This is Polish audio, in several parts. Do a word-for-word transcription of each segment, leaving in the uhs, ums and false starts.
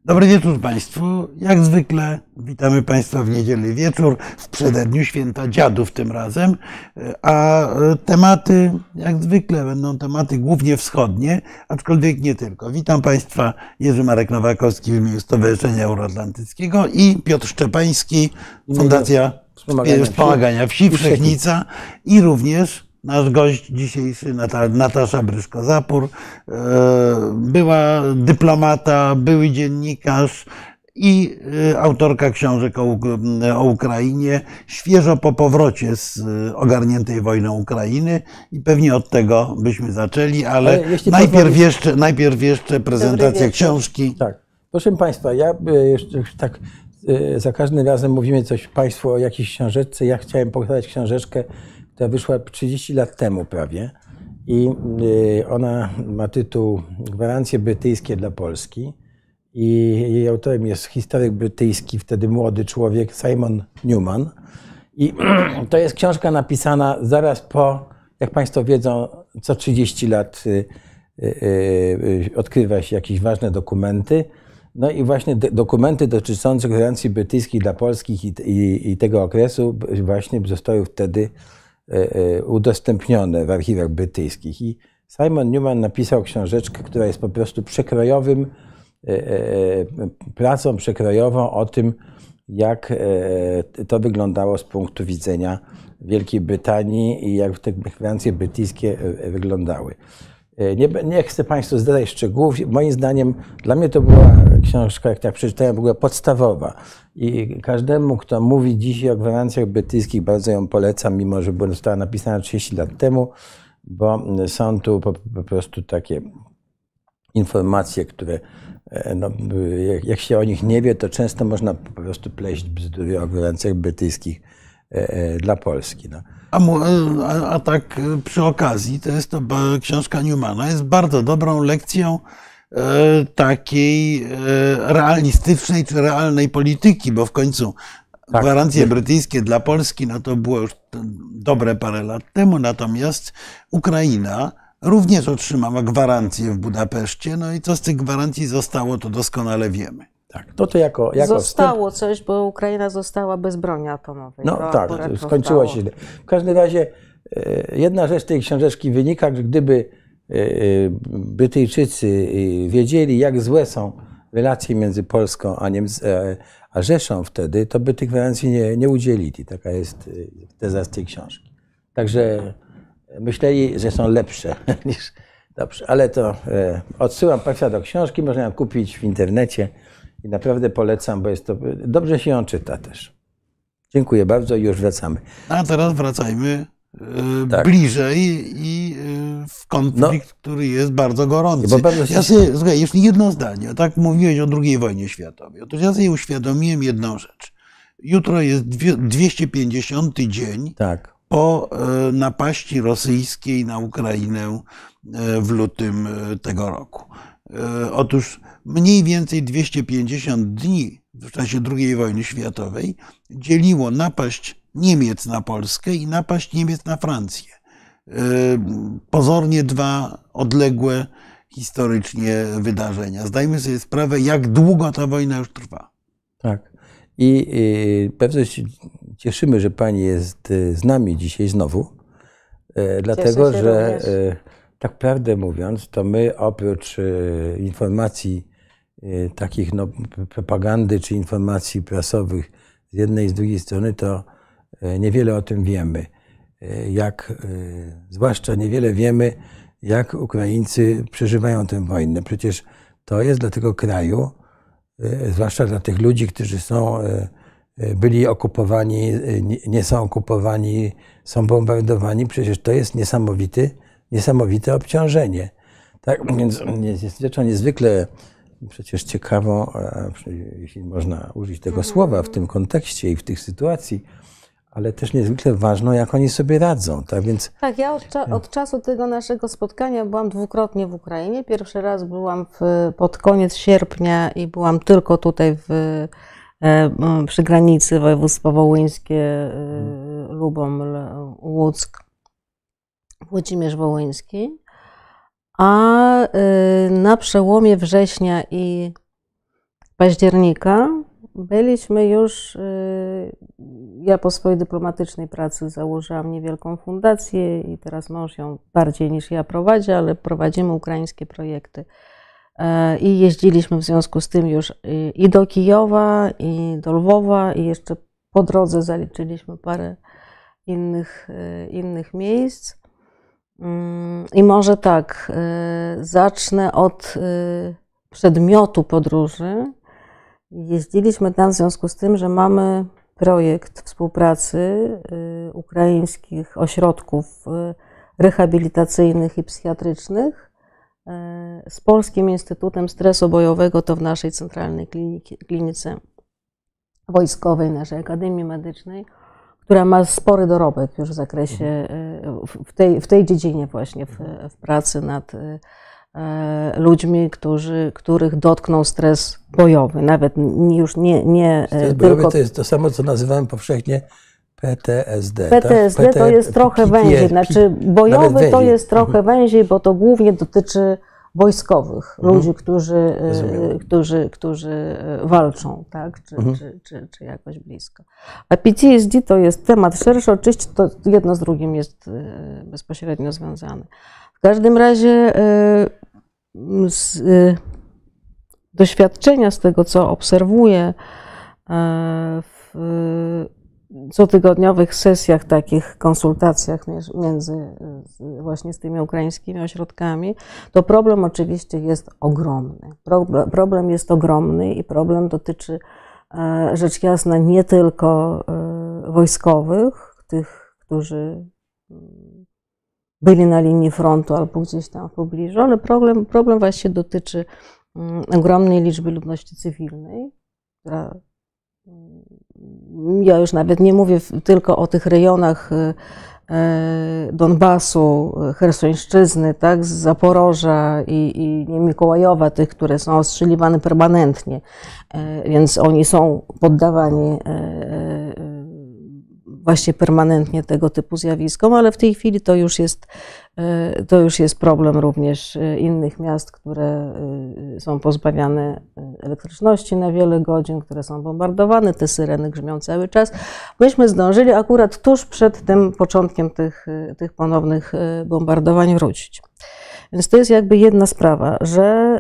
Dobry wieczór Państwu. Jak zwykle witamy Państwa w niedzielny wieczór, w przededniu Święta Dziadów tym razem, a tematy jak zwykle będą tematy głównie wschodnie, aczkolwiek nie tylko. Witam Państwa, Jerzy Marek Nowakowski w imieniu Stowarzyszenia Euroatlantyckiego i Piotr Szczepański, Fundacja Wspomagania, Wspomagania Wsi Wszechnica i również nasz gość dzisiejszy, Natasza Bryszko-Zapór, była dyplomata, były dziennikarz i autorka książek o, o Ukrainie, świeżo po powrocie z ogarniętej wojną Ukrainy i pewnie od tego byśmy zaczęli, ale, ale najpierw, pozwolisz... jeszcze, najpierw jeszcze prezentacja książki. Tak, proszę Państwa, ja jeszcze tak za każdym razem mówimy coś Państwu o jakiejś książeczce. Ja chciałem pokazać książeczkę, która wyszła trzydzieści lat temu prawie i ona ma tytuł Gwarancje brytyjskie dla Polski i jej autorem jest historyk brytyjski, wtedy młody człowiek Simon Newman i to jest książka napisana zaraz po, jak Państwo wiedzą, co trzydzieści lat odkrywa się jakieś ważne dokumenty. No i właśnie dokumenty dotyczące gwarancji brytyjskich dla Polski i, i, i tego okresu właśnie zostały wtedy udostępnione w archiwach brytyjskich. I Simon Newman napisał książeczkę, która jest po prostu przekrojowym, pracą przekrojową o tym, jak to wyglądało z punktu widzenia Wielkiej Brytanii i jak te gwarancje brytyjskie wyglądały. Nie, nie chcę Państwu zdradzać szczegółów. Moim zdaniem, dla mnie to była książka, jak tak przeczytałem, w ogóle podstawowa. I każdemu, kto mówi dzisiaj o gwarancjach brytyjskich, bardzo ją polecam, mimo że została napisana trzydzieści lat temu, bo są tu po, po prostu takie informacje, które no, jak, jak się o nich nie wie, to często można po prostu pleść bzdury o gwarancjach brytyjskich dla Polski. No. A, a, a tak przy okazji, to jest to książka Newmana, jest bardzo dobrą lekcją e, takiej e, realistycznej czy realnej polityki, bo w końcu tak, gwarancje brytyjskie dla Polski, no to było już dobre parę lat temu, natomiast Ukraina również otrzymała gwarancje w Budapeszcie, no i co z tych gwarancji zostało, to doskonale wiemy. Tak, to to jako, jako Zostało wstęp... coś, bo Ukraina została bez broni atomowej. No tak, skończyło się źle. W każdym razie jedna rzecz z tej książeczki wynika, że gdyby Brytyjczycy wiedzieli, jak złe są relacje między Polską a, Niemc a Rzeszą wtedy, to by tych gwarancji nie, nie udzielili. Taka jest teza z tej książki. Także myśleli, że są lepsze niż... Dobrze, ale to odsyłam Państwa do książki, można ją kupić w internecie. I naprawdę polecam, bo jest to, dobrze się ją czyta też. Dziękuję bardzo i już wracamy. A teraz wracajmy e, tak. bliżej i e, w konflikt, no, który jest bardzo gorący. Bo bardzo się... ja sobie, słuchaj, jeszcze jedno zdanie. Tak mówiłeś o drugiej wojnie światowej. Otóż ja sobie uświadomiłem jedną rzecz. Jutro jest dwieście pięćdziesiąty dzień tak. po e, napaści rosyjskiej na Ukrainę e, w lutym tego roku. Otóż mniej więcej dwieście pięćdziesiąt dni w czasie drugiej wojny światowej dzieliło napaść Niemiec na Polskę i napaść Niemiec na Francję. Pozornie dwa odległe historycznie wydarzenia. Zdajmy sobie sprawę, jak długo ta wojna już trwa. Tak. I, i pewnie się cieszymy, że Pani jest z nami dzisiaj znowu, dlatego że również. Tak prawdę mówiąc, to my oprócz informacji takich no, propagandy czy informacji prasowych z jednej i z drugiej strony, to niewiele o tym wiemy. Jak, zwłaszcza niewiele wiemy, jak Ukraińcy przeżywają tę wojnę. Przecież to jest dla tego kraju, zwłaszcza dla tych ludzi, którzy są, byli okupowani, nie są okupowani, są bombardowani. Przecież to jest niesamowity Niesamowite obciążenie. Tak, więc jest rzeczą niezwykle przecież ciekawą, jeśli można użyć tego słowa w tym kontekście i w tych sytuacji, ale też niezwykle ważną, jak oni sobie radzą. Tak, więc... tak ja od, cza od czasu tego naszego spotkania byłam dwukrotnie w Ukrainie. Pierwszy raz byłam w, pod koniec sierpnia i byłam tylko tutaj w, przy granicy województwo wołyńskie, Lubom, Łódzk, Włodzimierz października byliśmy już, ja po swojej dyplomatycznej pracy założyłam niewielką fundację i teraz mąż ją bardziej niż ja prowadzi, ale prowadzimy ukraińskie projekty. I jeździliśmy w związku z tym już i do Kijowa, i do Lwowa, i jeszcze po drodze zaliczyliśmy parę innych, innych miejsc. I może tak, zacznę od przedmiotu podróży. Jeździliśmy tam w związku z tym, że mamy projekt współpracy ukraińskich ośrodków rehabilitacyjnych i psychiatrycznych z Polskim Instytutem Stresu Bojowego, to w naszej centralnej kliniki, klinice wojskowej, naszej Akademii Medycznej, która ma spory dorobek już w zakresie, w tej, w tej dziedzinie właśnie, w, w pracy nad ludźmi, którzy, których dotknął stres bojowy. Nawet już nie, nie stres tylko... bojowy to jest to samo, co nazywamy powszechnie P T S D. P T S D tak? to jest trochę węziej, znaczy bojowy to jest trochę węziej, bo to głównie dotyczy wojskowych, mhm. ludzi, którzy, którzy, którzy walczą, tak? Czy, mhm. czy, czy, czy jakoś blisko. A P T S D to jest temat szerszy, oczywiście to jedno z drugim jest bezpośrednio związane. W każdym razie z doświadczenia, z tego co obserwuję w cotygodniowych sesjach, takich konsultacjach między właśnie z tymi ukraińskimi ośrodkami, to problem oczywiście jest ogromny. Problem jest ogromny i problem dotyczy rzecz jasna nie tylko wojskowych, tych, którzy byli na linii frontu albo gdzieś tam w pobliżu, ale problem, problem właśnie dotyczy ogromnej liczby ludności cywilnej, która, ja już nawet nie mówię tylko o tych rejonach Donbasu, Chersońszczyzny, tak, z Zaporoża i, i Mikołajowa, tych, które są ostrzeliwane permanentnie, więc oni są poddawani właśnie permanentnie tego typu zjawiskom, ale w tej chwili to już jest, to już jest problem również innych miast, które są pozbawiane elektryczności na wiele godzin, które są bombardowane, te syreny grzmią cały czas. Myśmy zdążyli akurat tuż przed tym początkiem tych, tych ponownych bombardowań wrócić. Więc to jest jakby jedna sprawa, że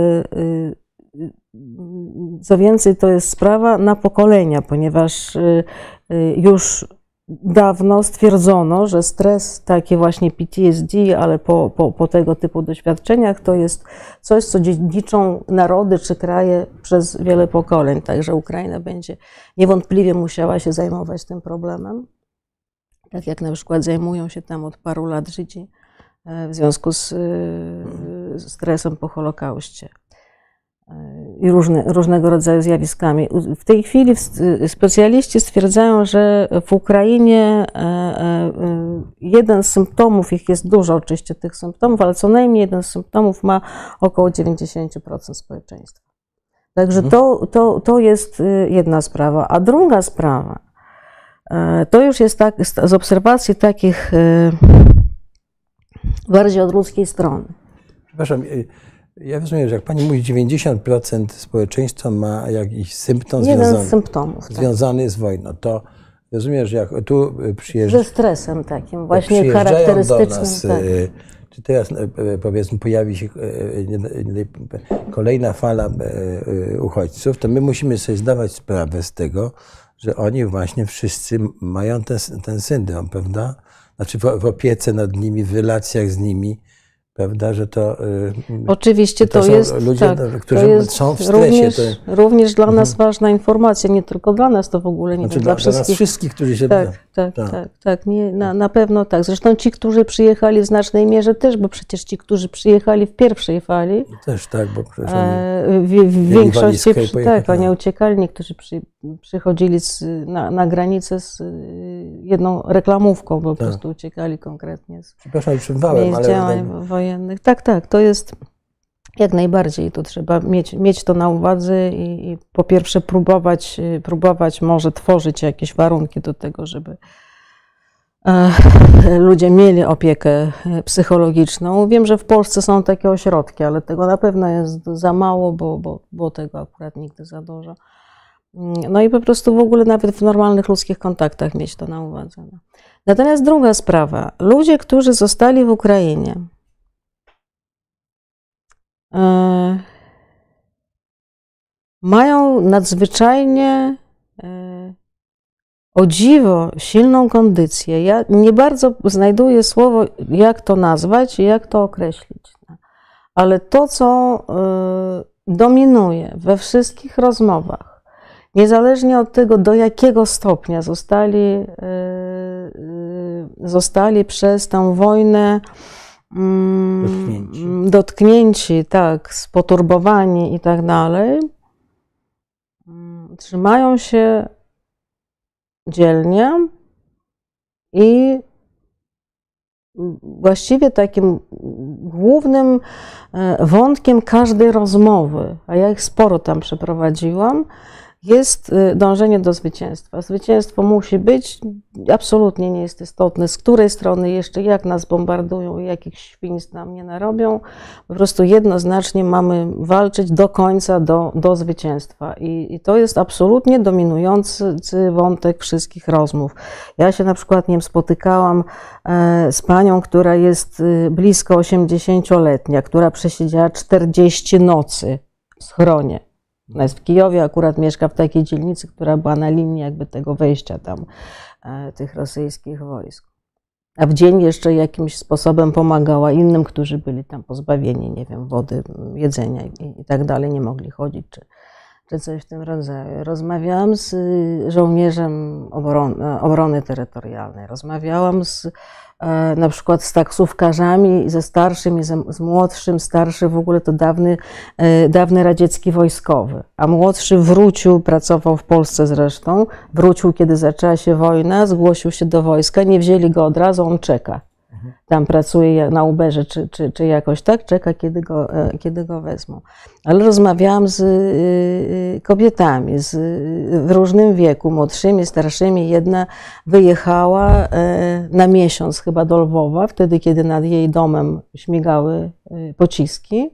co więcej, to jest sprawa na pokolenia, ponieważ już dawno stwierdzono, że stres, takie właśnie P T S D, ale po, po, po tego typu doświadczeniach, to jest coś, co dziedziczą narody czy kraje przez wiele pokoleń. Także Ukraina będzie niewątpliwie musiała się zajmować tym problemem, tak jak na przykład zajmują się tam od paru lat Żydzi w związku z stresem po Holokauście i różne, różnego rodzaju zjawiskami. W tej chwili specjaliści stwierdzają, że w Ukrainie jeden z symptomów, ich jest dużo oczywiście tych symptomów, ale co najmniej jeden z symptomów ma około dziewięćdziesiąt procent społeczeństwa. Także to, to, to jest jedna sprawa. A druga sprawa, to już jest tak, z obserwacji takich bardziej od ludzkiej strony. Przepraszam, ja rozumiem, że jak pani mówi, dziewięćdziesiąt procent społeczeństwa ma jakiś symptom Jeden związany, z symptomów, związany tak. z wojną, to rozumiem, że jak tu przyjeżdżają... Ze stresem takim właśnie charakterystycznym. Do nas, tak. Czy teraz, powiedzmy, pojawi się kolejna fala uchodźców, to my musimy sobie zdawać sprawę z tego, że oni właśnie wszyscy mają ten, ten syndrom, prawda? Znaczy w, w opiece nad nimi, w relacjach z nimi, prawda, że to... Oczywiście to, to jest, ludzie, tak, którzy to jest są w stresie. Również, to... również dla nas mhm. ważna informacja, nie tylko dla nas, to w ogóle nie znaczy wiem, dla, dla wszystkich. Dla nas wszystkich, którzy się... Tak, tak, tak, tak, tak nie, na, na pewno tak. Zresztą ci, którzy przyjechali w znacznej mierze też, bo przecież ci, którzy przyjechali w pierwszej fali... Też tak, bo przecież oni w, w większości, tak, oni uciekali, niektórzy przy, przychodzili z, na, na granicę z jedną reklamówką, bo tak. po prostu uciekali konkretnie z Przepraszam, przerwałem, ale... działań wojennych. Tak, tak, to jest jak najbardziej, to trzeba mieć, mieć to na uwadze i, i po pierwsze próbować, próbować może tworzyć jakieś warunki do tego, żeby, ludzie mieli opiekę psychologiczną. Wiem, że w Polsce są takie ośrodki, ale tego na pewno jest za mało, bo, bo, bo tego akurat nigdy za dużo. No i po prostu w ogóle nawet w normalnych ludzkich kontaktach mieć to na uwadze. Natomiast druga sprawa. Ludzie, którzy zostali w Ukrainie, e, mają nadzwyczajnie e, o dziwo silną kondycję. Ja nie bardzo znajduję słowo, jak to nazwać i jak to określić. Ale to, co y, dominuje we wszystkich rozmowach, niezależnie od tego, do jakiego stopnia zostali, y, y, zostali przez tę wojnę y, dotknięci. dotknięci, tak, spoturbowani i tak dalej, y, trzymają się dzielnie i właściwie takim głównym wątkiem każdej rozmowy, a ja ich sporo tam przeprowadziłam, jest dążenie do zwycięstwa. Zwycięstwo musi być, absolutnie nie jest istotne, z której strony jeszcze, jak nas bombardują, jakich świństw nam nie narobią. Po prostu jednoznacznie mamy walczyć do końca, do, do zwycięstwa. I, I to jest absolutnie dominujący wątek wszystkich rozmów. Ja się na przykład, nie wiem, spotykałam z panią, która jest blisko osiemdziesięcioletnia, która przesiedziała czterdzieści nocy w schronie. Ona jest w Kijowie, akurat mieszka w takiej dzielnicy, która była na linii jakby tego wejścia tam e, tych rosyjskich wojsk. A w dzień jeszcze jakimś sposobem pomagała innym, którzy byli tam pozbawieni, nie wiem, wody, jedzenia i, i tak dalej, nie mogli chodzić, czy, czy coś w tym rodzaju. Rozmawiałam z żołnierzem obrony, obrony terytorialnej, rozmawiałam z na przykład z taksówkarzami, ze starszym i z młodszym. Starszy w ogóle to dawny, dawny radziecki wojskowy, a młodszy wrócił, pracował w Polsce zresztą, wrócił, kiedy zaczęła się wojna, zgłosił się do wojska, nie wzięli go od razu, on czeka. Tam pracuje na Uberze, czy, czy, czy jakoś tak, czeka, kiedy go, kiedy go wezmą. Ale rozmawiałam z kobietami z, w różnym wieku, młodszymi, starszymi. Jedna wyjechała na miesiąc chyba do Lwowa, wtedy, kiedy nad jej domem śmigały pociski.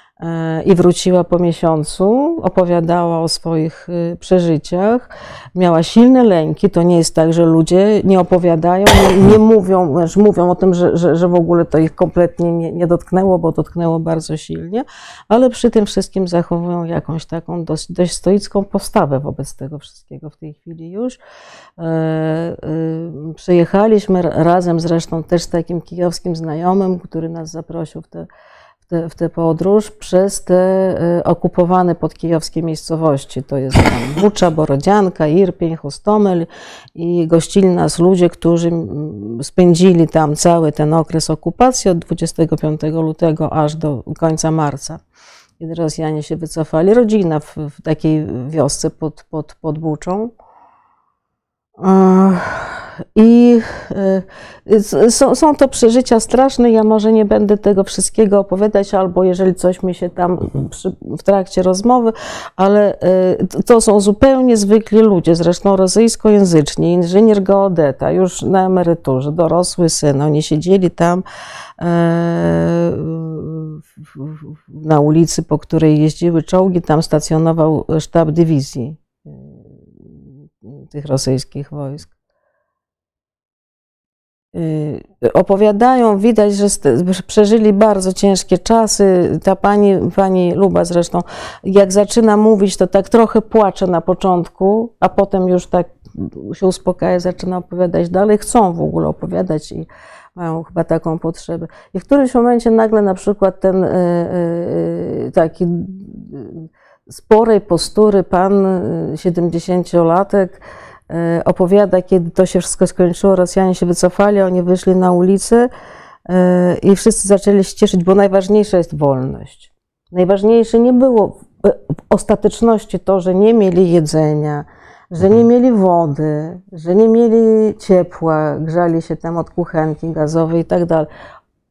I wróciła po miesiącu, opowiadała o swoich przeżyciach, miała silne lęki. To nie jest tak, że ludzie nie opowiadają, nie, nie mówią, mówią o tym, że, że, że w ogóle to ich kompletnie nie, nie dotknęło, bo dotknęło bardzo silnie, ale przy tym wszystkim zachowują jakąś taką dość, dość stoicką postawę wobec tego wszystkiego w tej chwili już. E, e, przyjechaliśmy razem zresztą też z takim kijowskim znajomym, który nas zaprosił w te w tę podróż przez te okupowane podkijowskie miejscowości. To jest tam Bucza, Borodzianka, Irpień, Hostomel i gościli nas ludzie, którzy spędzili tam cały ten okres okupacji od dwudziestego piątego lutego aż do końca marca, kiedy Rosjanie się wycofali. Rodzina w, w takiej wiosce pod, pod, pod Buczą. I są, są to przeżycia straszne. Ja może nie będę tego wszystkiego opowiadać, albo jeżeli coś mi się tam przy, w trakcie rozmowy, ale to są zupełnie zwykli ludzie, zresztą rosyjskojęzyczni, inżynier geodeta, już na emeryturze, dorosły syn. Oni siedzieli tam na ulicy, po której jeździły czołgi, tam stacjonował sztab dywizji tych rosyjskich wojsk. Opowiadają, widać, że przeżyli bardzo ciężkie czasy. Ta pani, pani Luba zresztą, jak zaczyna mówić, to tak trochę płacze na początku, a potem już tak się uspokaja, zaczyna opowiadać dalej. Chcą w ogóle opowiadać i mają chyba taką potrzebę. I w którymś momencie nagle na przykład ten taki sporej postury pan, siedemdziesięciolatek, opowiada, kiedy to się wszystko skończyło, Rosjanie się wycofali, oni wyszli na ulicę i wszyscy zaczęli się cieszyć, bo najważniejsza jest wolność. Najważniejsze nie było w ostateczności to, że nie mieli jedzenia, że nie mieli wody, że nie mieli ciepła, grzali się tam od kuchenki gazowej i tak dalej.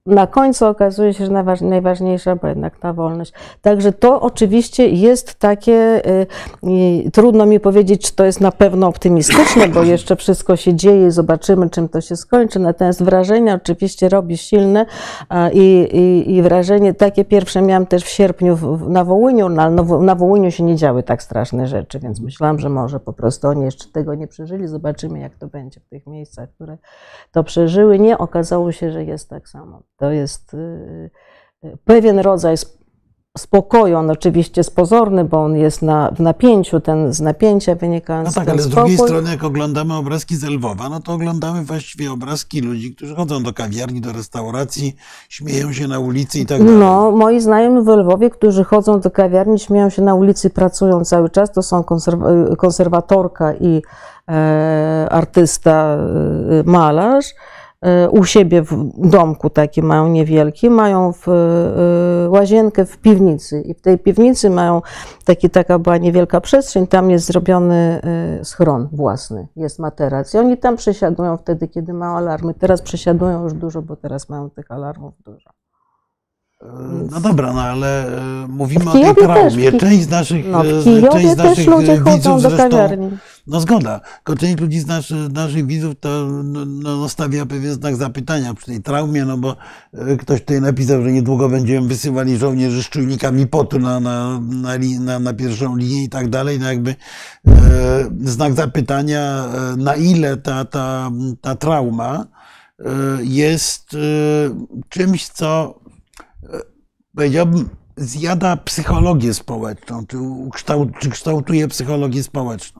na końcu okazuje się, że najważniejsza była jednak ta wolność. Także to oczywiście jest takie, y, trudno mi powiedzieć, czy to jest na pewno optymistyczne, bo jeszcze wszystko się dzieje i zobaczymy, czym to się skończy. Natomiast wrażenie oczywiście robi silne a, i, i, i wrażenie takie pierwsze miałam też w sierpniu w, na Wołyniu, no, ale no, na Wołyniu się nie działy tak straszne rzeczy, więc myślałam, że może po prostu oni jeszcze tego nie przeżyli. Zobaczymy, jak to będzie w tych miejscach, które to przeżyły. Nie, okazało się, że jest tak samo. To jest y, pewien rodzaj spokoju, on oczywiście jest pozorny, bo on jest na, w napięciu, ten z napięcia wynikający. No tak, ale z drugiej strony, jak oglądamy obrazki z Lwowa, no to oglądamy właściwie obrazki ludzi, którzy chodzą do kawiarni, do restauracji, śmieją się na ulicy i tak dalej. No, moi znajomi w Lwowie, którzy chodzą do kawiarni, śmieją się na ulicy, pracują cały czas, to są konserw- konserwatorka i e, artysta, e, malarz. U siebie w domku taki mają niewielki, mają w, y, łazienkę w piwnicy i w tej piwnicy mają taki, taka była niewielka przestrzeń, tam jest zrobiony y, schron własny, jest materac i oni tam przesiadują wtedy, kiedy mają alarmy. Teraz przesiadują już dużo, bo teraz mają tych alarmów dużo. No dobra, no ale mówimy o tej traumie. Też, część z naszych, no, w Kijowie część z też naszych ludzie chodzą widzów do zresztą, kawiarni. no zgoda, tylko część ludzi z naszych, naszych widzów to no, no, stawia pewien znak zapytania przy tej traumie, no bo ktoś tutaj napisał, że niedługo będziemy wysyłali żołnierzy z czujnikami potu na, na, na, na, na pierwszą linię i tak dalej. No jakby e, znak zapytania, na ile ta, ta, ta trauma e, jest e, czymś, co powiedziałbym, zjada psychologię społeczną, czy, ukształt, czy kształtuje psychologię społeczną?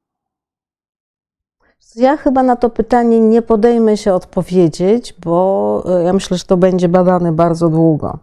Ja chyba na to pytanie nie podejmę się odpowiedzieć, bo ja myślę, że to będzie badane bardzo długo.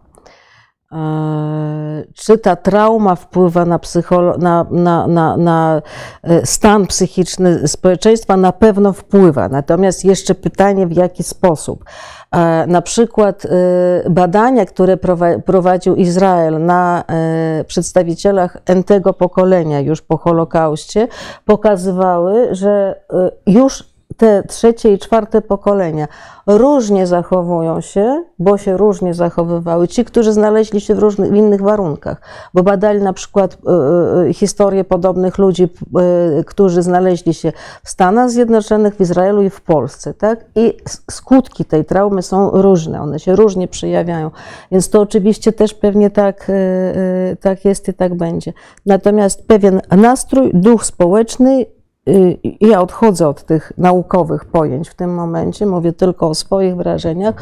Czy ta trauma wpływa na, psycholo- na, na, na, na stan psychiczny społeczeństwa? Na pewno wpływa. Natomiast jeszcze pytanie, w jaki sposób. Na przykład badania, które prowadził Izrael na przedstawicielach entego pokolenia już po Holokauście, pokazywały, że już te trzecie i czwarte pokolenia różnie zachowują się, bo się różnie zachowywały. Ci, którzy znaleźli się w różnych w innych warunkach, bo badali na przykład y, y, historię podobnych ludzi, y, którzy znaleźli się w Stanach Zjednoczonych, w Izraelu i w Polsce, tak? I skutki tej traumy są różne, one się różnie przejawiają. Więc to oczywiście też pewnie tak, y, y, tak jest i tak będzie. Natomiast pewien nastrój, duch społeczny, ja odchodzę od tych naukowych pojęć w tym momencie, mówię tylko o swoich wrażeniach,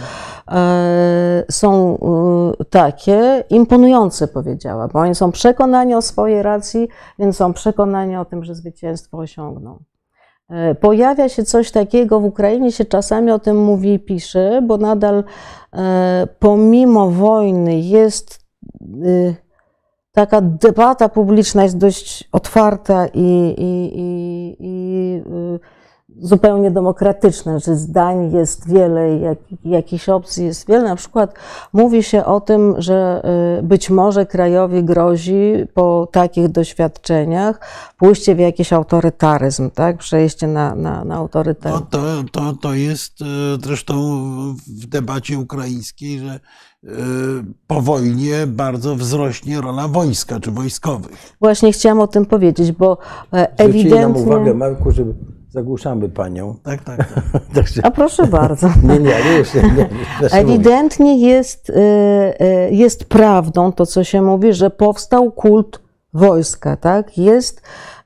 są takie imponujące, powiedziała, bo oni są przekonani o swojej racji, więc są przekonani o tym, że zwycięstwo osiągną. Pojawia się coś takiego, w Ukrainie się czasami o tym mówi i pisze, bo nadal pomimo wojny jest taka debata publiczna, jest dość otwarta i, i, i, i zupełnie demokratyczna, że zdań jest wiele, jak, jakichś opcji jest wiele. Na przykład mówi się o tym, że być może krajowi grozi po takich doświadczeniach pójście w jakiś autorytaryzm, tak? Przejście na, na, na autorytaryzm. No to, to, to jest zresztą w debacie ukraińskiej, że po wojnie bardzo wzrośnie rola wojska czy wojskowych. Właśnie chciałam o tym powiedzieć, bo ewidentnie... Zwrócili nam uwagę, Marku, że zagłuszamy panią. Tak, tak. tak. A proszę bardzo. Nie, nie, nie, już nie, nie, ewidentnie jest, jest prawdą to, co się mówi, że powstał kult wojska, tak? Jest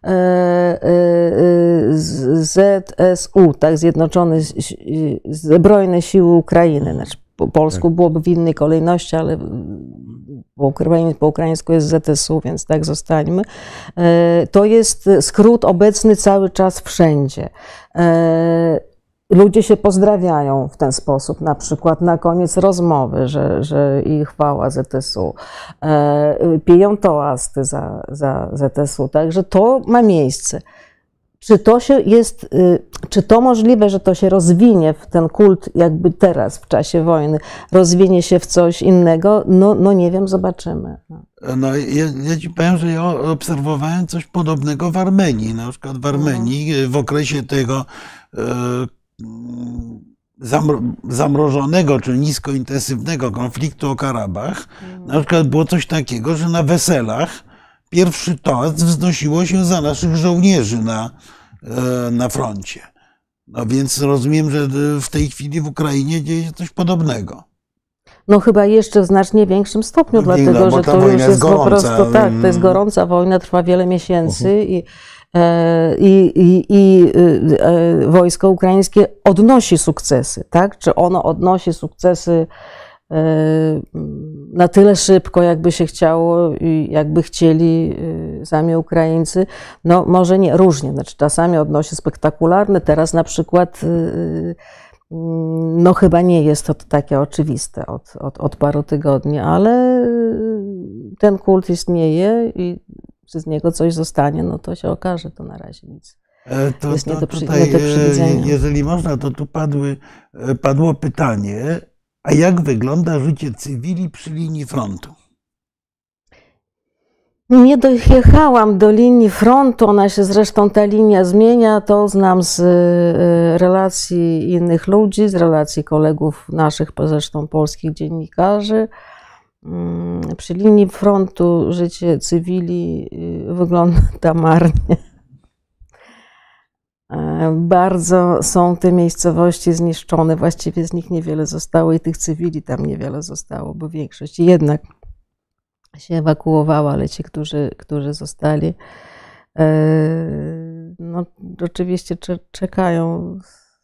Z S U, tak? Zjednoczone Zbrojne Siły Ukrainy, znaczy po polsku byłoby w innej kolejności, ale po, ukraiń, po ukraińsku jest Z S U, więc tak zostańmy. To jest skrót obecny cały czas wszędzie. Ludzie się pozdrawiają w ten sposób, na przykład na koniec rozmowy, że, że i chwała Z S U. Piją toasty za, za Z S U, także to ma miejsce. Czy to się jest, czy to możliwe, że to się rozwinie w ten kult jakby teraz, w czasie wojny, rozwinie się w coś innego? No, no nie wiem, zobaczymy. No, no ja, ja ci powiem, że ja obserwowałem coś podobnego w Armenii. Na przykład w Armenii w okresie tego zamrożonego czy niskointensywnego konfliktu o Karabach, na przykład było coś takiego, że na weselach pierwszy toast wznosiło się za naszych żołnierzy na, na froncie. No więc rozumiem, że w tej chwili w Ukrainie dzieje się coś podobnego. No chyba jeszcze w znacznie większym stopniu, no, dlatego no, że to już jest gorąca. po prostu tak, to jest gorąca wojna, trwa wiele miesięcy uh-huh. i, e, i, i, i e, wojsko ukraińskie odnosi sukcesy, tak? Czy ono odnosi sukcesy e, na tyle szybko, jakby się chciało i jakby chcieli e, sami Ukraińcy? No może nie, różnie, znaczy czasami odnosi spektakularne, teraz na przykład e, no chyba nie jest to takie oczywiste od, od, od paru tygodni, ale ten kult istnieje i czy z niego coś zostanie, no to się okaże, to na razie nic. To, jest to, nie do, tutaj, nie do przewidzenia. Jeżeli można, to tu padły, padło pytanie, a jak wygląda życie cywili przy linii frontu? Nie dojechałam do linii frontu, ona się zresztą, ta linia zmienia, to znam z relacji innych ludzi, z relacji kolegów naszych, zresztą polskich dziennikarzy. Przy linii frontu życie cywili wygląda marnie. Bardzo są te miejscowości zniszczone, właściwie z nich niewiele zostało i tych cywili tam niewiele zostało, bo większość jednak się ewakuowała, ale ci, którzy, którzy zostali, no oczywiście czekają,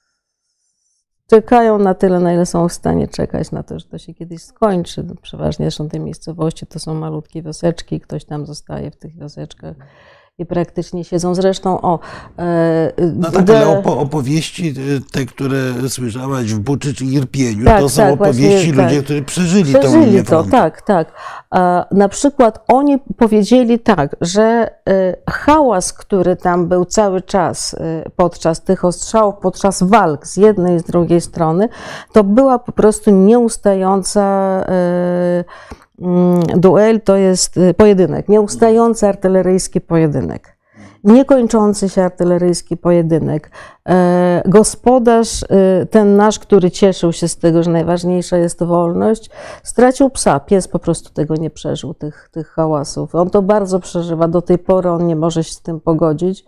czekają na tyle, na ile są w stanie czekać na to, że to się kiedyś skończy. Przeważnie zresztą te miejscowości to są malutkie wioseczki, ktoś tam zostaje w tych wioseczkach i praktycznie siedzą. Zresztą o... E, no tak, de... ale opo opowieści, te, które słyszałaś w Buczy czy Irpieniu, tak, to są tak, opowieści właśnie, ludzie, tak. którzy przeżyli, przeżyli tą linię frontu. To, tak, tak. A na przykład oni powiedzieli tak, że e, hałas, który tam był cały czas e, podczas tych ostrzałów, podczas walk z jednej i z drugiej strony, to była po prostu nieustająca e, duel, to jest pojedynek, nieustający artyleryjski pojedynek, niekończący się artyleryjski pojedynek. Gospodarz, ten nasz, który cieszył się z tego, że najważniejsza jest wolność, stracił psa. Pies po prostu tego nie przeżył, tych, tych hałasów. On to bardzo przeżywa, do tej pory on nie może się z tym pogodzić.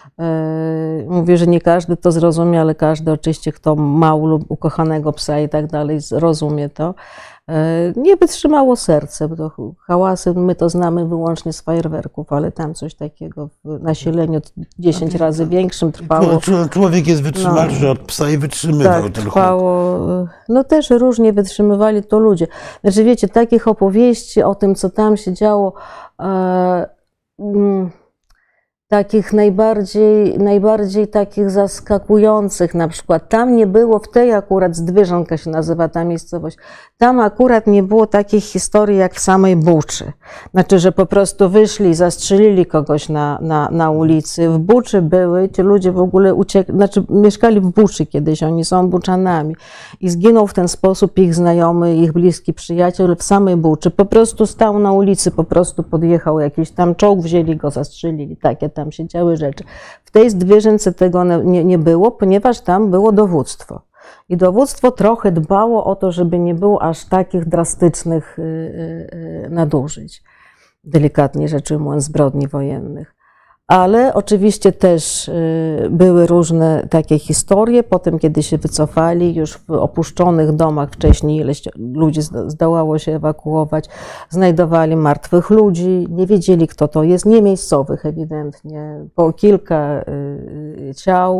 Mówię, że nie każdy to zrozumie, ale każdy oczywiście, kto ma lub ukochanego psa i tak dalej, rozumie to. Nie wytrzymało serce, bo to hałasy my to znamy wyłącznie z fajerwerków, ale tam coś takiego w nasileniu dziesięć razy większym trwało. Człowiek jest wytrzymalszy no, od psa i wytrzymywał tak, ten trwało. No też różnie wytrzymywali to ludzie. Znaczy wiecie, takich opowieści o tym, co tam się działo, e, mm, takich najbardziej, najbardziej takich zaskakujących, na przykład tam nie było, w tej akurat Zdwyżanka się nazywa ta miejscowość, tam akurat nie było takich historii jak w samej Buczy. Znaczy, że po prostu wyszli i zastrzelili kogoś na, na, na ulicy. W Buczy były, ci ludzie w ogóle uciekli, znaczy mieszkali w Buczy kiedyś, oni są Buczanami i zginął w ten sposób ich znajomy, ich bliski przyjaciel w samej Buczy. Po prostu stał na ulicy, po prostu podjechał jakiś tam czołg, wzięli go, zastrzelili, takie tam się działy rzeczy. W tej Zdwyżence tego nie, nie było, ponieważ tam było dowództwo. I dowództwo trochę dbało o to, żeby nie było aż takich drastycznych nadużyć, delikatnie rzecz ujmując, zbrodni wojennych. Ale oczywiście też były różne takie historie. Potem, kiedy się wycofali, już w opuszczonych domach wcześniej ileś ludzi zdołało się ewakuować, znajdowali martwych ludzi, nie wiedzieli, kto to jest, nie miejscowych ewidentnie, po kilka ciał.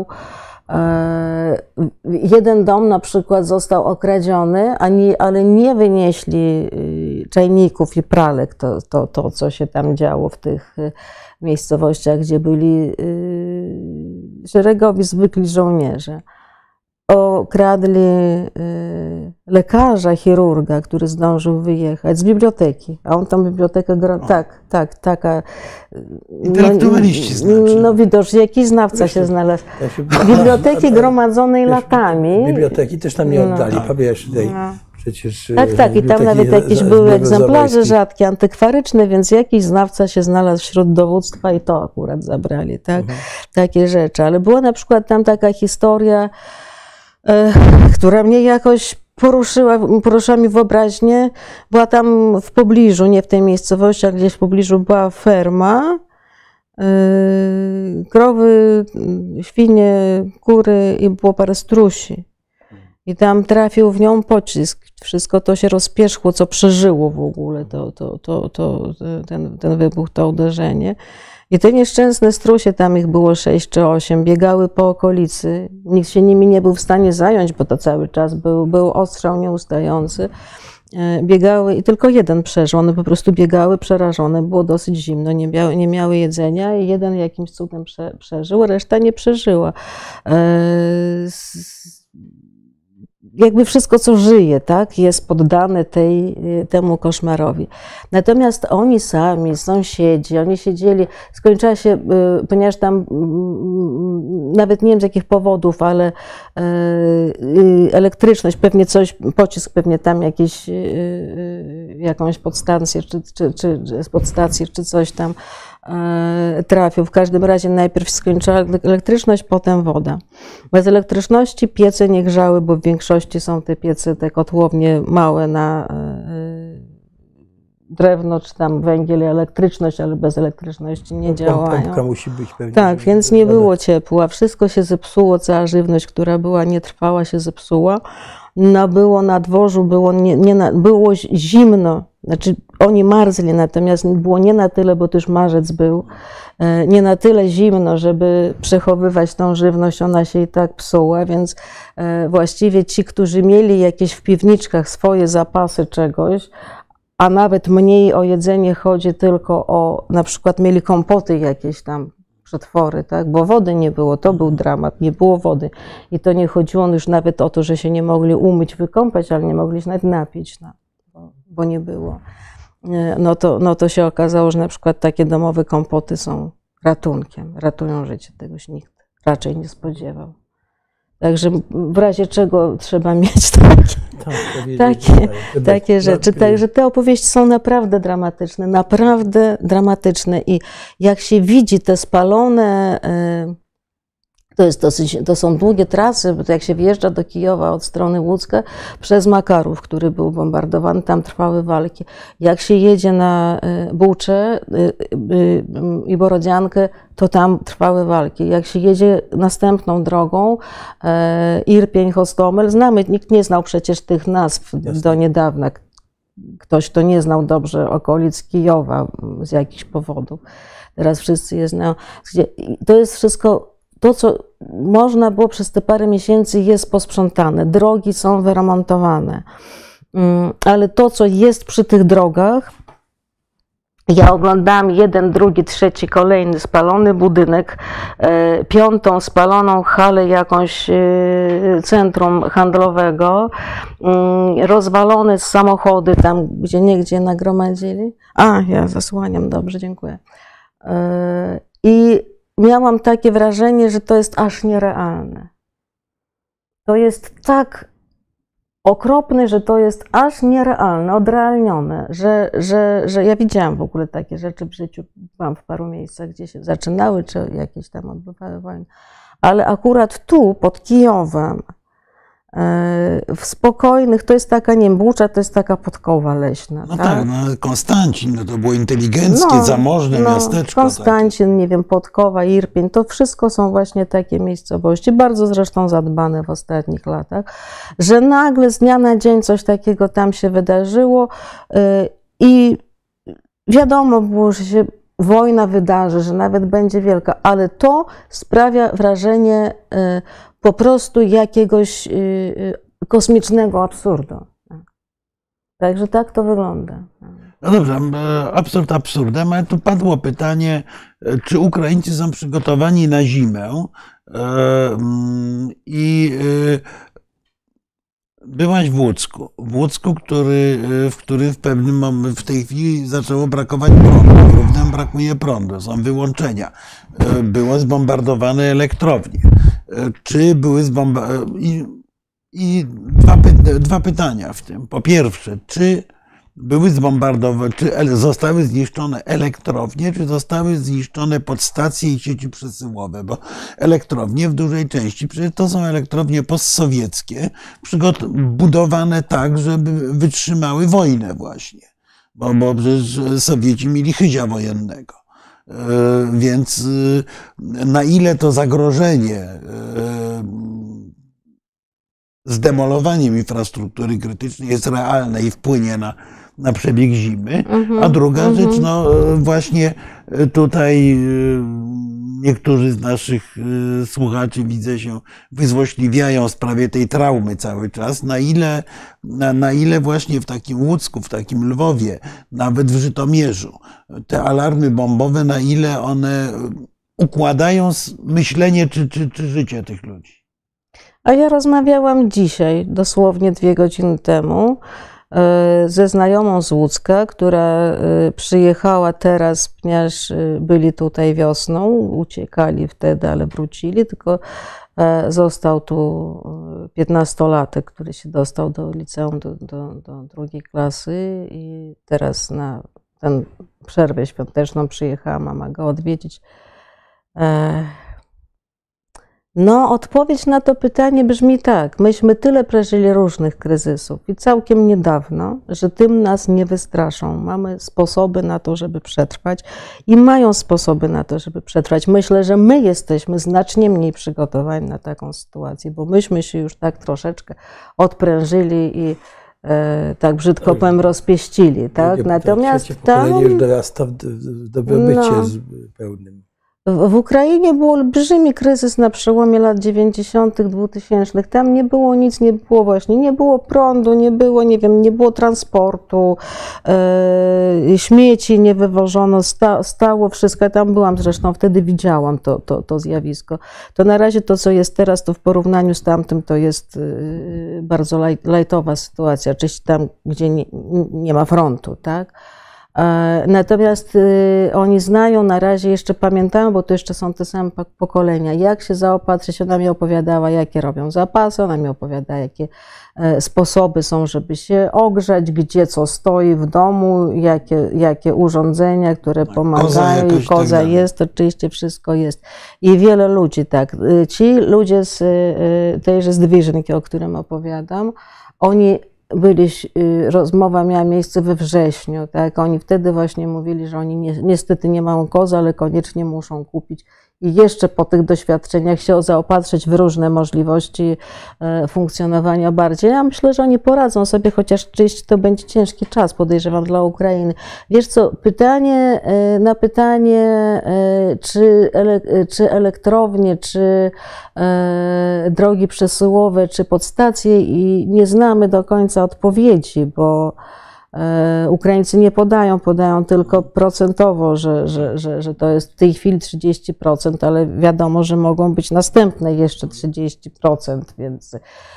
Jeden dom na przykład został okradziony, ale nie wynieśli czajników i pralek, to, to, to co się tam działo w tych miejscowościach, gdzie byli szeregowi zwykli żołnierze. Okradli lekarza, chirurga, który zdążył wyjechać z biblioteki, a on tam bibliotekę, tak, tak, taka... Intelektualiści znaczy. No widocznie jakiś znawca Wiesz, się znalazł. Ja się... Biblioteki gromadzonej Wiesz, latami. Biblioteki też tam nie oddali, no. Powiesz tutaj. No. Przecież tak, tak, i tam nawet jakieś były egzemplarze rzadkie, antykwariczne, więc jakiś znawca się znalazł wśród dowództwa i to akurat zabrali, tak? Mhm. Takie rzeczy. Ale była na przykład tam taka historia, która mnie jakoś poruszyła, poruszyła mi wyobraźnię. Była tam w pobliżu, nie w tej miejscowości, ale gdzieś w pobliżu była ferma. Krowy, świnie, kury i było parę strusi. I tam trafił w nią pocisk. Wszystko to się rozpierzchło, co przeżyło w ogóle to, to, to, to, ten, ten wybuch, to uderzenie. I te nieszczęsne strusie, tam ich było sześć czy osiem, biegały po okolicy. Nikt się nimi nie był w stanie zająć, bo to cały czas był, był ostrzał nieustający. Biegały i tylko jeden przeżył. One po prostu biegały przerażone, było dosyć zimno, nie miały, nie miały jedzenia i jeden jakimś cudem prze, przeżył, reszta nie przeżyła. Jakby wszystko, co żyje, tak, jest poddane tej, temu koszmarowi. Natomiast oni sami, sąsiedzi, oni siedzieli, skończyła się, ponieważ tam nawet nie wiem z jakich powodów, ale elektryczność, pewnie coś, pocisk pewnie tam jakieś, jakąś podstację, czy, czy, czy podstację, czy coś tam trafił. W każdym razie najpierw skończyła elektryczność, potem woda. Bez elektryczności piece nie grzały, bo w większości są te piece, te kotłownie małe na drewno, czy tam węgiel i elektryczność, ale bez elektryczności nie działają. Pompka musi być pewnie. Tak, więc nie było ciepła. Wszystko się zepsuło, cała żywność, która była nietrwała, się zepsuła. No było na dworzu, było, nie, nie na, było zimno, znaczy oni marzli, natomiast było nie na tyle, bo to już marzec był, nie na tyle zimno, żeby przechowywać tą żywność, ona się i tak psuła, więc właściwie ci, którzy mieli jakieś w piwniczkach swoje zapasy czegoś, a nawet mniej o jedzenie chodzi, tylko o, na przykład mieli kompoty jakieś tam, przetwory, tak? Bo wody nie było, to był dramat, nie było wody. I to nie chodziło już nawet o to, że się nie mogli umyć, wykąpać, ale nie mogli się nawet napić, no, bo, bo nie było. No to, no to się okazało, że na przykład takie domowe kompoty są ratunkiem, ratują życie. Tego się nikt raczej nie spodziewał. Także w razie czego trzeba mieć takie, takie, takie rzeczy. Także te opowieści są naprawdę dramatyczne, naprawdę dramatyczne. I jak się widzi te spalone, to, jest dosyć, to są długie trasy, bo jak się wjeżdża do Kijowa od strony Łucka przez Makarów, który był bombardowany, tam trwały walki. Jak się jedzie na Buczę i Borodziankę, to tam trwały walki. Jak się jedzie następną drogą, Irpień, Hostomel, znamy, nikt nie znał przecież tych nazw Jasne. do niedawna. Ktoś, kto nie znał dobrze okolic Kijowa z jakichś powodów. Teraz wszyscy je znają. To jest wszystko, to co można było przez te parę miesięcy jest posprzątane. Drogi są wyremontowane. Ale to, co jest przy tych drogach, ja oglądałam jeden, drugi, trzeci, kolejny spalony budynek, piątą spaloną halę jakąś centrum handlowego, rozwalone samochody tam, gdzie niegdzie nagromadzili. A, ja zasłaniam, dobrze, dziękuję. I miałam takie wrażenie, że to jest aż nierealne. To jest tak okropne, że to jest aż nierealne, odrealnione, że, że, że ja widziałam w ogóle takie rzeczy w życiu. Byłam w paru miejscach, gdzie się zaczynały, czy jakieś tam odbywały wojny. Ale akurat tu, pod Kijowem, w spokojnych, to jest taka, nie wiem, Bucza to jest taka podkowa leśna. No tak, tak, no Konstancin, no to było inteligenckie, no, zamożne no, miasteczko. Konstancin, takie. Nie wiem, Podkowa, Irpień, to wszystko są właśnie takie miejscowości, bardzo zresztą zadbane w ostatnich latach, że nagle z dnia na dzień coś takiego tam się wydarzyło i wiadomo było, że się wojna wydarzy, że nawet będzie wielka, ale to sprawia wrażenie po prostu jakiegoś kosmicznego absurdu. Także tak to wygląda. No dobrze, absurd absurdem, ale tu padło pytanie, czy Ukraińcy są przygotowani na zimę i byłaś w Łucku, w Łucku, który, w którym w pewnym momencie, w tej chwili zaczęło brakować prądu, równem brakuje prądu, są wyłączenia, były zbombardowane elektrownie. Czy były zbombardowane... I, i dwa, py... dwa pytania w tym. Po pierwsze, czy były zbombardowane, czy zostały zniszczone elektrownie, czy zostały zniszczone podstacje i sieci przesyłowe, bo elektrownie w dużej części, przecież to są elektrownie postsowieckie, budowane tak, żeby wytrzymały wojnę właśnie, bo, bo przecież Sowieci mieli chydzia wojennego. Więc na ile to zagrożenie zdemolowaniem infrastruktury krytycznej jest realne i wpłynie na, na przebieg zimy, mm-hmm, a druga mm-hmm. rzecz, no właśnie tutaj niektórzy z naszych słuchaczy, widzę, się wyzłośliwiają w sprawie tej traumy cały czas, na ile, na, na ile właśnie w takim Łucku, w takim Lwowie, nawet w Żytomierzu, te alarmy bombowe, na ile one układają myślenie czy, czy, czy życie tych ludzi. A ja rozmawiałam dzisiaj, dosłownie dwie godziny temu, ze znajomą z Łódzka, która przyjechała teraz, ponieważ byli tutaj wiosną, uciekali wtedy, ale wrócili, tylko został tu piętnastolatek, który się dostał do liceum, do, do, do drugiej klasy i teraz na tę przerwę świąteczną przyjechała, mama go odwiedzić. No, odpowiedź na to pytanie brzmi tak. Myśmy tyle przeżyli różnych kryzysów i całkiem niedawno, że tym nas nie wystraszą. Mamy sposoby na to, żeby przetrwać i mają sposoby na to, żeby przetrwać. Myślę, że my jesteśmy znacznie mniej przygotowani na taką sytuację, bo myśmy się już tak troszeczkę odprężyli i e, tak brzydko powiem rozpieścili. Tak? Natomiast tam... pokolenie już dorasta w dobrobycie no, pełnym. W Ukrainie był olbrzymi kryzys na przełomie lat dziewięćdziesiątych, dwutysięcznych. Tam nie było nic, nie było właśnie, nie było prądu, nie było, nie wiem, nie było transportu, e, śmieci nie wywożono, sta, stało wszystko. Ja tam byłam zresztą, wtedy widziałam to, to, to zjawisko. To na razie to, co jest teraz, to w porównaniu z tamtym, to jest e, bardzo laj, lajtowa sytuacja, czyś tam, gdzie nie, nie ma frontu, tak? Natomiast y, oni znają, na razie jeszcze pamiętają, bo to jeszcze są te same pokolenia, jak się zaopatrzyć. Ona mi opowiadała, jakie robią zapasy, ona mi opowiada, jakie e, sposoby są, żeby się ogrzać, gdzie co stoi w domu, jakie, jakie urządzenia, które pomagają. Koza, koza jest, oczywiście wszystko jest. I wiele ludzi tak. Ci ludzie z y, tejże z Dywizjonki, o którym opowiadam, oni byli, rozmowa miała miejsce we wrześniu, tak? Oni wtedy właśnie mówili, że oni ni niestety nie mają kozy, ale koniecznie muszą kupić i jeszcze po tych doświadczeniach się zaopatrzyć w różne możliwości e, funkcjonowania bardziej. Ja myślę, że oni poradzą sobie, chociaż oczywiście to będzie ciężki czas, podejrzewam, dla Ukrainy. Wiesz co, pytanie, e, na pytanie, e, czy, ele, czy elektrownie, czy e, drogi przesyłowe, czy podstacje, i nie znamy do końca odpowiedzi, bo Ukraińcy nie podają, podają tylko procentowo, że, że, że, że to jest w tej chwili trzydzieści procent, ale wiadomo, że mogą być następne jeszcze trzydzieści procent, więc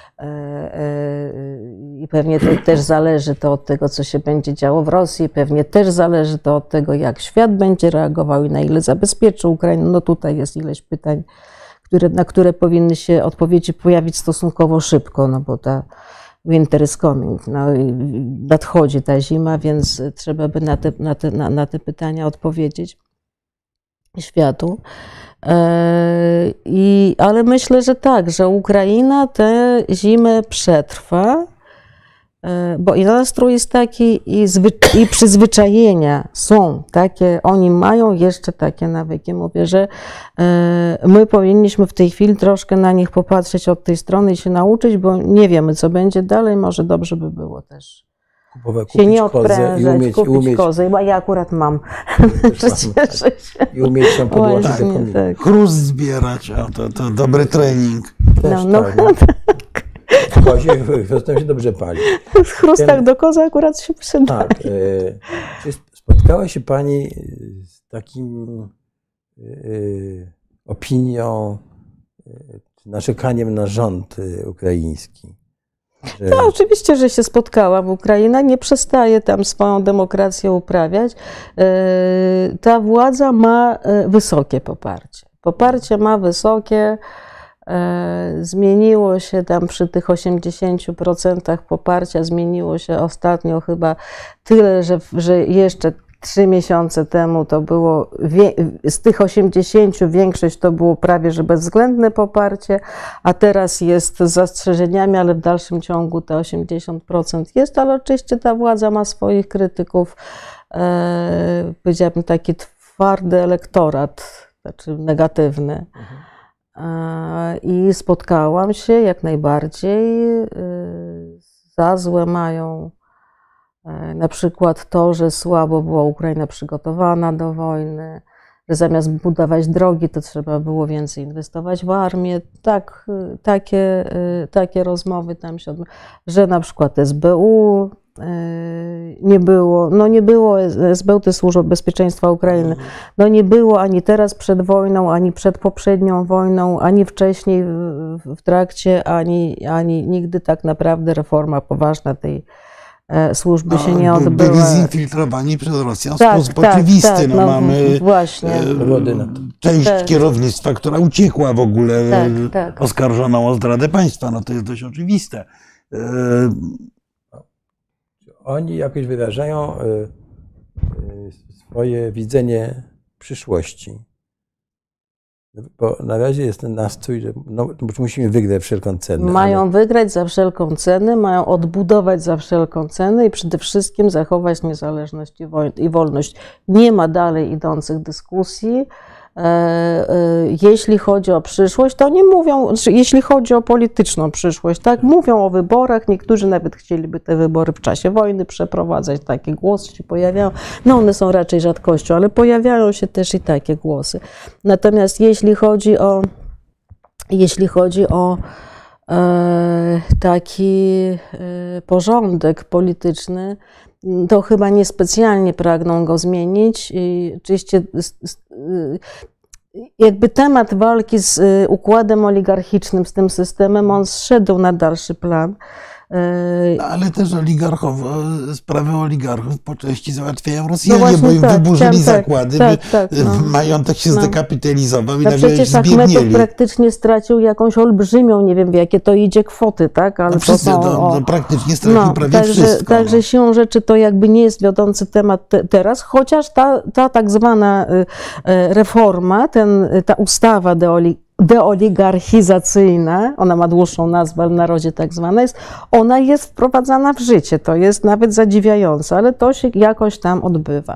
i pewnie to też zależy to od tego, co się będzie działo w Rosji, pewnie też zależy to od tego, jak świat będzie reagował i na ile zabezpieczy Ukrainę. No tutaj jest ileś pytań, które, na które powinny się odpowiedzi pojawić stosunkowo szybko, no bo ta winter is coming, no, nadchodzi ta zima, więc trzeba by na te, na te, na, na te pytania odpowiedzieć światu. E, i, ale myślę, że tak, że Ukraina tę zimę przetrwa, e, bo i nastrój jest taki, i, zwy, i przyzwyczajenia są takie, oni mają jeszcze takie nawyki. Mówię, że e, my powinniśmy w tej chwili troszkę na nich popatrzeć od tej strony i się nauczyć, bo nie wiemy, co będzie dalej, może dobrze by było też Kupowe, się nie odprężać, i umieć, kupić umieć, kozę, bo ja akurat mam. Cieszę się. I umieć się podłączyć do komina. Tak. Chrust zbierać, o, to, to dobry trening. No, no, tak, no. W kozie chrustem się dobrze pali. W chrustach Ten, do kozy akurat się przydaje. Tak. E, czy spotkała się Pani z takim e, opinią, e, narzekaniem na rząd ukraiński? Że... No, oczywiście, że się spotkałam. Ukraina nie przestaje tam swoją demokrację uprawiać. Ta władza ma wysokie poparcie. Poparcie ma wysokie. Zmieniło się tam przy tych osiemdziesięciu procentach poparcia, zmieniło się ostatnio chyba tyle, że, że jeszcze trzy miesiące temu to było, z tych osiemdziesięciu większość to było prawie że bezwzględne poparcie, a teraz jest z zastrzeżeniami, ale w dalszym ciągu te osiemdziesiąt procent jest, ale oczywiście ta władza ma swoich krytyków, e, powiedziałabym taki twardy elektorat, znaczy negatywny. Mhm. E, I spotkałam się jak najbardziej, e, za złe mają na przykład to, że słabo była Ukraina przygotowana do wojny, że zamiast budować drogi, to trzeba było więcej inwestować w armię. Tak, takie, takie rozmowy tam się odbyły, że na przykład S B U nie było, no nie było, S B U to jest Służba Bezpieczeństwa Ukrainy, no nie było ani teraz przed wojną, ani przed poprzednią wojną, ani wcześniej w, w trakcie, ani, ani nigdy tak naprawdę reforma poważna tej służby się nie odbyły. Byli zinfiltrowani przez Rosjan w tak, sposób tak, oczywisty. Tak, no, no, mamy właśnie. część tak. kierownictwa, która uciekła w ogóle, tak, tak. oskarżoną o zdradę państwa. No to jest dość oczywiste. Oni jakoś wyrażają swoje widzenie przyszłości. Bo na razie jest ten nastrój, że no, musimy wygrać wszelką cenę. Mają ale... wygrać za wszelką cenę, mają odbudować za wszelką cenę i przede wszystkim zachować niezależność i, i wolność. Nie ma dalej idących dyskusji. E, e, jeśli chodzi o przyszłość, to nie mówią, jeśli chodzi o polityczną przyszłość, tak, mówią o wyborach, niektórzy nawet chcieliby te wybory w czasie wojny przeprowadzać, takie głosy się pojawiają, no one są raczej rzadkością, ale pojawiają się też i takie głosy. Natomiast jeśli chodzi o, jeśli chodzi o e, taki e, porządek polityczny, to chyba niespecjalnie pragną go zmienić. I oczywiście jakby temat walki z układem oligarchicznym, z tym systemem, on zszedł na dalszy plan. No, ale też oligarchów, sprawy oligarchów po części załatwiają Rosjanie, no bo im tak, wyburzyli tak, zakłady, tak, by tak, no. majątek się no. zdekapitalizował i no nagle przecież zbiednieli. Achmetow praktycznie stracił jakąś olbrzymią, nie wiem w jakie to idzie kwoty, tak? Ale no wszyscy, to, są, to, o, to praktycznie stracił no, prawie także, wszystko. Także no. siłą rzeczy to jakby nie jest wiodący temat te, teraz, chociaż ta, ta tak zwana reforma, ten, ta ustawa deoli, deoligarchizacyjna, ona ma dłuższą nazwę, ale w narodzie tak zwana jest, ona jest wprowadzana w życie. To jest nawet zadziwiające, ale to się jakoś tam odbywa.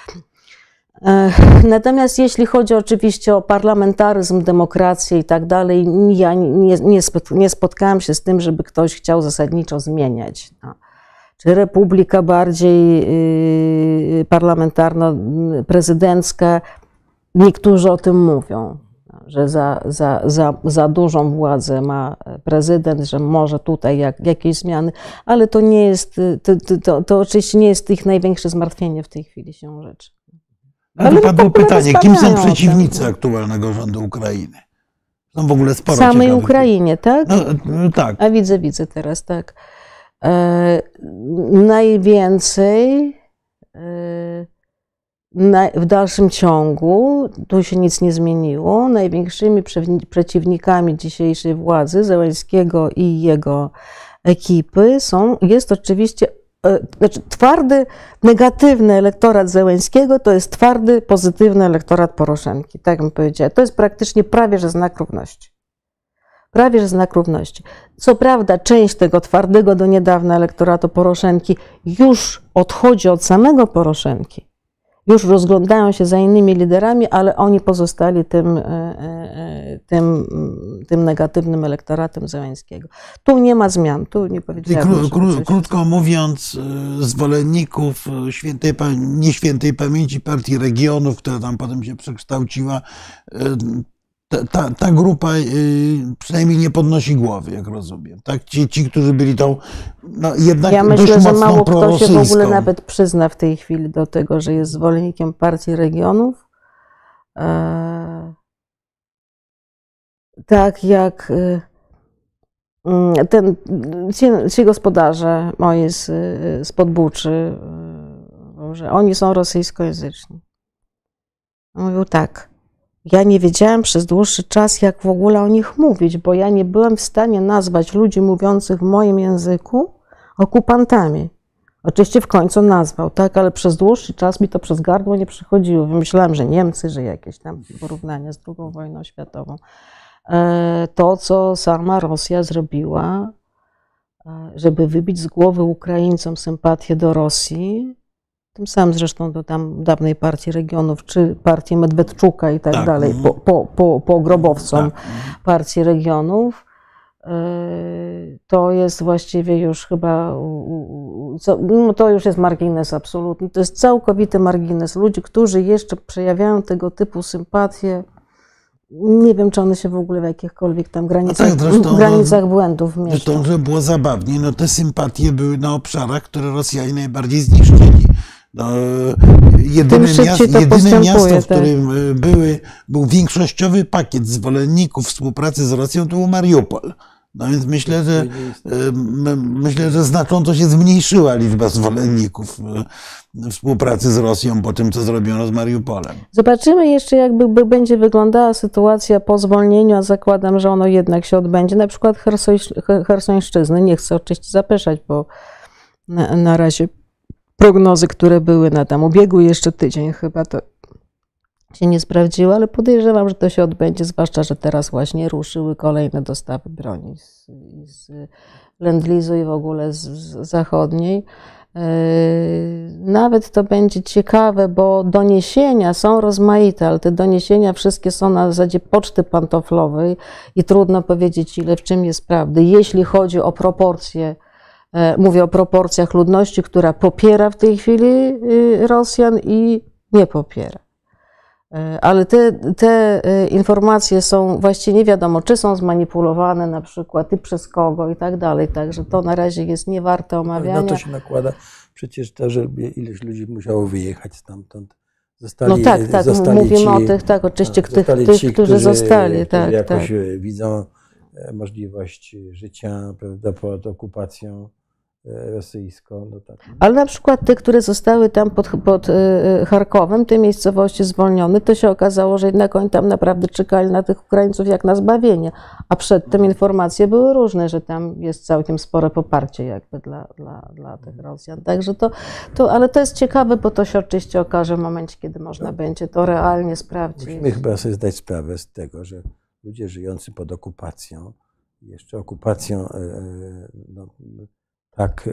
Natomiast jeśli chodzi oczywiście o parlamentaryzm, demokrację i tak dalej, ja nie, nie, nie spotkałam się z tym, żeby ktoś chciał zasadniczo zmieniać. No. Czy republika bardziej yy, parlamentarno-prezydencka, niektórzy o tym mówią, że za, za, za, za dużą władzę ma prezydent, że może tutaj jak, jakieś zmiany, ale to nie jest, to, to, to oczywiście nie jest ich największe zmartwienie w tej chwili się rzeczy. No ale padło pytanie, kim są przeciwnicy aktualnego rządu Ukrainy? Są w ogóle sporo samej ciekawych... Ukrainie, tak? No, no tak. A widzę, widzę teraz, tak. E, najwięcej e, na, w dalszym ciągu, tu się nic nie zmieniło, największymi przeciwnikami dzisiejszej władzy Zełenskiego i jego ekipy są, jest oczywiście Znaczy, twardy, negatywny elektorat Zełenskiego to jest twardy, pozytywny elektorat Poroszenki, tak bym powiedziała. To jest praktycznie prawie że znak równości. Prawie że znak równości. Co prawda, część tego twardego do niedawna elektoratu Poroszenki już odchodzi od samego Poroszenki. Już rozglądają się za innymi liderami, ale oni pozostali tym, tym, tym negatywnym elektoratem Zełenskiego. Tu nie ma zmian, tu nie powiedziałem. Kró, kró, krótko mówiąc, zwolenników świętej, nieświętej pamięci Partii Regionów, która tam potem się przekształciła, ta, ta, ta grupa przynajmniej nie podnosi głowy, jak rozumiem. Tak? Ci, ci którzy byli tą no, jednak ja myślę, dość że mało kto się w ogóle prorosyjską. nawet przyzna w tej chwili do tego, że jest zwolennikiem Partii Regionów. E, tak jak ten, ci, ci gospodarze moi z, z Podbuczy, że oni są rosyjskojęzyczni. On mówił tak. ja nie wiedziałam przez dłuższy czas, jak w ogóle o nich mówić, bo ja nie byłam w stanie nazwać ludzi mówiących w moim języku okupantami. Oczywiście w końcu nazwał, tak, ale przez dłuższy czas mi to przez gardło nie przychodziło. Myślałam, że Niemcy, że jakieś tam porównania z drugą wojną światową. To, co sama Rosja zrobiła, żeby wybić z głowy Ukraińcom sympatię do Rosji, tym samym zresztą do tam dawnej Partii Regionów, czy Partii Medwedczuka i tak, tak dalej, po, po, po, po grobowcom tak. Partii Regionów, to jest właściwie już chyba, no to już jest margines absolutny, to jest całkowity margines. Ludzi, którzy jeszcze przejawiają tego typu sympatię, nie wiem, czy one się w ogóle w jakichkolwiek tam granicach, tak, zresztą, granicach błędów mieszczą. Zresztą, że było zabawnie, no te sympatie były na obszarach, które Rosjanie najbardziej zniszczyli. No, jedyne miasto, jedyne miasto, w którym tak. były, był większościowy pakiet zwolenników współpracy z Rosją, to był Mariupol. No więc myślę, że myślę, że znacząco się zmniejszyła liczba zwolenników współpracy z Rosją po tym, co zrobiono z Mariupolem. Zobaczymy jeszcze, jak będzie wyglądała sytuacja po zwolnieniu, a zakładam, że ono jednak się odbędzie. Na przykład Chersońszczyzny. Nie chcę oczywiście zapeszać, bo na, na razie prognozy, które były na tam ubiegły jeszcze tydzień chyba, to się nie sprawdziło, ale podejrzewam, że to się odbędzie, zwłaszcza, że teraz właśnie ruszyły kolejne dostawy broni z, z Lend-Leasu i w ogóle z, z zachodniej. Nawet to będzie ciekawe, bo doniesienia są rozmaite, ale te doniesienia wszystkie są na zasadzie poczty pantoflowej i trudno powiedzieć, ile w czym jest prawdy. Jeśli chodzi o proporcje, mówię o proporcjach ludności, która popiera w tej chwili Rosjan i nie popiera. Ale te, te informacje są właściwie nie wiadomo, czy są zmanipulowane na przykład i przez kogo i tak dalej. Także to na razie jest niewarte omawiania. Na to się nakłada przecież to, że ileś ludzi musiało wyjechać stamtąd. Zostali, no tak, tak, zostali mówimy ci, o tych, tak, oczywiście tak, tych, tych, ci, którzy zostali. Którzy tak, jakoś tak. widzą możliwość życia, prawda, pod okupacją rosyjską. No tak. Ale na przykład te, które zostały tam pod, pod Charkowem, te miejscowości zwolnione, to się okazało, że jednak oni tam naprawdę czekali na tych Ukraińców jak na zbawienie. A przedtem informacje były różne, że tam jest całkiem spore poparcie jakby dla, dla, dla tych Rosjan. Także to, to, ale to jest ciekawe, bo to się oczywiście okaże w momencie, kiedy można no. będzie to realnie sprawdzić. Musimy chyba sobie zdać sprawę z tego, że ludzie żyjący pod okupacją, jeszcze okupacją no, tak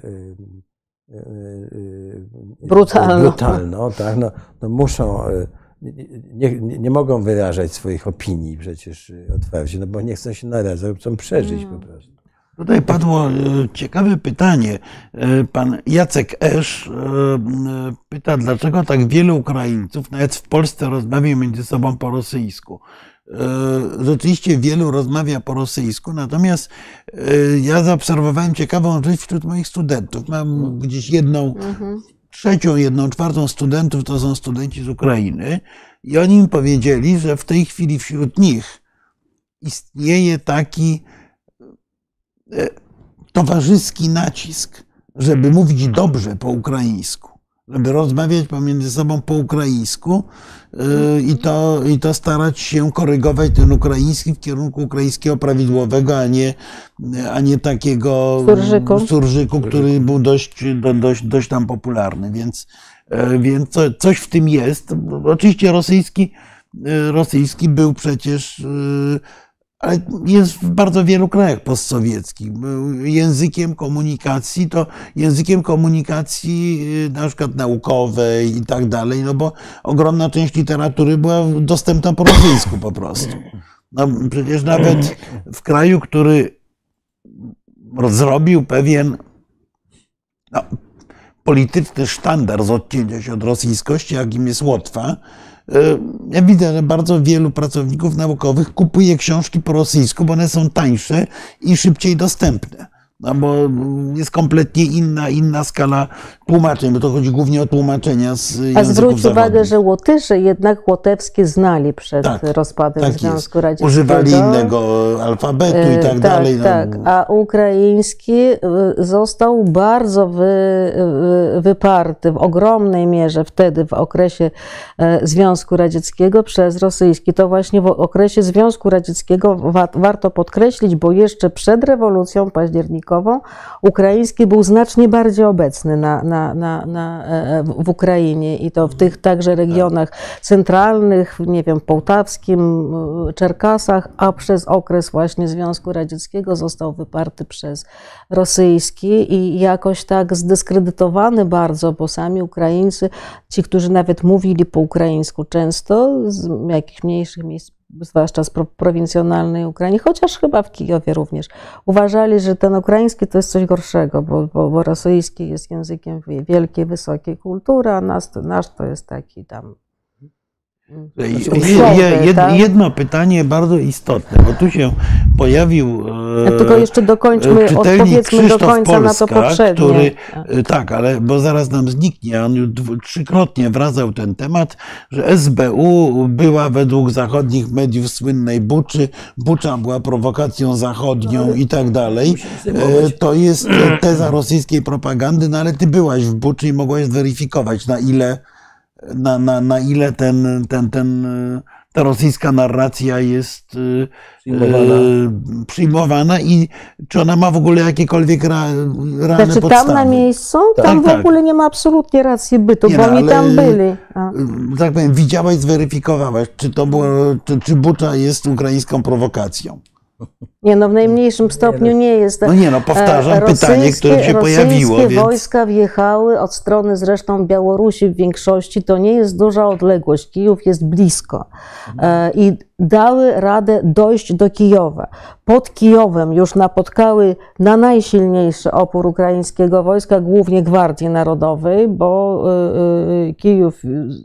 brutalną, brutalną tak, no, no muszą, nie, nie, nie mogą wyrażać swoich opinii przecież otwarcie, no bo nie chcą się narażać, chcą przeżyć hmm. po prostu. Tutaj padło ciekawe pytanie. Pan Jacek Esz pyta, dlaczego tak wielu Ukraińców, nawet w Polsce, rozmawia między sobą po rosyjsku. Rzeczywiście wielu rozmawia po rosyjsku, natomiast ja zaobserwowałem ciekawą rzecz wśród moich studentów. Mam gdzieś jedną mhm. trzecią, jedną czwartą studentów, to są studenci z Ukrainy i oni mi powiedzieli, że w tej chwili wśród nich istnieje taki towarzyski nacisk, żeby mówić dobrze po ukraińsku, żeby rozmawiać pomiędzy sobą po ukraińsku i to, i to starać się korygować ten ukraiński w kierunku ukraińskiego prawidłowego, a nie, a nie takiego surżyku, surżyku który był dość, dość, dość tam popularny. Więc, więc coś w tym jest. Oczywiście rosyjski, rosyjski był przecież, ale jest w bardzo wielu krajach postsowieckich. Językiem komunikacji to językiem komunikacji na przykład naukowej i tak dalej, no bo ogromna część literatury była dostępna po rosyjsku po prostu. No przecież nawet w kraju, który zrobił pewien no, polityczny sztandar z odcięcia się od rosyjskości, jakim jest Łotwa, ja widzę, że bardzo wielu pracowników naukowych kupuje książki po rosyjsku, bo one są tańsze i szybciej dostępne. No bo jest kompletnie inna, inna skala tłumaczeń, bo to chodzi głównie o tłumaczenia z języków A zwróć zachodnich. uwagę, że Łotysze jednak łotewskie znali przed Tak, rozpadem tak Związku jest. Radzieckiego. Używali innego alfabetu i tak, tak dalej. No. Tak, a ukraiński został bardzo wy, wyparty w ogromnej mierze wtedy w okresie Związku Radzieckiego przez rosyjski. To właśnie w okresie Związku Radzieckiego wa warto podkreślić, bo jeszcze przed rewolucją październikową ukraiński był znacznie bardziej obecny na, na, na, na, w Ukrainie i to w tych także regionach centralnych, nie wiem, Połtawskim, Czerkasach, a przez okres właśnie Związku Radzieckiego został wyparty przez rosyjski i jakoś tak zdyskredytowany bardzo, bo sami Ukraińcy, ci, którzy nawet mówili po ukraińsku często, z jakichś mniejszych miejsc, zwłaszcza z prowincjonalnej Ukrainy, chociaż chyba w Kijowie również, uważali, że ten ukraiński to jest coś gorszego, bo, bo, bo rosyjski jest językiem wielkiej, wysokiej kultury, a nasz, nasz to jest taki tam... Je, jed, jedno pytanie bardzo istotne, bo tu się pojawił ja tylko jeszcze dokończmy, odpowiedzmy Krzysztof do końca Polska, na to poprzednie. Który, tak, ale bo zaraz nam zniknie, on już trzykrotnie wracał ten temat, że S B U była według zachodnich mediów słynnej Buczy, Bucza była prowokacją zachodnią i tak dalej. To jest teza rosyjskiej propagandy, no ale ty byłaś w Buczy i mogłaś zweryfikować, na ile Na, na, na ile ten, ten, ten, ta rosyjska narracja jest przyjmowana. E, przyjmowana i czy ona ma w ogóle jakiekolwiek ra, realne znaczy, podstawy. Tam na miejscu, tak, tam tak, w ogóle nie ma absolutnie racji bytu, nie, bo no, oni tam byli. A. Tak powiem, widziałaś, zweryfikowałaś, czy to było, czy, czy Bucza jest ukraińską prowokacją. Nie, no w najmniejszym stopniu nie jest. No nie, no powtarzam pytanie, które się pojawiło. Rosyjskie więc... wojska wjechały od strony zresztą Białorusi w większości, to nie jest duża odległość, Kijów jest blisko mhm. i dały radę dojść do Kijowa. Pod Kijowem już napotkały na najsilniejszy opór ukraińskiego wojska, głównie Gwardii Narodowej, bo Kijów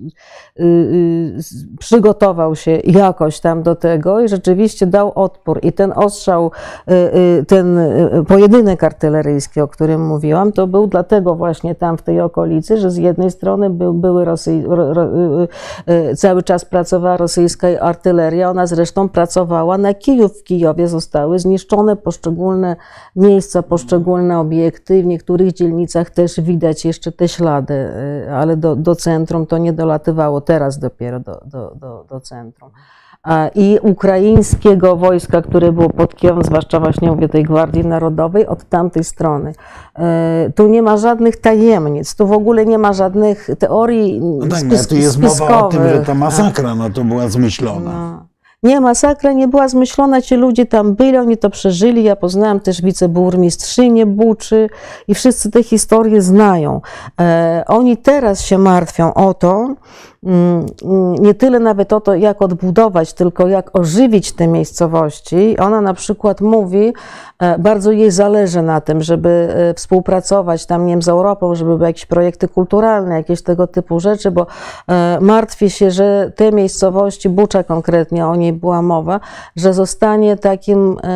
przygotował się jakoś tam do tego i rzeczywiście dał odpór. I ten ostrzał, ten pojedynek artyleryjski, o którym mówiłam, to był dlatego właśnie tam w tej okolicy, że z jednej strony był, były Rosy, ro, ro, cały czas pracowała rosyjska artyleria, ona zresztą pracowała na Kijów. W Kijowie zostały zniszczone poszczególne miejsca, poszczególne obiekty. W niektórych dzielnicach też widać jeszcze te ślady, ale do, do centrum to nie dolatywało, teraz dopiero do, do, do, do centrum. I ukraińskiego wojska, które było pod Kijowem, zwłaszcza właśnie mówię tej Gwardii Narodowej, od tamtej strony. Tu nie ma żadnych tajemnic, tu w ogóle nie ma żadnych teorii no tak, spis tu jest spiskowych. mowa o tym, że ta masakra no, to była zmyślona. No. Nie, masakra nie była zmyślona, ci ludzie tam byli, oni to przeżyli. Ja poznałam też wiceburmistrzynię Buczy i wszyscy te historie znają. E, oni teraz się martwią o to, mm, nie tyle nawet o to, jak odbudować, tylko jak ożywić te miejscowości. Ona na przykład mówi, e, bardzo jej zależy na tym, żeby e, współpracować tam, nie wiem, z Europą, żeby były jakieś projekty kulturalne, jakieś tego typu rzeczy, bo e, martwi się, że te miejscowości, Bucza konkretnie, o niej była mowa, że zostanie takim e,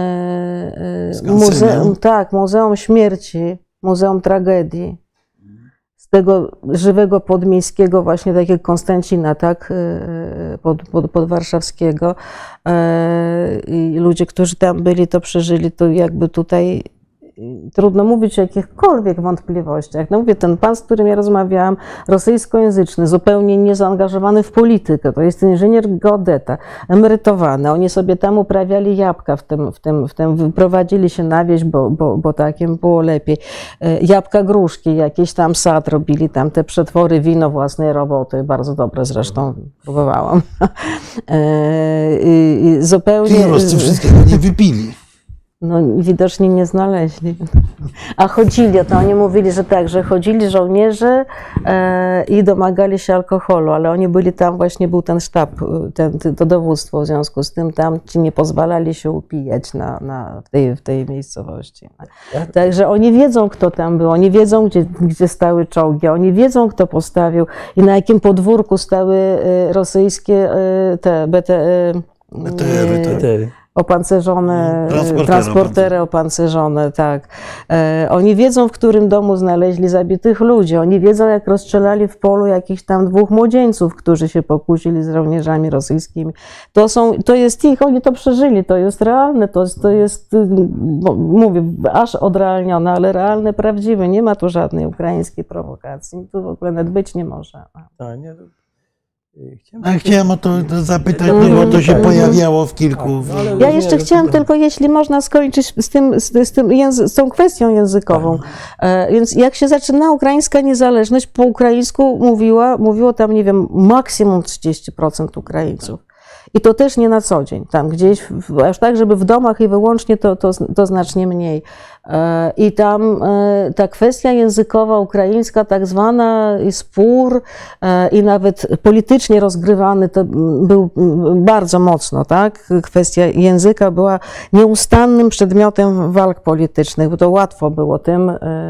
e, muzeum, tak, muzeum śmierci, muzeum tragedii. Z tego żywego podmiejskiego, właśnie takiego Konstancina, tak, pod, pod, podwarszawskiego. E, I ludzie, którzy tam byli, to przeżyli, to jakby tutaj trudno mówić o jakichkolwiek wątpliwościach. No mówię, ten pan, z którym ja rozmawiałam, rosyjskojęzyczny, zupełnie niezaangażowany w politykę, to jest inżynier geodeta, emerytowany. Oni sobie tam uprawiali jabłka w tym, w tym, w tym wyprowadzili się na wieś, bo, bo, bo takim było lepiej. Jabłka, gruszki, jakieś tam sad robili, tam te przetwory, wino własnej roboty, bardzo dobre zresztą, próbowałam. I zupełnie... Ci Ruscy wszystkiego nie wypili. No widocznie nie znaleźli. A chodzili, to oni mówili, że tak, że chodzili żołnierze e, i domagali się alkoholu, ale oni byli tam, właśnie był ten sztab, ten, to dowództwo, w związku z tym tam ci nie pozwalali się upijać na, na, w, tej, w tej miejscowości. Także oni wiedzą, kto tam był, oni wiedzą, gdzie, gdzie stały czołgi, oni wiedzą, kto postawił i na jakim podwórku stały rosyjskie te B T, B T R-y, tak. opancerzone, Transportery, transportery opancerzone, tak. E, oni wiedzą, w którym domu znaleźli zabitych ludzi. Oni wiedzą, jak rozstrzelali w polu jakichś tam dwóch młodzieńców, którzy się pokłócili z żołnierzami rosyjskimi. To są, to jest ich, oni to przeżyli, to jest realne, to jest, to jest mówię, aż odrealnione, ale realne, prawdziwe. Nie ma tu żadnej ukraińskiej prowokacji. Tu w ogóle nawet być nie może. A, nie, Chciałem, A chciałem o to zapytać, no bo to się pojawiało w kilku. No, ja jeszcze chciałam tylko, jeśli można skończyć z, tym, z, z, tym języ, z tą kwestią językową. E, więc jak się zaczyna ukraińska niezależność, po ukraińsku mówiła, mówiło tam, nie wiem, maksimum trzydzieści procent Ukraińców. I to też nie na co dzień, tam gdzieś, aż tak, żeby w domach i wyłącznie to, to, to znacznie mniej. I tam ta kwestia językowa ukraińska, tak zwana, i spór, i nawet politycznie rozgrywany, to był bardzo mocno, tak? Kwestia języka była nieustannym przedmiotem walk politycznych, bo to łatwo było tym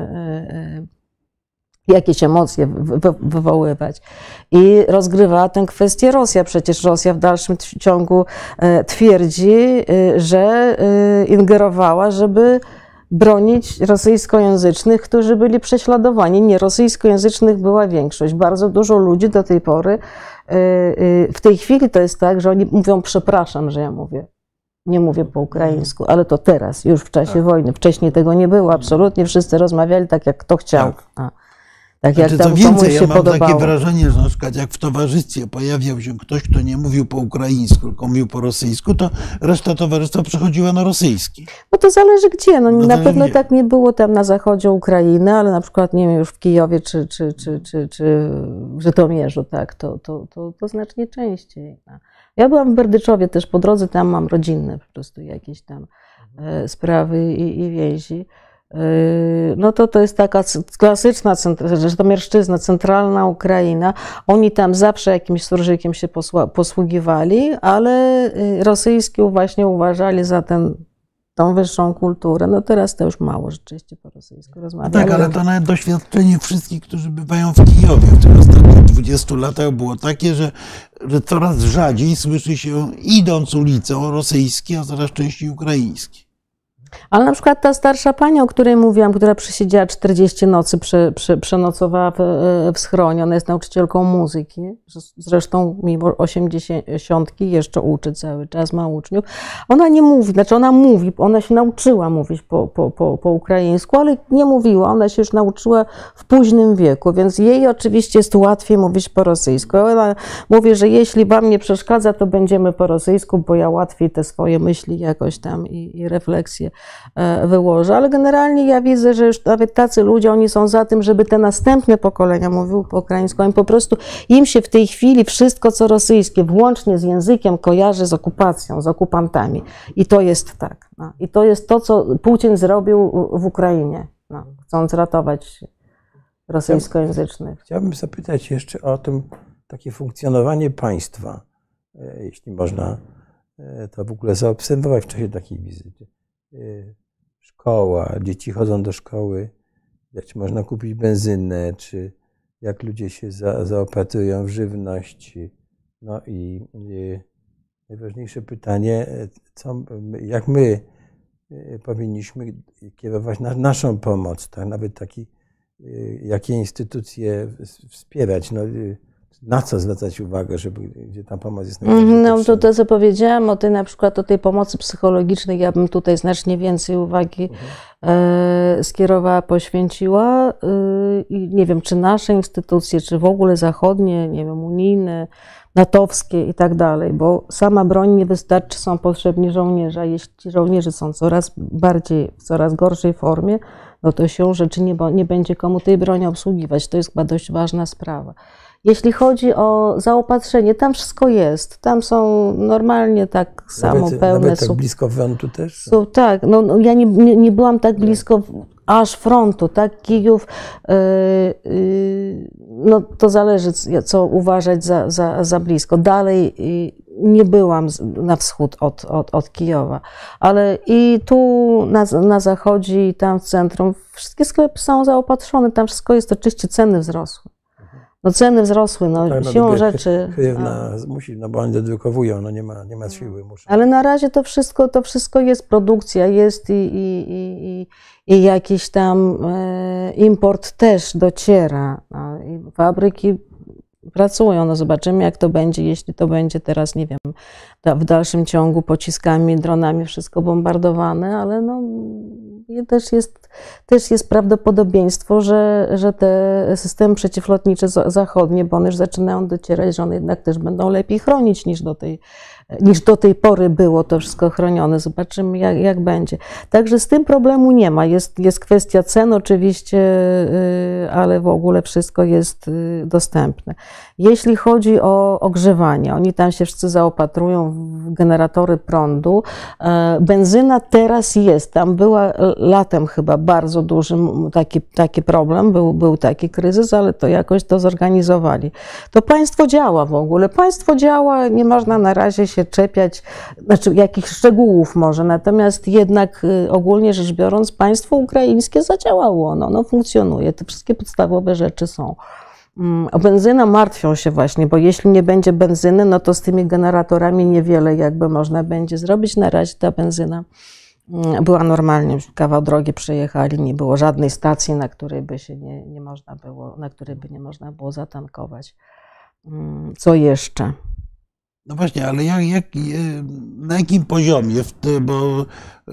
jakieś emocje wywoływać. I rozgrywała tę kwestię Rosja. Przecież Rosja w dalszym ciągu twierdzi, że ingerowała, żeby bronić rosyjskojęzycznych, którzy byli prześladowani. Nie, rosyjskojęzycznych była większość. Bardzo dużo ludzi do tej pory, w tej chwili to jest tak, że oni mówią, przepraszam, że ja mówię. Nie mówię po ukraińsku, ale to teraz, już w czasie tak. wojny. Wcześniej tego nie było, absolutnie. Wszyscy rozmawiali tak, jak kto chciał. Tak. A. Tak jak znaczy, tam co więcej, ja mam podobało. takie wrażenie, że na przykład jak w towarzystwie pojawiał się ktoś, kto nie mówił po ukraińsku, tylko mówił po rosyjsku, to reszta towarzystwa przechodziła na rosyjski. No to zależy gdzie. No, no na pewno gdzie. tak nie było tam na zachodzie Ukrainy, ale na przykład nie wiem, już w Kijowie czy, czy, czy, czy, czy w Żytomierzu, tak, to, to, to, to znacznie częściej. Ja byłam w Berdyczowie też po drodze, tam mam rodzinne po prostu jakieś tam e, sprawy i, i więzi. No to to jest taka klasyczna żytomierszczyzna, centralna Ukraina. Oni tam zawsze jakimś surżykiem się posługiwali, ale rosyjski właśnie uważali za ten, tą wyższą kulturę. No teraz to już mało rzeczywiście po rosyjsku rozmawiali. Tak, ale to nawet doświadczenie wszystkich, którzy bywają w Kijowie w tych ostatnich dwudziestu latach było takie, że, że coraz rzadziej słyszy się, idąc ulicą, rosyjski, a coraz częściej ukraiński. Ale na przykład ta starsza pani, o której mówiłam, która przesiedziała czterdzieści nocy, prze, prze, przenocowała w, w schronie, ona jest nauczycielką muzyki, zresztą mimo osiemdziesiątki jeszcze uczy cały czas, ma uczniów. Ona nie mówi, znaczy ona mówi, ona się nauczyła mówić po, po, po, po ukraińsku, ale nie mówiła, ona się już nauczyła w późnym wieku, więc jej oczywiście jest łatwiej mówić po rosyjsku. Ona mówi, że jeśli wam nie przeszkadza, to będziemy po rosyjsku, bo ja łatwiej te swoje myśli jakoś tam i, i refleksje wyłożę, ale generalnie ja widzę, że już nawet tacy ludzie, oni są za tym, żeby te następne pokolenia mówiły po ukraińsku, oni po prostu, im się w tej chwili wszystko, co rosyjskie, włącznie z językiem, kojarzy z okupacją, z okupantami. I to jest tak. No. I to jest to, co Putin zrobił w Ukrainie, no, chcąc ratować rosyjskojęzycznych. Chciałbym zapytać jeszcze o tym, takie funkcjonowanie państwa, jeśli można to w ogóle zaobserwować w czasie takiej wizyty. Szkoła, dzieci chodzą do szkoły, jak można kupić benzynę, czy jak ludzie się za, zaopatrują w żywność. No i, i najważniejsze pytanie, co, jak my powinniśmy kierować na naszą pomoc, tak? Nawet taki, jakie instytucje wspierać. No, na co zwracać uwagę, żeby, gdzie ta pomoc jest najbardziej No to to, co powiedziałam, o tej, na przykład o tej pomocy psychologicznej, ja bym tutaj znacznie więcej uwagi mhm. e, skierowała, poświęciła. E, I nie wiem, czy nasze instytucje, czy w ogóle zachodnie, nie wiem, unijne, natowskie i tak dalej, bo sama broń nie wystarczy, są potrzebni żołnierze, a jeśli żołnierze są coraz bardziej, w coraz gorszej formie, no to się rzeczy nie, nie będzie komu tej broni obsługiwać. To jest chyba dość ważna sprawa. Jeśli chodzi o zaopatrzenie, tam wszystko jest. Tam są normalnie tak samo nawet, pełne... Nawet tak blisko frontu też? Są, tak, no, no ja nie, nie, nie byłam tak blisko aż frontu, tak? Kijów, yy, yy, no to zależy, co uważać za, za, za blisko. Dalej yy, nie byłam na wschód od, od, od Kijowa, ale i tu na, na zachodzie, i tam w centrum, wszystkie sklepy są zaopatrzone, tam wszystko jest, oczywiście ceny wzrosły. No ceny wzrosły, no, tak, no siłą rzeczy. Krewna musi, no bo oni dodrukowują, no nie ma, nie ma siły. Muszą. Ale na razie to wszystko, to wszystko jest, produkcja jest i, i, i, i jakiś tam e, import też dociera. No, i fabryki pracują, no zobaczymy jak to będzie, jeśli to będzie teraz, nie wiem, w dalszym ciągu pociskami, dronami wszystko bombardowane, ale no też jest, też jest prawdopodobieństwo, że, że te systemy przeciwlotnicze zachodnie, bo one już zaczynają docierać, że one jednak też będą lepiej chronić niż do tej, niż do tej pory było to wszystko chronione. Zobaczymy jak, jak będzie. Także z tym problemu nie ma. Jest, jest kwestia cen oczywiście, ale w ogóle wszystko jest dostępne. Jeśli chodzi o ogrzewanie, oni tam się wszyscy zaopatrują w generatory prądu. Benzyna teraz jest. Tam była latem chyba bardzo duży taki, taki problem, był, był taki kryzys, ale to jakoś to zorganizowali. To państwo działa w ogóle. Państwo działa, nie można na razie się czepiać, znaczy jakichś szczegółów może, natomiast jednak ogólnie rzecz biorąc państwo ukraińskie zadziałało, ono, ono funkcjonuje, te wszystkie podstawowe rzeczy są. O benzynę martwią się właśnie, bo jeśli nie będzie benzyny, no to z tymi generatorami niewiele jakby można będzie zrobić. Na razie ta benzyna była normalnie, kawał drogi przejechali, nie było żadnej stacji, na której by się nie, nie można było, na której by nie można było zatankować. Co jeszcze? No właśnie, ale jak, jak, na jakim poziomie, w te, bo e,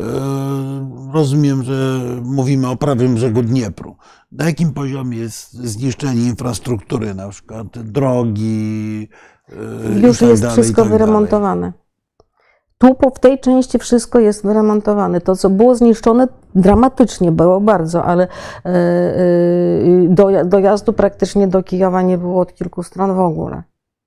rozumiem, że mówimy o prawym brzegu Dniepru, na jakim poziomie jest zniszczenie infrastruktury, na przykład drogi e, Już i tak jest dalej, wszystko i tak wyremontowane. Tu po, w tej części wszystko jest wyremontowane. To, co było zniszczone, dramatycznie było bardzo, ale e, e, do, dojazdu praktycznie do Kijowa nie było od kilku stron w ogóle.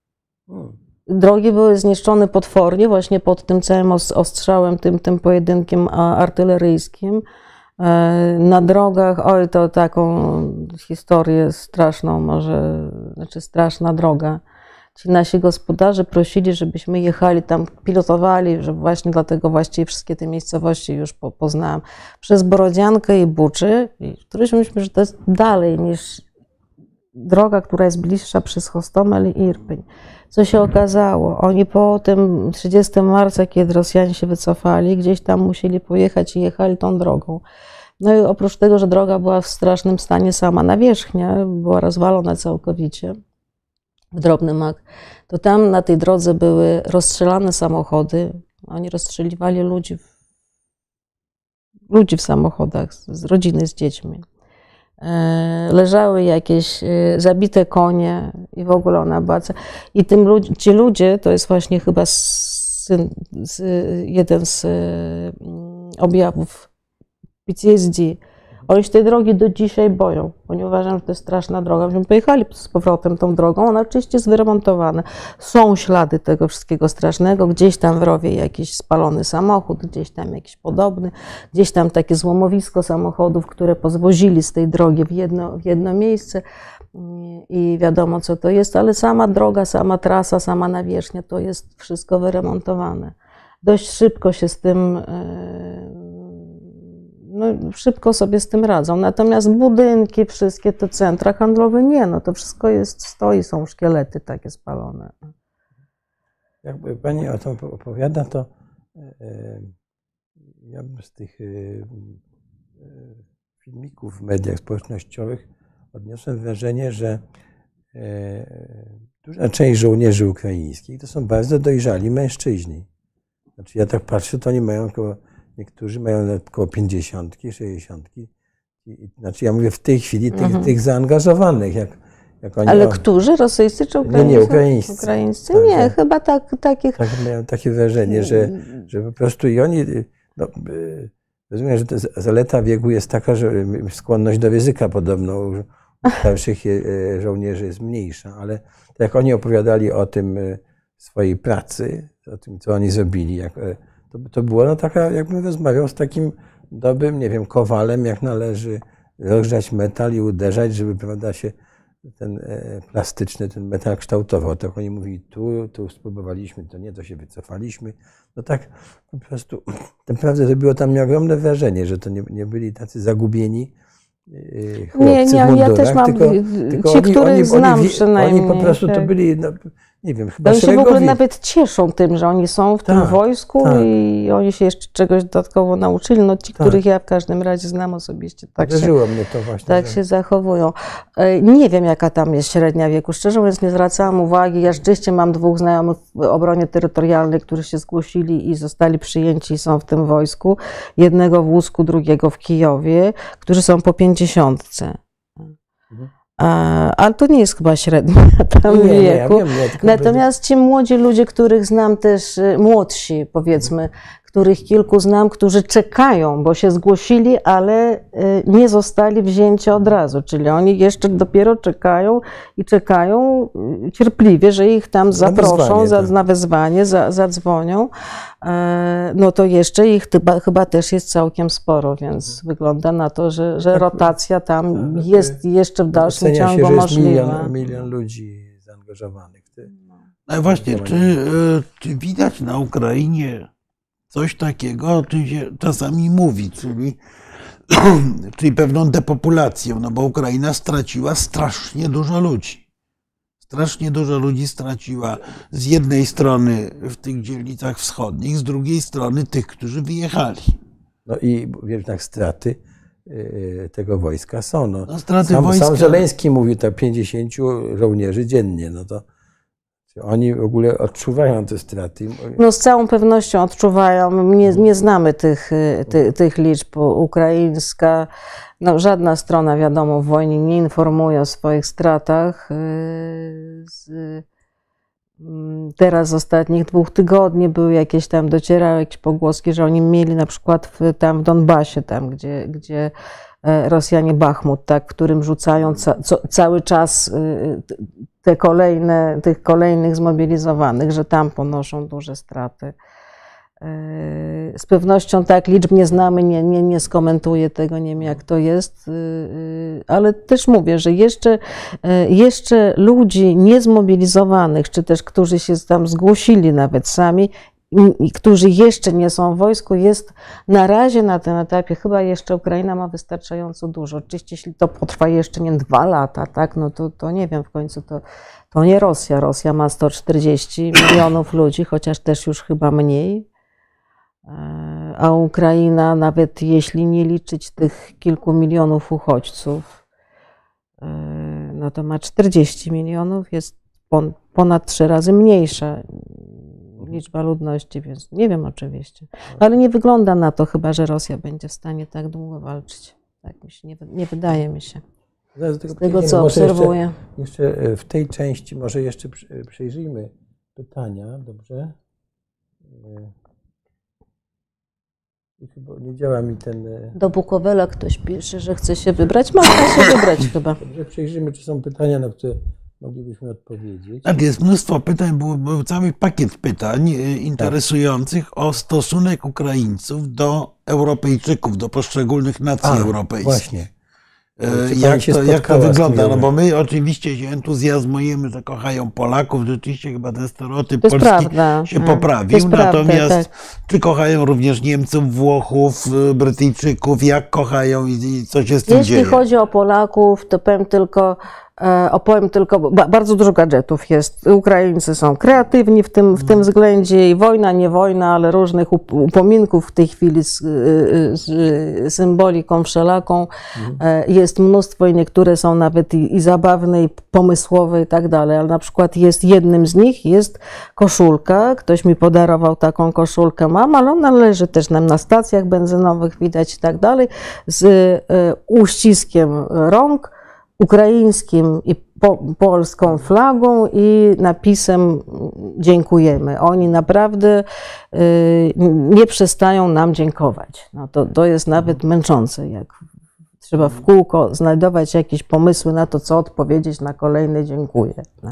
Drogi były zniszczone potwornie, właśnie pod tym całym ostrzałem, tym, tym pojedynkiem artyleryjskim. Na drogach, oj, to taką historię straszną, może, znaczy straszna droga. Ci nasi gospodarze prosili, żebyśmy jechali tam, pilotowali, że właśnie dlatego właściwie wszystkie te miejscowości już po, poznałam, przez Borodziankę i Buczy. I myśleliśmy, że to jest dalej niż droga, która jest bliższa przez Hostomel i Irpeń. Co się okazało? Oni po tym trzydziestego marca, kiedy Rosjanie się wycofali, gdzieś tam musieli pojechać i jechali tą drogą. No i oprócz tego, że droga była w strasznym stanie, sama nawierzchnia była rozwalona całkowicie, w drobny mak, to tam na tej drodze były rozstrzelane samochody. Oni rozstrzeliwali ludzi w, ludzi w samochodach, z rodziny z dziećmi. Leżały jakieś zabite konie i w ogóle na bace. I tym ludzi, ci ludzie, to jest właśnie chyba syn, jeden z objawów P T S D. Oni się tej drogi do dzisiaj boją. Oni uważają, że to jest straszna droga. Myśmy pojechali z powrotem tą drogą, ona oczywiście jest wyremontowana. Są ślady tego wszystkiego strasznego. Gdzieś tam w rowie jakiś spalony samochód, gdzieś tam jakiś podobny, gdzieś tam takie złomowisko samochodów, które pozwozili z tej drogi w jedno, w jedno miejsce. I wiadomo, co to jest, ale sama droga, sama trasa, sama nawierzchnia, to jest wszystko wyremontowane. Dość szybko się z tym... No, szybko sobie z tym radzą. Natomiast budynki, wszystkie te centra handlowe, nie, no to wszystko jest, stoi, są szkielety takie spalone. Jakby pani o tym opowiada, to e, ja bym z tych e, filmików w mediach społecznościowych odniosłem wrażenie, że e, duża część żołnierzy ukraińskich to są bardzo dojrzali mężczyźni. Znaczy ja tak patrzę, to oni mają około Niektórzy mają około pięćdziesiątki, sześćdziesiątki. Znaczy ja mówię w tej chwili tych, mhm. tych zaangażowanych. Jak, jak oni, Ale o... którzy? Rosyjscy czy ukraińscy? Nie, nie, ukraińscy. Ukraińscy? Tak, nie, że, chyba tak, takich... Tak miałem takie wrażenie, że, że po prostu i oni... No, rozumiem, że to zaleta wieku jest taka, że skłonność do ryzyka podobno u starszych żołnierzy jest mniejsza, ale tak jak oni opowiadali o tym swojej pracy, o tym, co oni zrobili, jak, To, to było no taka, jakbym rozmawiał z takim dobrym, nie wiem, kowalem, jak należy rozgrzać metal i uderzać, żeby, prawda, się ten e, plastyczny, ten metal kształtował. Tak oni mówili, tu, tu spróbowaliśmy, to nie, to się wycofaliśmy. No tak po prostu, naprawdę zrobiło tam ogromne wrażenie, że to nie, nie byli tacy zagubieni, chłopcy nie, nie, w mundurach, ja też mam tylko, tylko ci, oni, których oni, znam oni, przynajmniej. Oni po prostu tak. to byli, no, nie wiem, chyba Oni się w ogóle szeregowi. nawet cieszą tym, że oni są w tak, tym wojsku tak. i oni się jeszcze czegoś dodatkowo nauczyli. No ci, tak. których ja w każdym razie znam osobiście, tak, się, mnie to właśnie, tak że... się zachowują. Nie wiem, jaka tam jest średnia wieku. Szczerze mówiąc, nie zwracałam uwagi. Ja rzeczywiście mam dwóch znajomych w obronie terytorialnej, którzy się zgłosili i zostali przyjęci i są w tym wojsku. Jednego w Łódzku, drugiego w Kijowie, którzy są po pięćdziesiątce. Mhm. A, ale to nie jest chyba średnia tam nie, wieku. Nie, ja wiem, nie, Natomiast ci młodzi ludzie, których znam też, młodsi powiedzmy, których kilku znam, którzy czekają, bo się zgłosili, ale nie zostali wzięci od razu. Czyli oni jeszcze dopiero czekają i czekają cierpliwie, że ich tam zaproszą na wezwanie, za, tak. na wezwanie za, zadzwonią. No to jeszcze ich chyba, chyba też jest całkiem sporo, więc wygląda na to, że, że rotacja tam jest jeszcze w dalszym ciągu się, że możliwa. Jest milion, milion ludzi zaangażowanych. No właśnie, czy, czy widać na Ukrainie coś takiego, o czym się czasami mówi, czyli, czyli pewną depopulację, no bo Ukraina straciła strasznie dużo ludzi. Strasznie dużo ludzi straciła z jednej strony w tych dzielnicach wschodnich, z drugiej strony tych, którzy wyjechali. No i jednak straty tego wojska są. No. No, straty sam, wojska... sam Żeleński mówił tak pięćdziesięciu żołnierzy dziennie, no to oni w ogóle odczuwają te straty. No z całą pewnością odczuwają. Nie, nie znamy tych, ty, tych liczb. Ukraińska, no żadna strona, wiadomo, w wojnie nie informuje o swoich stratach. Z, teraz z ostatnich dwóch tygodni były jakieś tam, docierały jakieś pogłoski, że oni mieli na przykład w, tam w Donbasie, tam gdzie, gdzie Rosjanie Bachmut, tak, w którym rzucają ca, co, cały czas te kolejne, tych kolejnych zmobilizowanych, że tam ponoszą duże straty. Z pewnością tak, liczb nie znamy, nie, nie, nie skomentuję tego, nie wiem jak to jest, ale też mówię, że jeszcze, jeszcze ludzi niezmobilizowanych, czy też którzy się tam zgłosili nawet sami, i którzy jeszcze nie są w wojsku, jest na razie na tym etapie, chyba jeszcze Ukraina ma wystarczająco dużo. Oczywiście jeśli to potrwa jeszcze nie dwa lata, tak, no to, to nie wiem, w końcu to, to nie Rosja. Rosja ma sto czterdzieści milionów ludzi, chociaż też już chyba mniej. A Ukraina, nawet jeśli nie liczyć tych kilku milionów uchodźców, no to ma czterdzieści milionów, jest ponad trzy razy mniejsza liczba ludności, więc nie wiem oczywiście. Ale nie wygląda na to chyba, że Rosja będzie w stanie tak długo walczyć. Tak mi się nie, nie wydaje mi się. Z tego, co obserwuję. Jeszcze, jeszcze w tej części może jeszcze przejrzyjmy pytania, dobrze? Chyba nie działa mi ten... Do Bukowela ktoś pisze, że chce się wybrać. Można się wybrać chyba. Dobrze, przejrzymy, czy są pytania, na które moglibyśmy odpowiedzieć. Tak, jest mnóstwo pytań, był, był cały pakiet pytań interesujących tak. o stosunek Ukraińców do Europejczyków, do poszczególnych nacji A, europejskich. Właśnie. Jak to, jak to wygląda? No bo my oczywiście się entuzjazmujemy, że kochają Polaków. Rzeczywiście chyba ten stereotyp polski prawda. się poprawił. Natomiast prawda, tak. czy kochają również Niemców, Włochów, Brytyjczyków? Jak kochają i, i co się z tym Jeśli dzieje? Jeśli chodzi o Polaków, to powiem tylko, opowiem tylko, bardzo dużo gadżetów jest. Ukraińcy są kreatywni w tym, w tym względzie i wojna, nie wojna, ale różnych upominków w tej chwili z, z symboliką wszelaką jest mnóstwo i niektóre są nawet i, i zabawne, i pomysłowe i tak dalej, ale na przykład jest jednym z nich jest koszulka, ktoś mi podarował taką koszulkę, mam, ale ona leży też nam na stacjach benzynowych, widać i tak dalej, z uściskiem rąk, ukraińskim i po, polską flagą i napisem dziękujemy. Oni naprawdę y, nie przestają nam dziękować. No to, to jest nawet męczące, jak trzeba w kółko znajdować jakieś pomysły na to, co odpowiedzieć na kolejne dziękuję. No.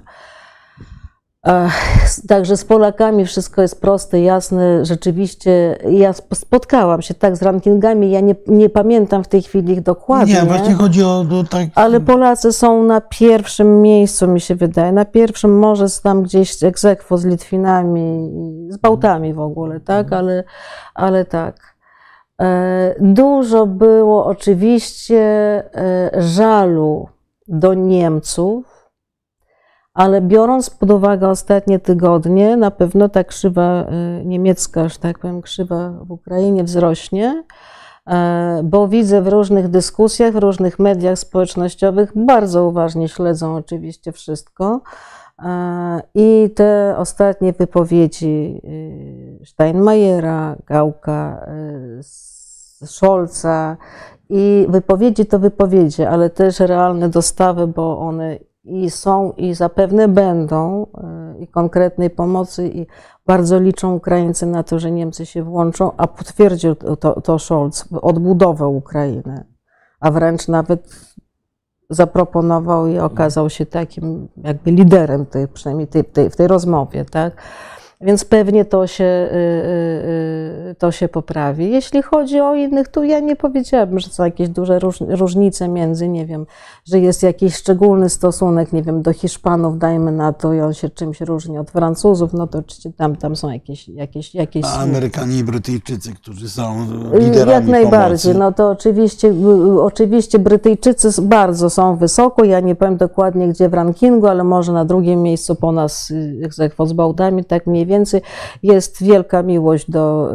Także z Polakami wszystko jest proste, jasne. Rzeczywiście ja spotkałam się tak z rankingami, ja nie, nie pamiętam w tej chwili ich dokładnie. Nie, właśnie chodzi o... o tak... Ale Polacy są na pierwszym miejscu, mi się wydaje. Na pierwszym może tam gdzieś ex aequo z Litwinami, z Bałtami w ogóle, tak? Ale, ale tak. Dużo było oczywiście żalu do Niemców, ale biorąc pod uwagę ostatnie tygodnie, na pewno ta krzywa niemiecka, że tak powiem, krzywa w Ukrainie wzrośnie, bo widzę w różnych dyskusjach, w różnych mediach społecznościowych, bardzo uważnie śledzą oczywiście wszystko. I te ostatnie wypowiedzi Steinmeiera, Gaucka, Scholza i wypowiedzi to wypowiedzi, ale też realne dostawy, bo one i są i zapewne będą i konkretnej pomocy i bardzo liczą Ukraińcy na to, że Niemcy się włączą, a potwierdził to, to Scholz, odbudowę Ukrainy, a wręcz nawet zaproponował i okazał się takim jakby liderem tej, przynajmniej tej, tej, w tej rozmowie, tak? Więc pewnie to się, to się poprawi. Jeśli chodzi o innych, to ja nie powiedziałabym, że są jakieś duże różnice między, nie wiem, że jest jakiś szczególny stosunek, nie wiem, do Hiszpanów, dajmy na to, i on się czymś różni od Francuzów, no to oczywiście tam, tam są jakieś... jakieś, jakieś... A Amerykanie i Brytyjczycy, którzy są liderami Jak najbardziej, pomocy. no to oczywiście, oczywiście Brytyjczycy bardzo są wysoko, ja nie powiem dokładnie gdzie w rankingu, ale może na drugim miejscu po nas z Bałtami, tak mniej więcej. Więcej jest wielka miłość do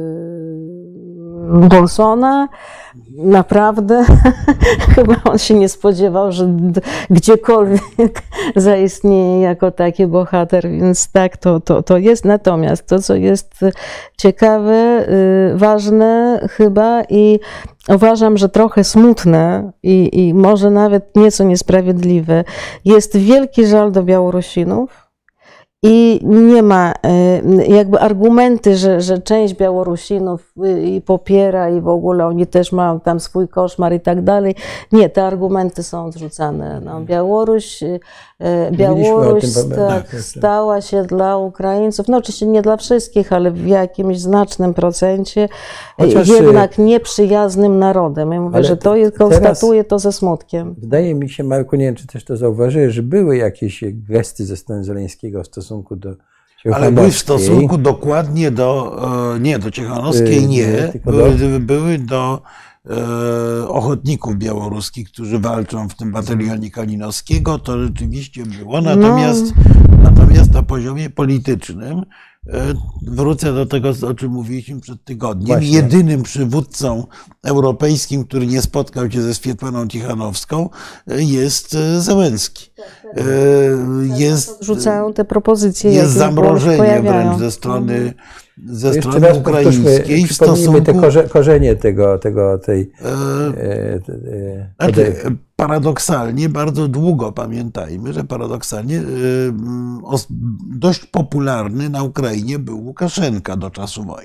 yy, Bolsona. Naprawdę, chyba on się nie spodziewał, że gdziekolwiek zaistnieje jako taki bohater, więc tak, to, to, to jest. Natomiast to, co jest ciekawe, yy, ważne chyba i uważam, że trochę smutne i, i może nawet nieco niesprawiedliwe, jest wielki żal do Białorusinów. I nie ma jakby argumenty, że, że część Białorusinów i popiera i w ogóle oni też mają tam swój koszmar i tak dalej. Nie, te argumenty są odrzucane. No, Białoruś, Białoruś tak, stała się dla Ukraińców, no oczywiście nie dla wszystkich, ale w jakimś znacznym procencie Chociaż jednak nieprzyjaznym narodem. Ja mówię, że to jest, konstatuję to ze smutkiem. Wydaje mi się, Marku, nie wiem, czy też to zauważyłeś, że były jakieś gesty ze strony Zeleńskiego w stosunku do Ciechanowskiej. Ale były w stosunku dokładnie do, nie, do Ciechanowskiej nie, były, do... były do e, ochotników białoruskich, którzy walczą w tym batalionie Kalinowskiego, to rzeczywiście było, natomiast, no. natomiast na poziomie politycznym wrócę do tego, o czym mówiliśmy przed tygodniem. Właśnie. Jedynym przywódcą europejskim, który nie spotkał się ze Swietłaną Tichanowską, jest Zełenski. Jest, Odrzucają te propozycje. Jest zamrożenie wręcz ze strony, ze strony ukraińskiej w stosunku... te korze, korzenie tego, tego tej... E, znaczy, paradoksalnie, bardzo długo pamiętajmy, że paradoksalnie e, dość popularny na Ukrainie był Łukaszenka do czasu wojny.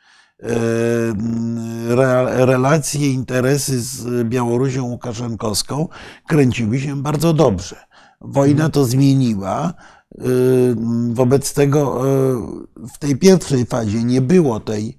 E, relacje, interesy z Białorusią Łukaszenkowską kręciły się bardzo dobrze. Wojna to zmieniła. Wobec tego w tej pierwszej fazie nie było tej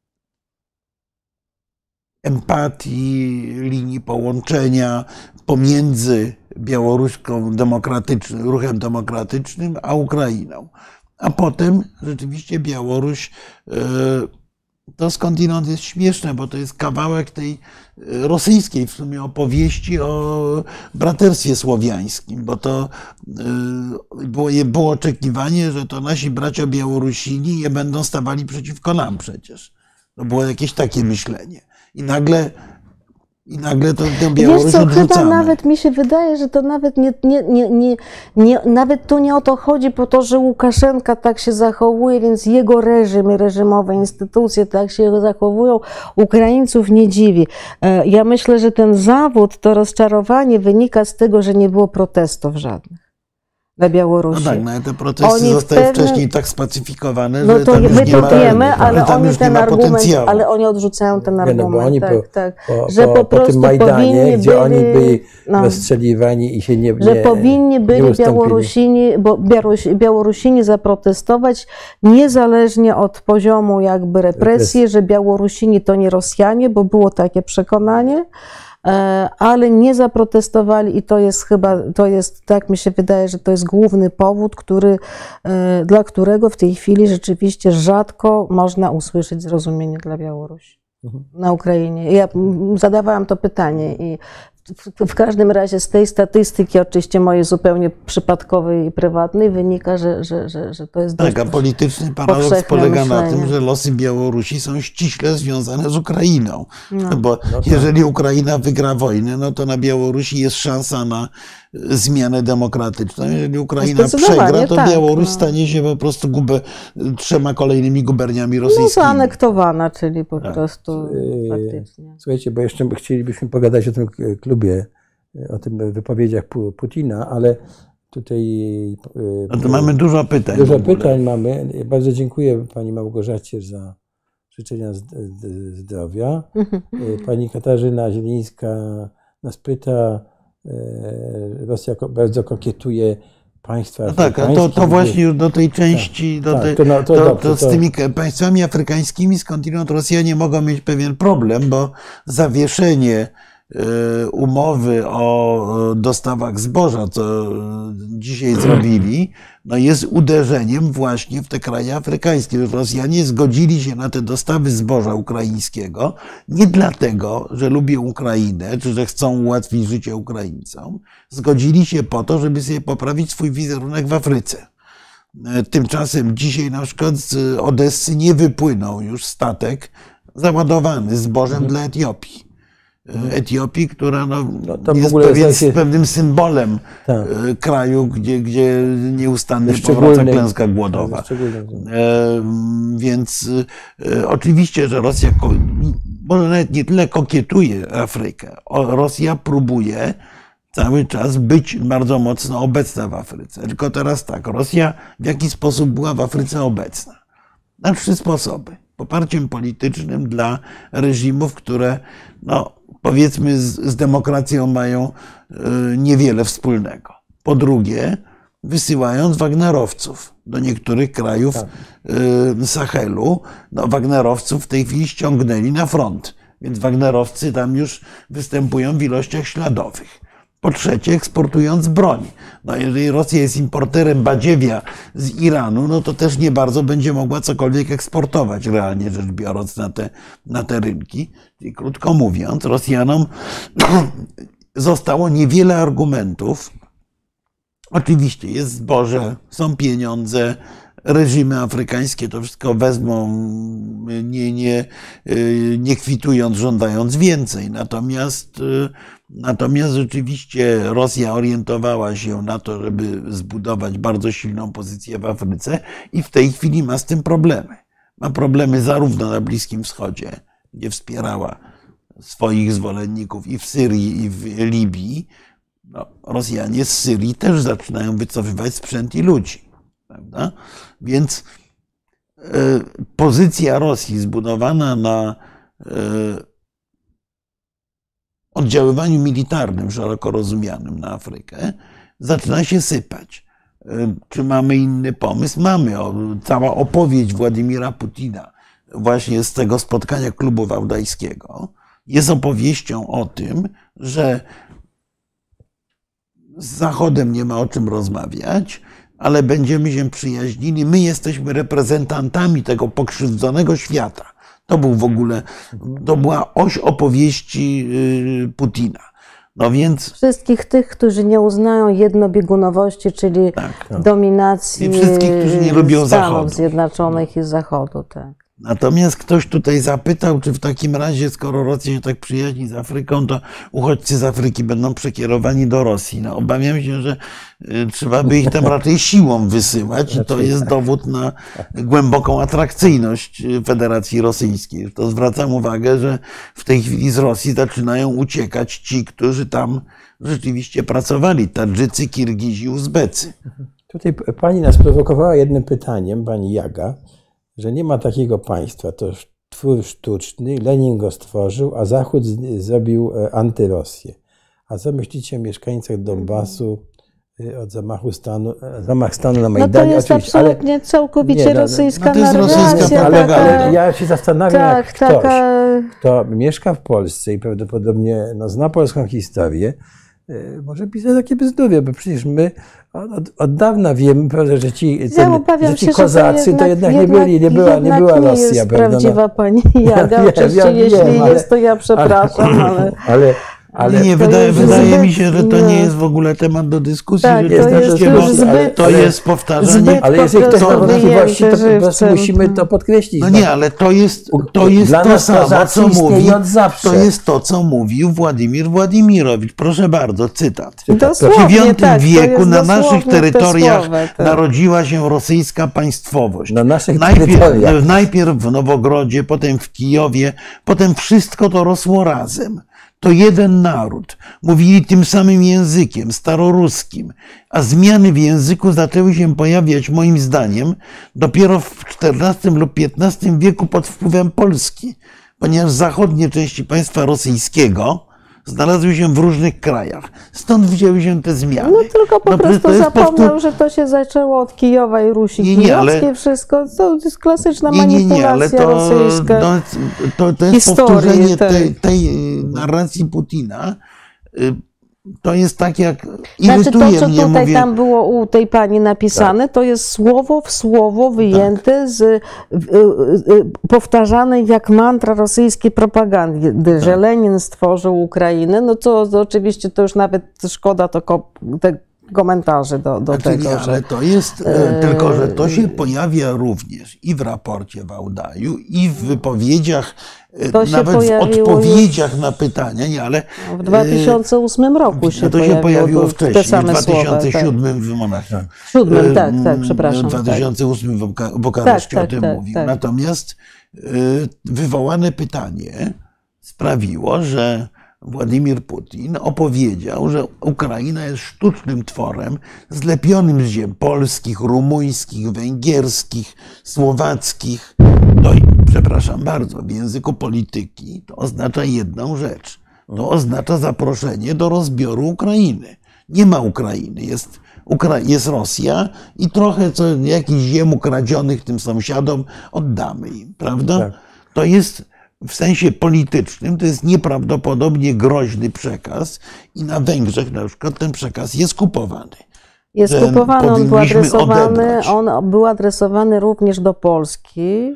empatii, linii połączenia pomiędzy białoruską demokratycznym, ruchem demokratycznym a Ukrainą. A potem rzeczywiście Białoruś, to skądinąd jest śmieszne, bo to jest kawałek tej rosyjskiej w sumie opowieści o braterstwie słowiańskim, bo to było, było oczekiwanie, że to nasi bracia Białorusini nie będą stawali przeciwko nam przecież. To było jakieś takie myślenie. I nagle, i nagle to tę Białoruś Wiesz co, odrzucamy. Chyba nawet mi się wydaje, że to nawet nie, nie, nie, nie, nie, nawet tu nie o to chodzi, po to, że Łukaszenka tak się zachowuje, więc jego reżim i reżimowe instytucje tak się zachowują, Ukraińców nie dziwi. Ja myślę, że ten zawód, to rozczarowanie wynika z tego, że nie było protestów żadnych na Białorusi. No tak, no te protesty oni zostały pewnym... wcześniej tak spacyfikowane, no że to tam już my nie to ma, wiemy, ale tam oni już ten nie ma argument, potencjału. ale oni odrzucają ten argument. Nie, no bo oni tak, po, tak, po, że po, po tym Majdanie, gdzie byli, oni byli no, rozstrzeliwani i się nie Że nie, powinni byli nie Białorusini, bo Białorusini, Białorusini zaprotestować niezależnie od poziomu jakby represji, że Białorusini to nie Rosjanie, bo było takie przekonanie, ale nie zaprotestowali i to jest chyba, to jest, tak mi się wydaje, że to jest główny powód, który, dla którego w tej chwili rzeczywiście rzadko można usłyszeć zrozumienie dla Białorusi. na Ukrainie. Ja zadawałam to pytanie i w, w każdym razie z tej statystyki, oczywiście mojej zupełnie przypadkowej i prywatnej, wynika, że, że, że, że to jest dość Tak, a polityczny paradoks polega myślenie. na tym, że losy Białorusi są ściśle związane z Ukrainą. No. Bo No tak. jeżeli Ukraina wygra wojnę, no to na Białorusi jest szansa na zmianę demokratyczną. Jeżeli Ukraina przegra, to tak, Białoruś no. stanie się po prostu gubę, trzema kolejnymi guberniami No rosyjskimi. zaanektowana, czyli po Tak. prostu Yy, faktycznie. Słuchajcie, bo jeszcze chcielibyśmy pogadać o tym klubie, o tym wypowiedziach Pu- Putina, ale tutaj yy, No to mamy dużo pytań. w dużo ogóle. pytań mamy. Bardzo dziękuję pani Małgorzacie za życzenia zd- zd- zdrowia. Yy, Pani Katarzyna Zielińska nas pyta, yy, Rosja ko- bardzo kokietuje państwa No tak, a to, afrykańskie, to właśnie już do tej części, do tak, tej, to na- to to, dobrze, to z to- tymi k- państwami afrykańskimi skądinąd Rosjanie mogą mieć pewien problem, bo zawieszenie e, umowy o dostawach zboża, co dzisiaj zrobili, no jest uderzeniem właśnie w te kraje afrykańskie. Rosjanie zgodzili się na te dostawy zboża ukraińskiego nie dlatego, że lubią Ukrainę, czy że chcą ułatwić życie Ukraińcom. Zgodzili się po to, żeby sobie poprawić swój wizerunek w Afryce. Tymczasem dzisiaj na przykład z Odessy nie wypłynął już statek załadowany zbożem dla Etiopii. Etiopii, która no, No to w jest ogóle pewien, zdaje się- pewnym symbolem Tak. e, kraju, gdzie, gdzie nieustannie Szczególnej- powraca klęska głodowa. Szczególnej- E, więc e, oczywiście, że Rosja ko- może nawet nie tyle kokietuje Afrykę. O, Rosja próbuje cały czas być bardzo mocno obecna w Afryce. Tylko teraz tak, Rosja w jaki sposób była w Afryce obecna? Na trzy sposoby. Poparciem politycznym dla reżimów, które no, powiedzmy z, z demokracją mają y, niewiele wspólnego. Po drugie, wysyłając Wagnerowców do niektórych krajów y, Sahelu. No, Wagnerowców w tej chwili ściągnęli na front, więc Wagnerowcy tam już występują w ilościach śladowych. Po trzecie, eksportując broń. No, jeżeli Rosja jest importerem badziewia z Iranu, no to też nie bardzo będzie mogła cokolwiek eksportować, realnie rzecz biorąc, na te, na te rynki. I krótko mówiąc, Rosjanom zostało niewiele argumentów. Oczywiście jest zboże, są pieniądze, reżimy afrykańskie to wszystko wezmą, nie, nie, nie kwitując, żądając więcej. Natomiast, natomiast rzeczywiście Rosja orientowała się na to, żeby zbudować bardzo silną pozycję w Afryce i w tej chwili ma z tym problemy. Ma problemy zarówno na Bliskim Wschodzie, gdzie wspierała swoich zwolenników i w Syrii, i w Libii. No, Rosjanie z Syrii też zaczynają wycofywać sprzęt i ludzi. Prawda? Więc y, pozycja Rosji zbudowana na y, oddziaływaniu militarnym, szeroko rozumianym na Afrykę, zaczyna się sypać. Y, czy mamy inny pomysł? Mamy. O, cała opowieść Władimira Putina właśnie z tego spotkania klubu wałdajskiego jest opowieścią o tym, że z Zachodem nie ma o czym rozmawiać, ale będziemy się przyjaźnili. My jesteśmy reprezentantami tego pokrzywdzonego świata. To był w ogóle, to była oś opowieści Putina. No więc wszystkich tych, którzy nie uznają jednobiegunowości, czyli tak, no. dominacji I wszystkich, którzy nie lubią Stanów Zachodu. Zjednoczonych i Zachodu. Tak. Natomiast ktoś tutaj zapytał, czy w takim razie, skoro Rosja się tak przyjaźni z Afryką, to uchodźcy z Afryki będą przekierowani do Rosji. No, obawiam się, że y, trzeba by ich tam raczej siłą wysyłać i to jest dowód na głęboką atrakcyjność Federacji Rosyjskiej. To zwracam uwagę, że w tej chwili z Rosji zaczynają uciekać ci, którzy tam rzeczywiście pracowali. Tadżycy, Kirgizi, Uzbecy. Tutaj pani nas prowokowała jednym pytaniem, pani Jaga, że nie ma takiego państwa, to twór sztuczny, Lenin go stworzył, a Zachód zrobił antyrosję. A co myślicie o mieszkańcach Donbasu od zamachu stanu, zamach stanu na Majdanie? No to jest oczywiście, absolutnie ale, całkowicie nie, no, rosyjska no to jest narracja. rosyjska ale, propaganda. ale ja się zastanawiam, tak, jak ktoś, taka... kto mieszka w Polsce i prawdopodobnie no, zna polską historię, może pisać takie bzdury, bo przecież my od, od dawna wiemy, prawda, że ci, ten, ja że ci się, kozacy że to to jednak, jednak nie byli, nie była, nie była nie Rosja. Jest prawda, prawdziwa no. pani Jada, Ja oczywiście wiem, jeśli wiem, ale, jest, to ja przepraszam, ale... ale, ale Ale nie, wydaje, wydaje mi się, że to no. nie jest w ogóle temat do dyskusji, Tak, że to to, jest jest, już bo zbyt- to ale- jest powtarzanie. zbyt ale jeżeli ktoś ma prostu wątpliwości, to po wyjęte prostu żywcem. musimy to podkreślić. No nie, ale to jest to, jest Dla to nas samo, kozacy co mówi, istnieje od zawsze. to jest to, co mówił Władimir Władimirowicz. Proszę bardzo, cytat. Dosłownie, W dziewiątym tak, to wieku jest na dosłownie naszych te terytoriach słowa, tak. narodziła się rosyjska państwowość. Na naszych najpierw, terytoriach. najpierw w Nowogrodzie, potem w Kijowie, potem wszystko to rosło razem. To jeden naród. Mówili tym samym językiem, staroruskim, a zmiany w języku zaczęły się pojawiać, moim zdaniem, dopiero w czternastym lub piętnastym wieku pod wpływem Polski, ponieważ zachodnie części państwa rosyjskiego znalazły się w różnych krajach. Stąd wzięły się te zmiany. No tylko po No, prostu to jest zapomniał, powtór- że to się zaczęło od Kijowa i Rusi Nie, nie, ale- kijowskiej, wszystko. To jest klasyczna Nie, nie, manipulacja nie, ale to, rosyjska. to, to, to jest Historii, powtórzenie tak. tej, tej narracji Putina. Y, To jest tak, jak Znaczy to, irytuje co mnie, tutaj mówię, tam było u tej pani napisane, to jest słowo w słowo wyjęte z y, y, y, powtarzanej jak mantra rosyjskiej propagandy, że Lenin stworzył Ukrainę, no to, to oczywiście to już nawet szkoda to ko, te komentarzy do, do Znaczy tego, nie, że... ale to jest, e, tylko że to się pojawia również i w raporcie Wałdaju, i w wypowiedziach, e, To się nawet w pojawiło odpowiedziach na pytania, nie, ale W dwa tysiące ósmym roku się to pojawiło, się pojawiło to- wcześniej, te w same dwa tysiące siódmym słowa, w Monachium. tak. W siódmym, E, tak, tak, przepraszam. W tak. dwa tysiące ósmym w Buka- Bukareszcie Tak, o tym tak, mówił. tak. Natomiast e, wywołane pytanie sprawiło, że Władimir Putin opowiedział, że Ukraina jest sztucznym tworem zlepionym z ziem polskich, rumuńskich, węgierskich, słowackich. To, przepraszam bardzo, w języku polityki to oznacza jedną rzecz. To oznacza zaproszenie do rozbioru Ukrainy. Nie ma Ukrainy, jest, Ukra jest Rosja i trochę co, jakichś ziem ukradzionych tym sąsiadom oddamy im, prawda? Tak. To jest w sensie politycznym, to jest nieprawdopodobnie groźny przekaz i na Węgrzech na przykład ten przekaz jest kupowany. Jest że kupowany, on był powinniśmy adresowany, odebrać. on był adresowany również do Polski.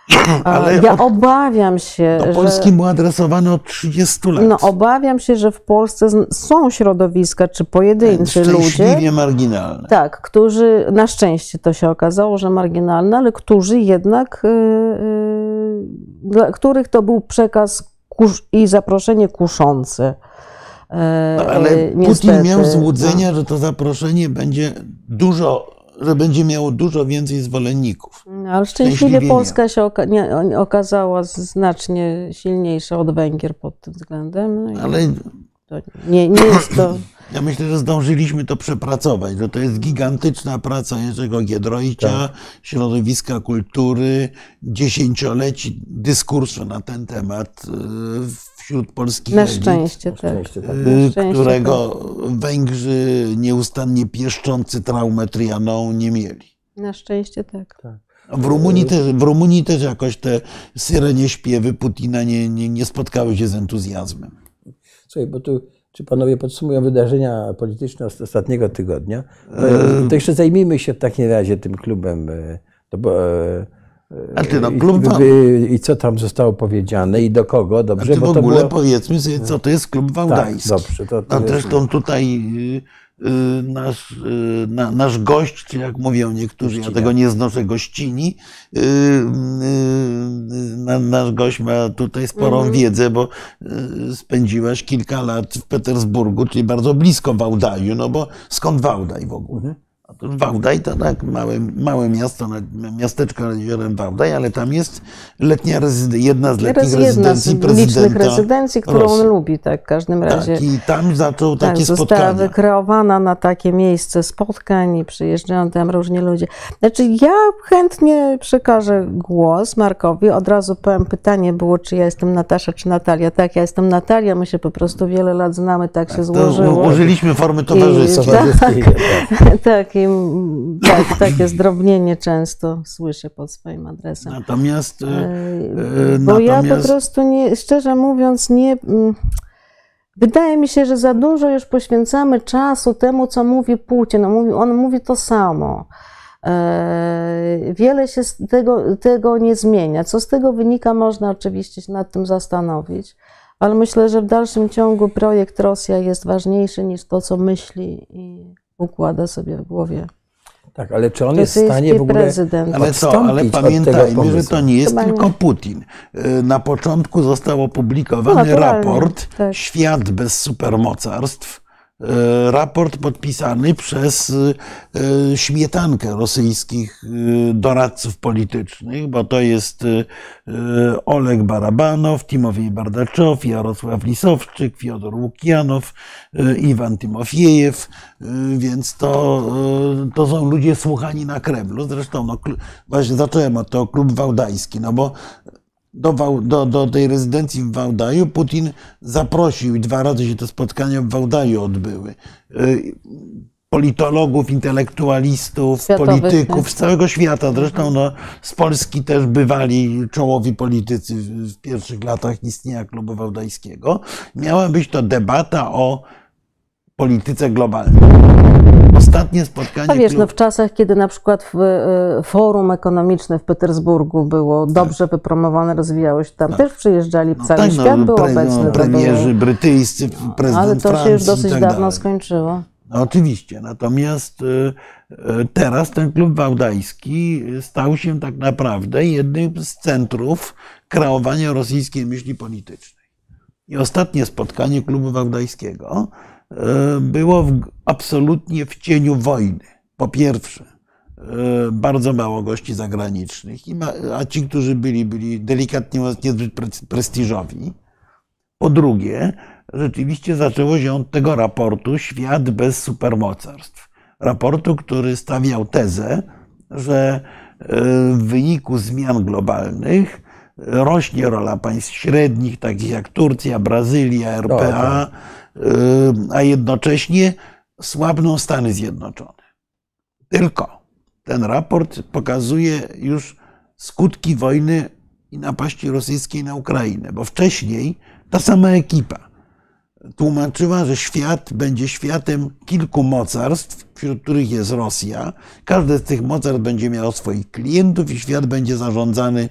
A Ale ja od- obawiam się, Do że... Polski był adresowany od trzydziestu lat. No, obawiam się, że w Polsce z- są środowiska czy pojedynczy ludzie, Szczęśliwie marginalne. tak, którzy, na szczęście to się okazało, że marginalne, ale którzy jednak, yy, yy, dla których to był przekaz kusz, i zaproszenie kuszące. Yy, No, ale yy, Putin niestety, miał no. złudzenia, że to zaproszenie będzie dużo, że będzie miało dużo więcej zwolenników. No, ale szczęśliwie Szczęśliwie Polska się oka nie, okazała znacznie silniejsza od Węgier pod tym względem. No i Ale to nie, nie jest to... ja myślę, że zdążyliśmy to przepracować, że to jest gigantyczna praca Jerzego Giedroycia, Tak. środowiska kultury, dziesięcioleci dyskursu na ten temat y, wśród polskich Na elit, szczęście, tak. szczęście, tak. y, Na szczęście, którego Węgrzy nieustannie pieszczący traumę Trianon nie mieli. Na szczęście tak. W Rumunii, też, w Rumunii też jakoś te syrenie śpiewy Putina nie, nie, nie spotkały się z entuzjazmem. Słuchaj, bo tu, czy panowie podsumują wydarzenia polityczne z ostatniego tygodnia? To, to jeszcze zajmijmy się w takim razie tym klubem. e, To, bo, e, A ty, no, i- klub i, Wał- i, I co tam zostało powiedziane i do kogo, A dobrze? ty w bo to ogóle było... powiedzmy sobie, co to jest klub wałdajski. Tak, dobrze, to- to A jest- zresztą tutaj y, y, nasz, y, na, nasz gość, czy jak mówią niektórzy, ja Gościnia. tego nie znoszę, gościni, y, y, y, na, nasz gość ma tutaj sporą Mhm. wiedzę, bo y, spędziłaś kilka lat w Petersburgu, czyli bardzo blisko Wałdaju, no bo skąd Wałdaj w ogóle? Mhm. Otóż Wałdaj to tak małe, małe miasto, nad- miasteczko nad jeziorem Wałdaj, ale tam jest letnia rezydencja, jedna z letnich Teraz jedna rezydencji z licznych prezydenta rezydencji, którą Rosji. on lubi, tak, w każdym razie. Tak, i tam zaczął Tak, takie została spotkania. wykreowana na takie miejsce spotkań i przyjeżdżają tam różni ludzie. Znaczy ja chętnie przekażę głos Markowi. Od razu powiem, pytanie było, czy ja jestem Natasza, czy Natalia. Tak, ja jestem Natalia, my się po prostu wiele lat znamy, tak się To złożyło. u- użyliśmy formy towarzyskiej. Towarzyskiej, tak. Tak, i, tak, takie zdrobnienie często słyszę pod swoim adresem. Natomiast, e, E, e, Bo ja po natomiast prostu nie, szczerze mówiąc, nie. mm, Wydaje mi się, że za dużo już poświęcamy czasu temu, co mówi Putin. On mówi, on mówi to samo. Wiele się z tego, tego nie zmienia. Co z tego wynika, można oczywiście się nad tym zastanowić, ale myślę, że w dalszym ciągu projekt Rosja jest ważniejszy niż to, co myśli i układa sobie w głowie. Tak, ale czy on jest w stanie w ogóle prezydent. Ale co, ale pamiętajmy, że to nie jest Chyba tylko nie. Putin. Na początku został opublikowany no, raport tak. Świat bez supermocarstw. Raport podpisany przez śmietankę rosyjskich doradców politycznych, bo to jest Oleg Barabanow, Timofiej Bardaczow, Jarosław Lisowczyk, Fiodor Łukianow, Iwan Tymofiejew, więc to, to są ludzie słuchani na Kremlu. Zresztą no, właśnie zacząłem od tego Klub Wałdajski, no bo Do, do, do tej rezydencji w Wałdaju Putin zaprosił i dwa razy się te spotkania w Wałdaju odbyły. Politologów, intelektualistów, Światowych, polityków nie? z całego świata. Zresztą no, z Polski też bywali czołowi politycy w pierwszych latach istnienia Klubu Wałdajskiego. Miała być to debata o polityce globalnej. Ostatnie spotkanie... A wiesz, no w czasach, kiedy na przykład w, forum ekonomiczne w Petersburgu było dobrze tak. wypromowane, rozwijało się tam, tak. też przyjeżdżali, no cały tak, świat no, był pre, obecny. No, premierzy brytyjscy, prezydent Ale to Francji się już dosyć tak dawno dalej. skończyło. No, oczywiście, natomiast teraz ten Klub Wałdajski stał się tak naprawdę jednym z centrów kreowania rosyjskiej myśli politycznej. I ostatnie spotkanie Klubu Wałdajskiego było w, absolutnie w cieniu wojny. Po pierwsze, bardzo mało gości zagranicznych, a ci, którzy byli, byli delikatnie mówiąc niezbyt prestiżowi. Po drugie, rzeczywiście zaczęło się od tego raportu Świat bez supermocarstw. Raportu, który stawiał tezę, że w wyniku zmian globalnych rośnie rola państw średnich, takich jak Turcja, Brazylia, R P A, a jednocześnie słabną Stany Zjednoczone. Tylko ten raport pokazuje już skutki wojny i napaści rosyjskiej na Ukrainę, bo wcześniej ta sama ekipa tłumaczyła, że świat będzie światem kilku mocarstw, wśród których jest Rosja. Każde z tych mocarstw będzie miało swoich klientów i świat będzie zarządzany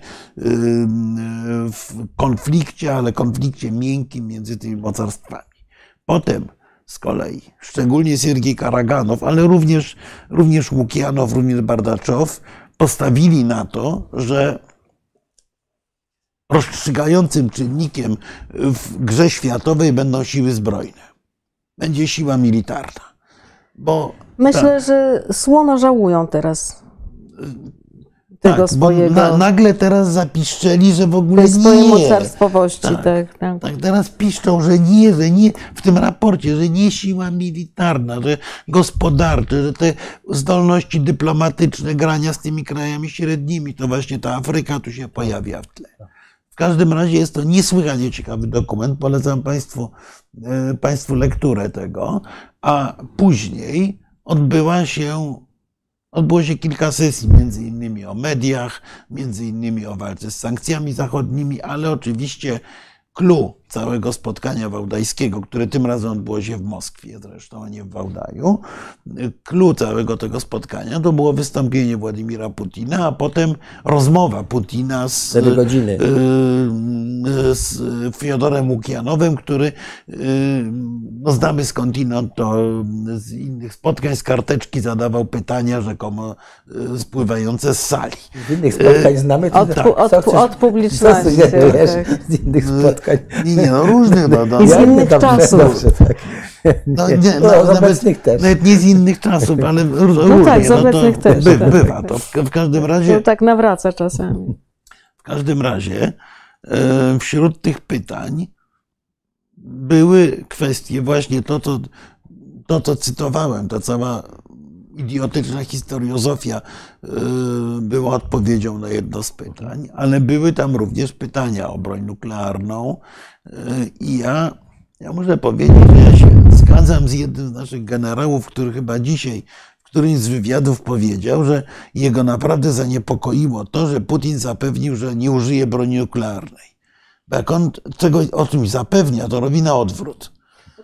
w konflikcie, ale konflikcie miękkim między tymi mocarstwami. Potem z kolei, szczególnie Siergiej Karaganow, ale również, również Łukianow, również Bardaczow postawili na to, że rozstrzygającym czynnikiem w grze światowej będą siły zbrojne. Będzie siła militarna. Bo Myślę, ta, że słono żałują teraz tego tak, swojego... Bo na, nagle teraz zapiszczeli, że w ogóle nie. Swojej mocarstwowości, tak, tak, tak. Tak, teraz piszczą, że nie, że nie, w tym raporcie, że nie siła militarna, że gospodarcze, że te zdolności dyplomatyczne grania z tymi krajami średnimi, to właśnie ta Afryka tu się pojawia w tle. W każdym razie jest to niesłychanie ciekawy dokument, polecam Państwu, Państwu lekturę tego, a później odbyła się, odbyło się kilka sesji, między innymi o mediach, między innymi o walce z sankcjami zachodnimi, ale oczywiście clou całego spotkania wałdajskiego, które tym razem odbyło się w Moskwie zresztą, a nie w Wałdaju, clou całego tego spotkania to było wystąpienie Władimira Putina, a potem rozmowa Putina z, z Fiodorem Łukianowem, który no, znamy skądinąd to z innych spotkań, z karteczki zadawał pytania rzekomo spływające z sali. Z innych spotkań znamy od, tak. od, od, od publiczności. Z innych spotkań. Nie, nie, no różnych. No, no, I z innych czasów. Dobrze, tak. No, nie, no, no, z nawet, obecnych też. Nawet nie z innych czasów, ale no różnie. Tak, z no, obecnych to też. By, bywa to. W, w każdym razie... To tak nawraca czasami. W każdym razie e, wśród tych pytań były kwestie właśnie to, co, to, co cytowałem, ta cała idiotyczna historiozofia była odpowiedzią na jedno z pytań, ale były tam również pytania o broń nuklearną i ja, ja muszę powiedzieć, że ja się zgadzam z jednym z naszych generałów, który chyba dzisiaj w którymś z wywiadów powiedział, że jego naprawdę zaniepokoiło to, że Putin zapewnił, że nie użyje broni nuklearnej. Bo jak on czegoś o czymś zapewnia, to robi na odwrót.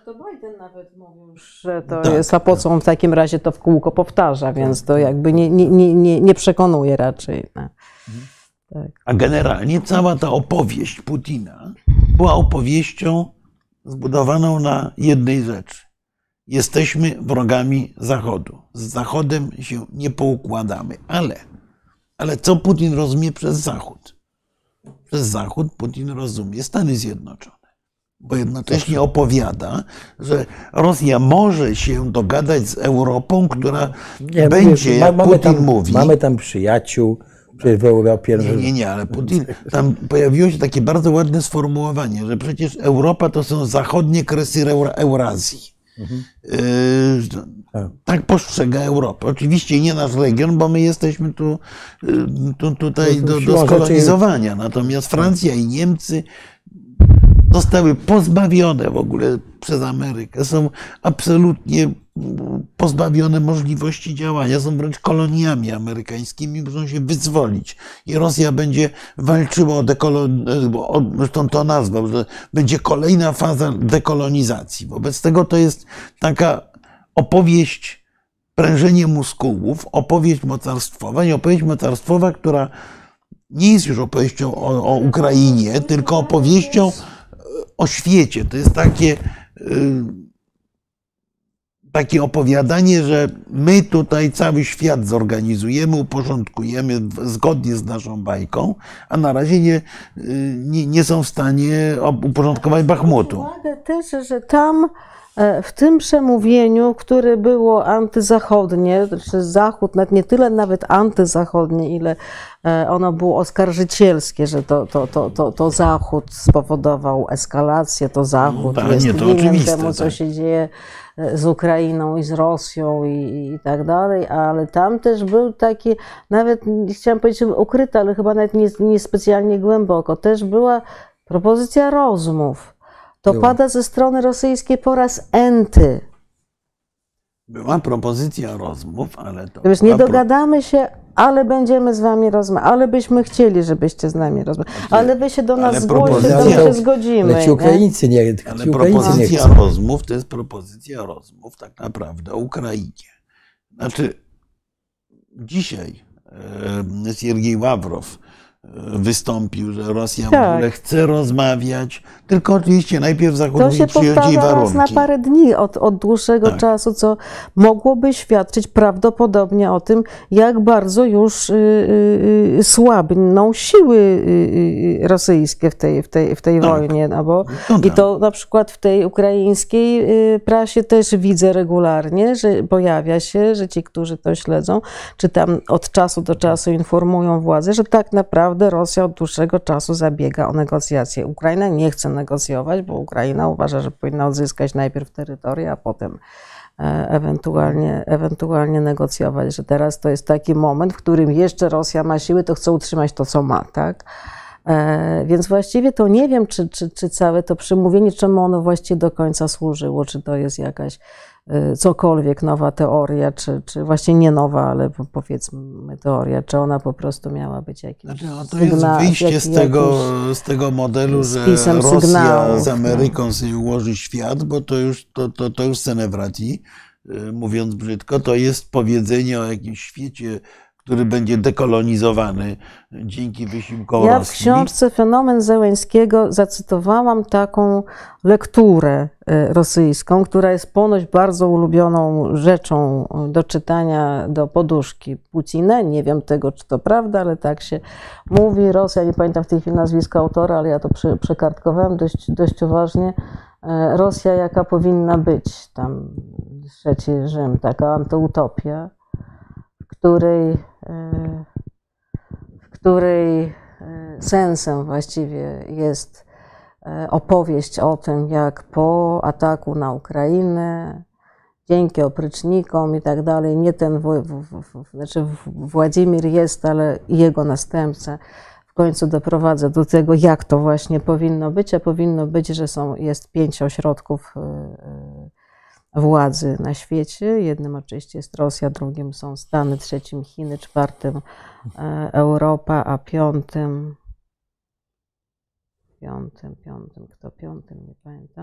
to Biden nawet mówił, że to tak, jest, a po co on w takim razie to w kółko powtarza, więc to jakby nie, nie, nie, nie przekonuje raczej. No. Tak. A generalnie cała ta opowieść Putina była opowieścią zbudowaną na jednej rzeczy. Jesteśmy wrogami Zachodu. Z Zachodem się nie poukładamy. Ale, ale co Putin rozumie przez Zachód? Przez Zachód Putin rozumie Stany Zjednoczone. Bo jednocześnie opowiada, że Rosja może się dogadać z Europą, która nie, będzie, mówię, jak Putin tam, mówi... Mamy tam przyjaciół w Europie. Nie, nie, nie, ale Putin, tam pojawiło się takie bardzo ładne sformułowanie, że przecież Europa to są zachodnie kresy Eurazji. Mhm. Yy, tak postrzega Europę. Oczywiście nie nasz region, bo my jesteśmy tu, tu tutaj do, do skolonizowania. Natomiast Francja i Niemcy zostały pozbawione w ogóle przez Amerykę. Są absolutnie pozbawione możliwości działania. Są wręcz koloniami amerykańskimi, muszą się wyzwolić. I Rosja będzie walczyła o dekolonizację. Zresztą to nazwał, że będzie kolejna faza dekolonizacji. Wobec tego to jest taka opowieść, prężenie muskułów, opowieść mocarstwowa i opowieść mocarstwowa, która nie jest już opowieścią o, o Ukrainie, tylko opowieścią o świecie. To jest takie, takie opowiadanie, że my tutaj cały świat zorganizujemy, uporządkujemy zgodnie z naszą bajką, a na razie nie, nie, nie są w stanie uporządkować Bachmutu. Uwagę też, że tam w tym przemówieniu, które było antyzachodnie, czy Zachód, nawet nie tyle nawet antyzachodnie, ile ono było oskarżycielskie, że to, to, to, to, to Zachód spowodował eskalację, to Zachód no, jest nie, to winien temu, co tak. się dzieje z Ukrainą i z Rosją i, i tak dalej, ale tam też był taki, nawet chciałam powiedzieć ukryty, ale chyba nawet nie, nie specjalnie głęboko, też była propozycja rozmów. To Było. pada ze strony rosyjskiej po raz enty. Była propozycja rozmów, ale to... Wiesz, nie dogadamy się, ale będziemy z wami rozmawiać, ale byśmy chcieli, żebyście z nami rozmawiali, ale wy się do nas zgłoście, to my się zgodzimy. Ale ci Ukraińcy nie, nie Ale ci propozycja nie rozmów to jest propozycja rozmów tak naprawdę o Ukrainie. Znaczy, dzisiaj e, Siergiej Ławrow wystąpił, że Rosja tak. w ogóle chce rozmawiać, tylko oczywiście najpierw Zachód musi przyjąć jej warunki. Na parę dni od, od dłuższego tak. czasu, co mogłoby świadczyć prawdopodobnie o tym, jak bardzo już y, y, słabną siły y, rosyjskie w tej, w tej, w tej tak. wojnie. No bo, no tak. I to na przykład w tej ukraińskiej y, prasie też widzę regularnie, że pojawia się, że ci, którzy to śledzą, czy tam od czasu do czasu informują władze, że tak naprawdę Rosja od dłuższego czasu zabiega o negocjacje. Ukraina nie chce negocjować, bo Ukraina uważa, że powinna odzyskać najpierw terytoria, a potem ewentualnie, ewentualnie negocjować, że teraz to jest taki moment, w którym jeszcze Rosja ma siły, to chce utrzymać to, co ma, tak? Więc właściwie to nie wiem, czy, czy, czy całe to przemówienie, czemu ono właściwie do końca służyło, czy to jest jakaś cokolwiek nowa teoria, czy, czy właśnie nie nowa, ale powiedzmy teoria, czy ona po prostu miała być jakimś znaczy, no to jest wyjście jak, z, tego, z tego modelu, że Rosja sygnałów, z Ameryką no. sobie ułoży świat, bo to już, to, to, to już scenewracji, mówiąc brzydko, to jest powiedzenie o jakimś świecie, który będzie dekolonizowany dzięki wysiłkom Rosji. Ja w książce Fenomen Zełenskiego zacytowałam taką lekturę rosyjską, która jest ponoć bardzo ulubioną rzeczą do czytania do poduszki Putina. Nie wiem tego, czy to prawda, ale tak się mówi. Rosja, nie pamiętam w tej chwili nazwiska autora, ale ja to przy, przekartkowałem dość, dość uważnie. Rosja jaka powinna być, tam trzeci Rzym, taka antyutopia, w której, w której sensem właściwie jest opowieść o tym, jak po ataku na Ukrainę, dzięki oprycznikom i tak dalej, nie ten, w, w, w, znaczy Władimir jest, ale jego następca w końcu doprowadza do tego, jak to właśnie powinno być, a powinno być, że są, jest pięć ośrodków władzy na świecie. Jednym oczywiście jest Rosja, drugim są Stany, trzecim Chiny, czwartym Europa, a piątym, piątym, piątym, kto piątym, nie pamiętam.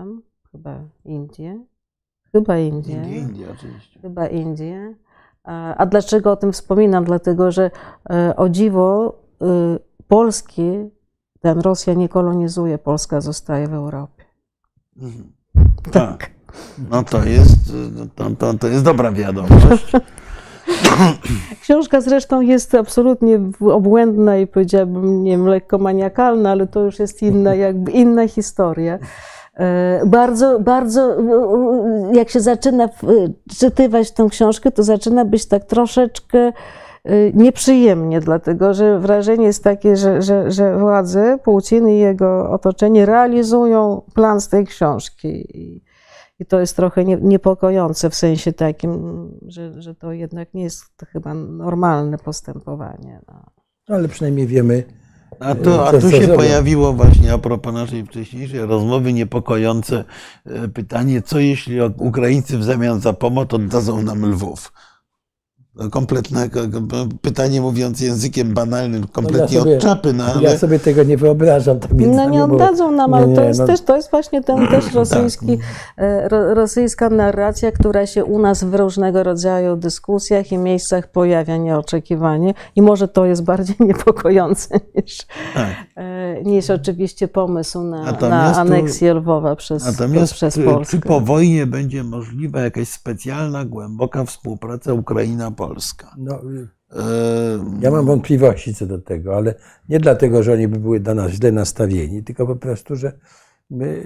chyba Indie. Chyba Indie. Indie, Indie oczywiście. Chyba Indie. A, a dlaczego o tym wspominam? Dlatego, że e, o dziwo e, Polski ten Rosja nie kolonizuje, Polska zostaje w Europie. Mhm. Tak. No to jest, to, to, to jest dobra wiadomość. Książka zresztą jest absolutnie obłędna i powiedziałabym, nie wiem, lekko maniakalna, ale to już jest inna, jakby inna historia. Bardzo, bardzo, jak się zaczyna czytywać tę książkę, to zaczyna być tak troszeczkę nieprzyjemnie, dlatego że wrażenie jest takie, że, że, że władze, Putin i jego otoczenie realizują plan z tej książki. I, i to jest trochę nie, niepokojące w sensie takim, że, że to jednak nie jest chyba normalne postępowanie. No. Ale przynajmniej wiemy. A tu, a tu się pojawiło właśnie a propos naszej wcześniejszej rozmowy niepokojące pytanie, co jeśli Ukraińcy w zamian za pomoc oddadzą nam Lwów? Kompletne pytanie, mówiąc językiem banalnym, kompletnie no ja sobie, od czapy. No, ale... Ja sobie tego nie wyobrażam. Tak no nie oddadzą nam, ale nie, nie, to, jest no... też, to jest właśnie ten też rosyjski, tak. ro, rosyjska narracja, która się u nas w różnego rodzaju dyskusjach i miejscach pojawia nieoczekiwanie i może to jest bardziej niepokojące niż, tak. niż oczywiście pomysł na, na aneksję Lwowa przez, natomiast przez Polskę. Czy po wojnie będzie możliwa jakaś specjalna, głęboka współpraca Ukraina Polska. No, ja mam wątpliwości co do tego, ale nie dlatego, że oni by były dla nas źle nastawieni, tylko po prostu, że my,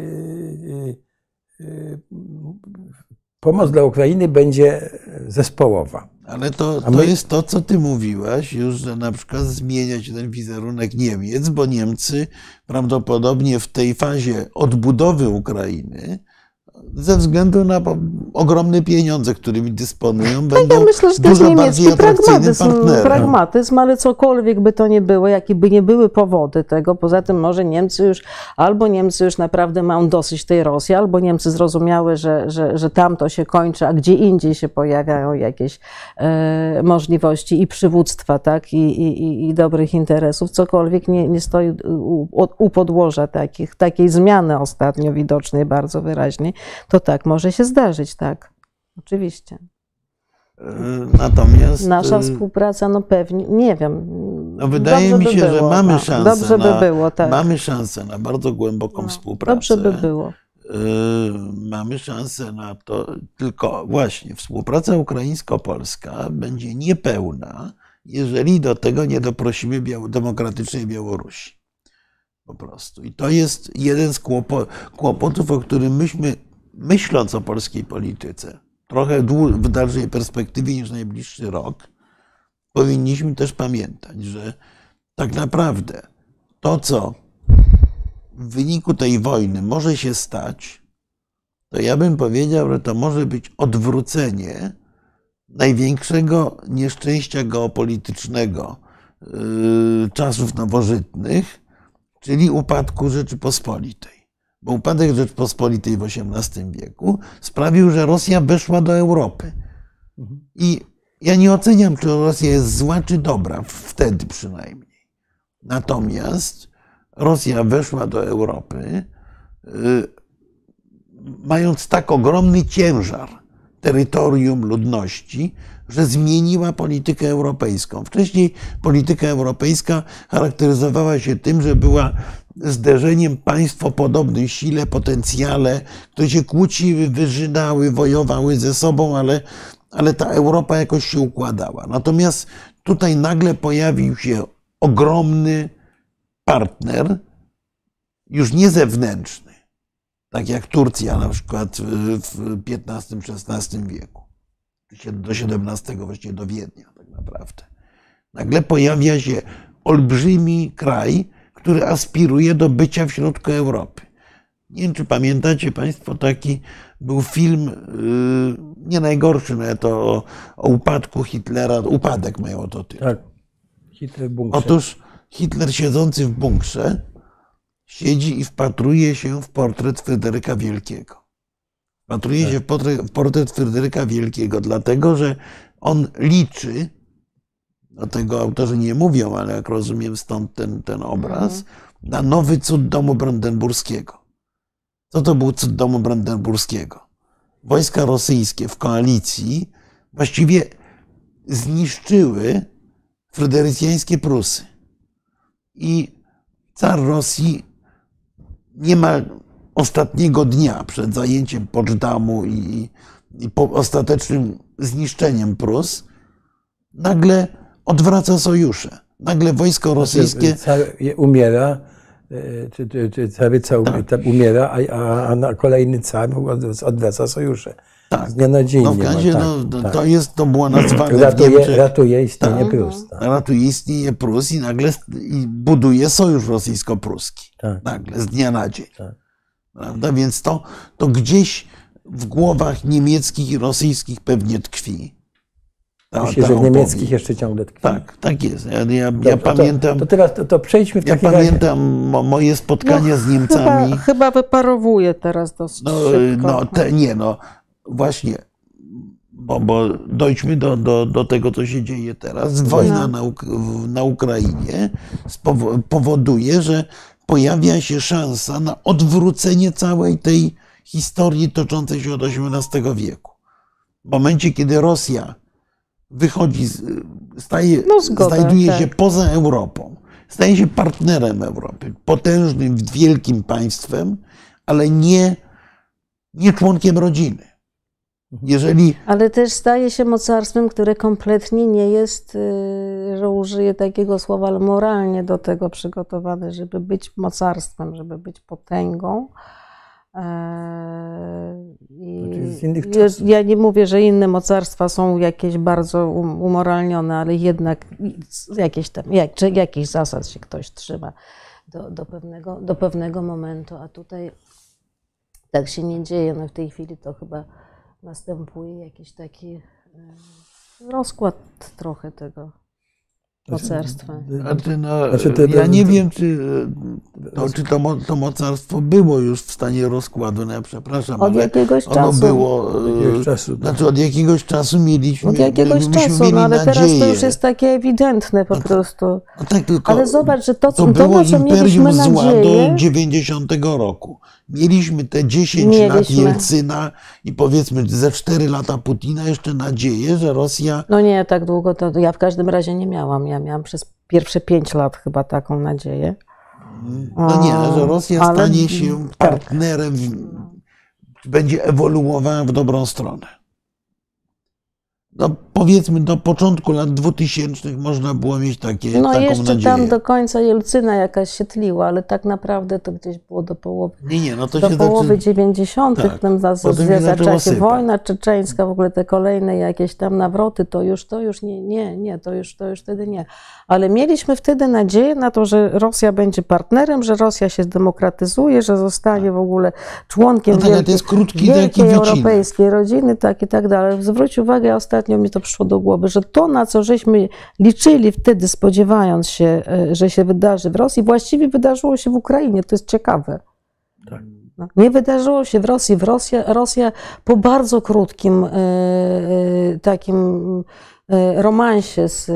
pomoc dla Ukrainy będzie zespołowa. Ale to, to my... jest to, co ty mówiłaś już, że na przykład zmienia się ten wizerunek Niemiec, bo Niemcy prawdopodobnie w tej fazie odbudowy Ukrainy ze względu na ogromne pieniądze, którymi dysponują, będą ja myślę, że to jest dużo bardziej atrakcyjnym pragmatyzm, partnerem. pragmatyzm, ale cokolwiek by to nie było, jakie by nie były powody tego, poza tym może Niemcy już, albo Niemcy już naprawdę mają dosyć tej Rosji, albo Niemcy zrozumiały, że, że, że tam to się kończy, a gdzie indziej się pojawiają jakieś e, możliwości i przywództwa, tak, i, i, i dobrych interesów, cokolwiek nie, nie stoi u, u podłoża takich, takiej zmiany ostatnio widocznej bardzo wyraźnie. To tak, może się zdarzyć, tak, oczywiście. Natomiast nasza współpraca, no pewnie, nie wiem. No wydaje mi się, by że mamy no, szansę, dobrze na, by było, tak. mamy szansę na bardzo głęboką no, współpracę. Dobrze by było. Mamy szansę na to, tylko właśnie współpraca ukraińsko-polska będzie niepełna, jeżeli do tego nie doprosimy Biał- demokratycznej Białorusi. Po prostu. I to jest jeden z kłopotów, o którym myśmy, myśląc o polskiej polityce, trochę w dalszej perspektywie niż najbliższy rok, powinniśmy też pamiętać, że tak naprawdę to, co w wyniku tej wojny może się stać, to ja bym powiedział, że to może być odwrócenie największego nieszczęścia geopolitycznego yy, czasów nowożytnych, czyli upadku Rzeczypospolitej. Bo upadek Rzeczypospolitej w osiemnastym wieku sprawił, że Rosja weszła do Europy. I ja nie oceniam, czy Rosja jest zła, czy dobra, wtedy przynajmniej. Natomiast Rosja weszła do Europy, mając tak ogromny ciężar terytorium, ludności, że zmieniła politykę europejską. Wcześniej polityka europejska charakteryzowała się tym, że była zderzeniem państw o podobnej sile, potencjale, które się kłóciły, wyżynały, wojowały ze sobą, ale, ale ta Europa jakoś się układała. Natomiast tutaj nagle pojawił się ogromny partner, już nie zewnętrzny, tak jak Turcja na przykład w piętnastym szesnastym wieku, do siedemnastego właściwie do Wiednia tak naprawdę. Nagle pojawia się olbrzymi kraj, który aspiruje do bycia w środku Europy. Nie wiem, czy pamiętacie Państwo, taki był film, nie najgorszy, no to o, o upadku Hitlera, upadek mają to tytuł. Tak, Hitler w bunkrze. Otóż Hitler siedzący w bunkrze siedzi i wpatruje się w portret Fryderyka Wielkiego. Wpatruje tak. się w portret, w portret Fryderyka Wielkiego, dlatego że on liczy, o tego autorzy nie mówią, ale jak rozumiem stąd ten, ten obraz, mhm. na nowy cud domu brandenburskiego. Co to był cud domu brandenburskiego? Wojska rosyjskie w koalicji właściwie zniszczyły fryderycjańskie Prusy. I car Rosji niemal ostatniego dnia przed zajęciem Poczdamу i, i po ostatecznym zniszczeniem Prus nagle odwraca sojusze. Nagle wojsko rosyjskie... Car umiera, czy, czy, czy caryca tak. umiera, a, a kolejny car odwraca sojusze. Tak. Z dnia na dzień. No w razie, tak, no, tak. to, jest, to było nazwane ratuje, w Niemczech... Ratuje istnienie tak. Prus. Tak. Ratuje istnienie Prus i nagle i buduje sojusz rosyjsko-pruski. Tak. Nagle, z dnia na dzień. Tak. Prawda? Więc to, to gdzieś w głowach niemieckich i rosyjskich pewnie tkwi. Ta, Myślę, ta że w opowieść. niemieckich jeszcze ciągle tkwi. Tak, tak jest. Ja, ja, Dobrze, ja pamiętam... To, to teraz to, to przejdźmy w Ja takim pamiętam mo, moje spotkania No, z Niemcami. Chyba, chyba wyparowuje teraz dosyć No, szybko. no te, nie, no właśnie, bo, bo dojdźmy do, do, do tego, co się dzieje teraz. Wojna No. na, na Ukrainie spowo- powoduje, że pojawia się szansa na odwrócenie całej tej historii toczącej się od osiemnastego wieku. W momencie, kiedy Rosja wychodzi, z, staje, No, zgoda, znajduje tak. się poza Europą, staje się partnerem Europy, potężnym, wielkim państwem, ale nie, nie członkiem rodziny. Jeżeli... Ale też staje się mocarstwem, które kompletnie nie jest, że użyję takiego słowa, ale moralnie do tego przygotowane, żeby być mocarstwem, żeby być potęgą. I z innych czasów. ja nie mówię, że inne mocarstwa są jakieś bardzo umoralnione, ale jednak jakieś tam, jak, czy jakichś zasad się ktoś trzyma do, do, pewnego, do pewnego momentu, a tutaj tak się nie dzieje. No w tej chwili to chyba następuje jakiś taki rozkład trochę tego mocarstwa. Znaczy, no, Znaczy, to- ja to- nie to- wiem, czy, to, czy to, mo- to mocarstwo było już w stanie rozkładu. No, ja przepraszam, Od ale jakiegoś ono czasu. było. Od jakiegoś czasu, tak. Znaczy od jakiegoś czasu mieliśmy. Od jakiegoś myśmy czasu, mieli no ale teraz to nadzieję. już jest takie ewidentne po prostu. No tak, tylko Ale zobacz, że to, to to było na co imperium mieliśmy zła nadzieję, do dziewięćdziesiątego roku. Mieliśmy te dziesięć lat Mieliśmy. Jelcyna i powiedzmy ze cztery lata Putina jeszcze nadzieję, że Rosja. no nie, tak długo to ja w każdym razie nie miałam. Ja miałam przez pierwsze pięć lat chyba taką nadzieję. No nie, że Rosja Ale- stanie się partnerem, w- będzie ewoluowała w dobrą stronę. No powiedzmy do początku lat dwutysięcznych można było mieć takie, No taką jeszcze nadzieję. tam do końca Jelcyna jakaś się tliła, ale tak naprawdę to gdzieś było do połowy. Nie, nie, no to Do się połowy zaczy... dziewięćdziesiątych tak. tam za, Potem się za zaczęło czasie sypać. wojna czeczeńska, w ogóle te kolejne jakieś tam nawroty, to już, to już nie, nie, nie, to już, to już wtedy nie. Ale mieliśmy wtedy nadzieję na to, że Rosja będzie partnerem, że Rosja się zdemokratyzuje, że zostanie w ogóle członkiem No tak, ale to wielkiej, jest krótki taki wielkiej wycinek. europejskiej rodziny, tak i tak dalej. Zwróć uwagę, ostatnio mi to przyszło do głowy, że to, na co żeśmy liczyli wtedy, spodziewając się, e, że się wydarzy w Rosji, właściwie wydarzyło się w Ukrainie. To jest ciekawe. Tak. No, nie wydarzyło się w Rosji. W Rosja, Rosja po bardzo krótkim e, e, takim e, romansie z e,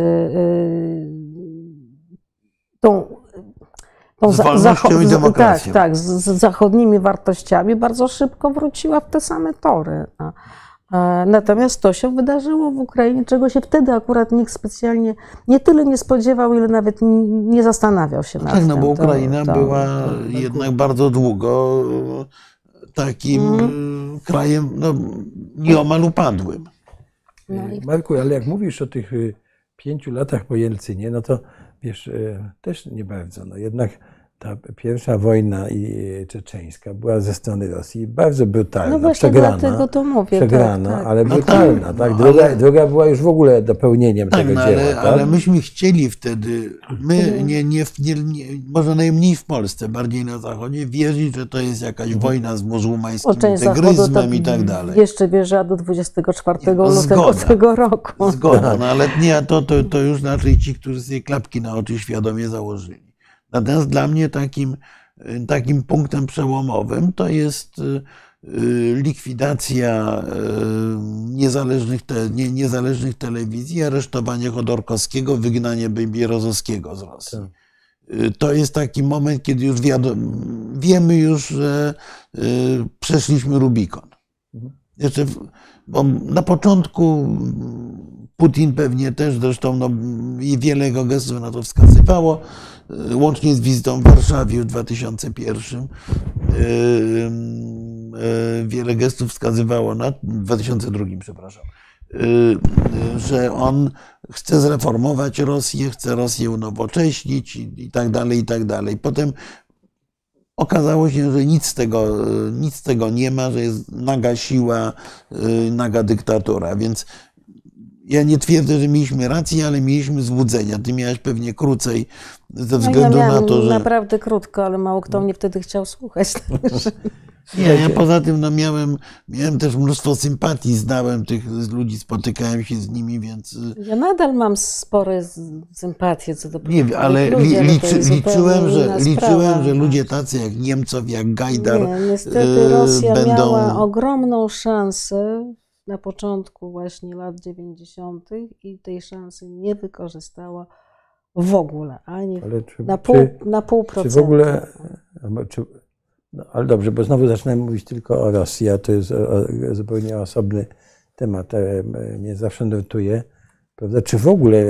tą, tą Z wolnością i z- demokracją. Tak, tak, z, z zachodnimi wartościami bardzo szybko wróciła w te same tory. No. E, Natomiast to się wydarzyło w Ukrainie, czego się wtedy akurat nikt specjalnie nie tyle nie spodziewał, ile nawet n- nie zastanawiał się nad Tak, tym. no bo To- Ukraina to- była to- jednak bardzo długo takim Mhm. krajem no, nieomal upadłym. No i Marku, ale jak mówisz o tych y, pięciu latach po Jelcynie, no to wiesz, y, też nie bardzo. No jednak ta pierwsza wojna i czeczeńska była ze strony Rosji bardzo brutalna, No właśnie przegrana. dlatego to mówię. Przegrana, tak, tak. ale No brutalna. tak, tak? no Druga, ale- druga była już w ogóle dopełnieniem Tak, tego no, dzieła. ale, tak? ale myśmy chcieli wtedy, my nie, nie, nie, nie, może najmniej w Polsce, bardziej na Zachodzie, wierzyć, że to jest jakaś wojna z O muzułmańskim część Zachodu tygryzmem to i tak dalej. jeszcze wierzyła do dwudziestego czwartego Nie, no, lutego zgoda. tego roku. Zgoda, no ale nie, to, to, to już raczej ci, którzy sobie klapki na oczy świadomie założyli. Natomiast dla mnie takim, takim punktem przełomowym to jest y, y, likwidacja y, niezależnych, te, nie, niezależnych telewizji, aresztowanie Chodorkowskiego, wygnanie Bierozowskiego z Rosji. to jest taki moment, kiedy już wiadomo, wiemy już, że przeszliśmy Rubikon. Jeszcze, bo na początku Putin pewnie też, zresztą no, i wiele jego gestów na to wskazywało, łącznie z wizytą w Warszawie w dwa tysiące pierwszym. Wiele gestów wskazywało na, w dwa tysiące drugim, przepraszam, że on chce zreformować Rosję, chce Rosję unowocześnić i, i tak dalej, i tak dalej. Potem okazało się, że nic z tego, nic z tego nie ma, że jest naga siła, naga dyktatura, więc ja nie twierdzę, że mieliśmy rację, ale mieliśmy złudzenia. Ty miałeś pewnie krócej ze względu no ja na to, że... naprawdę krótko, ale mało kto mnie wtedy chciał słuchać. Nie, ja poza tym no miałem, miałem też mnóstwo sympatii, znałem tych ludzi, spotykałem się z nimi, więc... Ja nadal mam spore sympatie co do... Nie, ale ludzi, li, liczy, ale liczyłem, że, liczyłem, sprawa. że ludzie tacy jak Niemcow, jak Gajdar Nie, niestety Rosja będą... miała ogromną szansę na początku właśnie lat dziewięćdziesiątych i tej szansy nie wykorzystała w ogóle, ani czy, na, pół, czy, na pół procenta. Czy w ogóle... Czy, no, ale dobrze, bo znowu zaczynamy mówić tylko o Rosji, a to jest o, zupełnie osobny temat. Mnie zawsze nurtuje, prawda? Czy w ogóle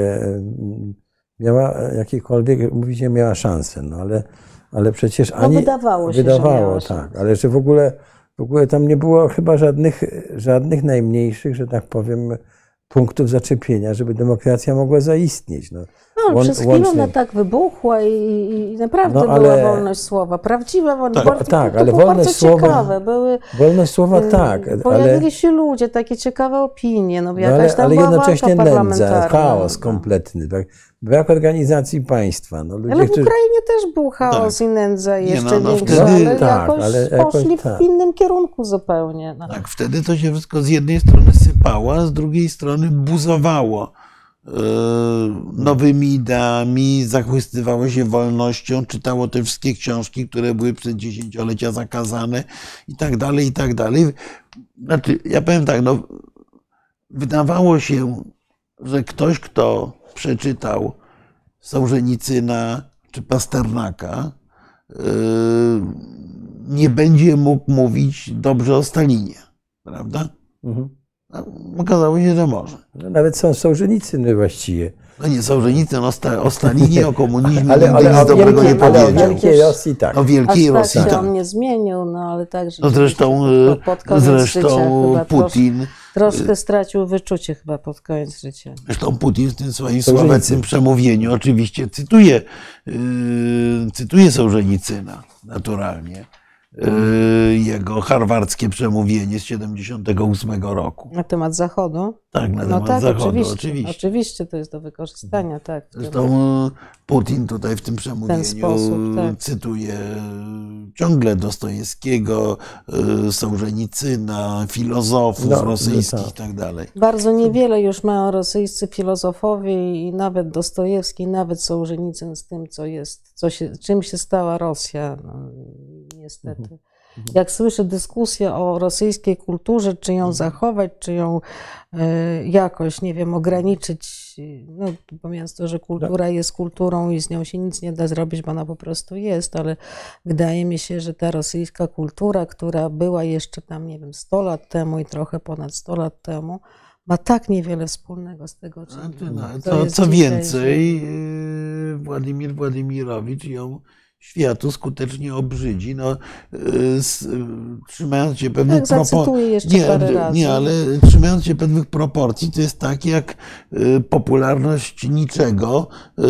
miała jakiekolwiek, mówicie, miała szansę, no ale, ale przecież ani... No wydawało się, wydawało, że miała tak, szansę. ale że w ogóle, w ogóle tam nie było chyba żadnych, żadnych najmniejszych, że tak powiem, punktów zaczepienia, żeby demokracja mogła zaistnieć. No, no łą, przez chwilę łącznie... ona tak wybuchła i, i naprawdę no, ale... była wolność słowa. Prawdziwa wolność tak, słowa. tak, to ale było wolność bardzo słowa, ciekawe. Były, wolność słowa tak, pojawili ale... się ludzie, takie ciekawe opinie. No, No jakaś ale, tam ale była jednocześnie walka nędza, parlamentarna. chaos kompletny, tak? Brak organizacji państwa. No, ludzie, ale w którzy... Ukrainie też był chaos tak. i nędza Nie, jeszcze no, no, większa, wtedy, ale tak, jakoś ale jakoś poszli tak. w innym kierunku zupełnie. No. Tak, wtedy to się wszystko z jednej strony sypało, a z drugiej strony buzowało nowymi ideami, zachwystywało się wolnością, czytało te wszystkie książki, które były przez dziesięciolecia zakazane i tak dalej, i tak dalej. Znaczy, ja powiem tak, no, wydawało się, że ktoś, kto przeczytał Sołżenicyna czy Pasternaka, nie będzie mógł mówić dobrze o Stalinie, prawda? Mhm. Okazało się, że może. No, nawet są Sołżenicyny właściwie. No nie, Sołżenicyn o, sta, o Stalinie, o komunizmie ale, ale, nic o dobrego wielkiej, nie ale powiedział. o Wielkiej Rosji tak. O Wielkiej Aż Rosji tak się tak. on nie zmienił, no ale także... No zresztą pod koniec zresztą życia Putin... Trosz, troszkę stracił wyczucie chyba pod koniec życia. Zresztą Putin w tym swoim sławetnym przemówieniu oczywiście cytuje, yy, cytuje Sołżenicyna naturalnie. Jego harwardzkie przemówienie z siedemdziesiątego ósmego roku. Na temat Zachodu? Tak, na no temat tak, Zachodu, oczywiście, oczywiście. Oczywiście to jest do wykorzystania, tak. Zresztą Putin tutaj w tym przemówieniu sposób, tak. cytuje ciągle Dostojewskiego, Sołżenicyna, filozofów no, rosyjskich no i tak dalej. Bardzo niewiele już mają rosyjscy filozofowie i nawet Dostojewski, nawet Sołżenicyn z tym, co jest, co się, czym się stała Rosja. No, niestety. Mhm. Jak słyszę dyskusję o rosyjskiej kulturze, czy ją zachować, czy ją y, jakoś, nie wiem, ograniczyć, no pomijając to, że kultura jest kulturą i z nią się nic nie da zrobić, bo ona po prostu jest, ale wydaje mi się, że ta rosyjska kultura, która była jeszcze tam, nie wiem, sto lat temu i trochę ponad sto lat temu, ma tak niewiele wspólnego z tego, czym no, co, co, co dzisiaj, więcej, że... Władimir Władimirowicz ją światu skutecznie obrzydzi, no, z, trzymając się pewnych tak, proporcji. Jeszcze nie, parę razy. nie, ale trzymając się pewnych proporcji, to jest tak, jak popularność niczego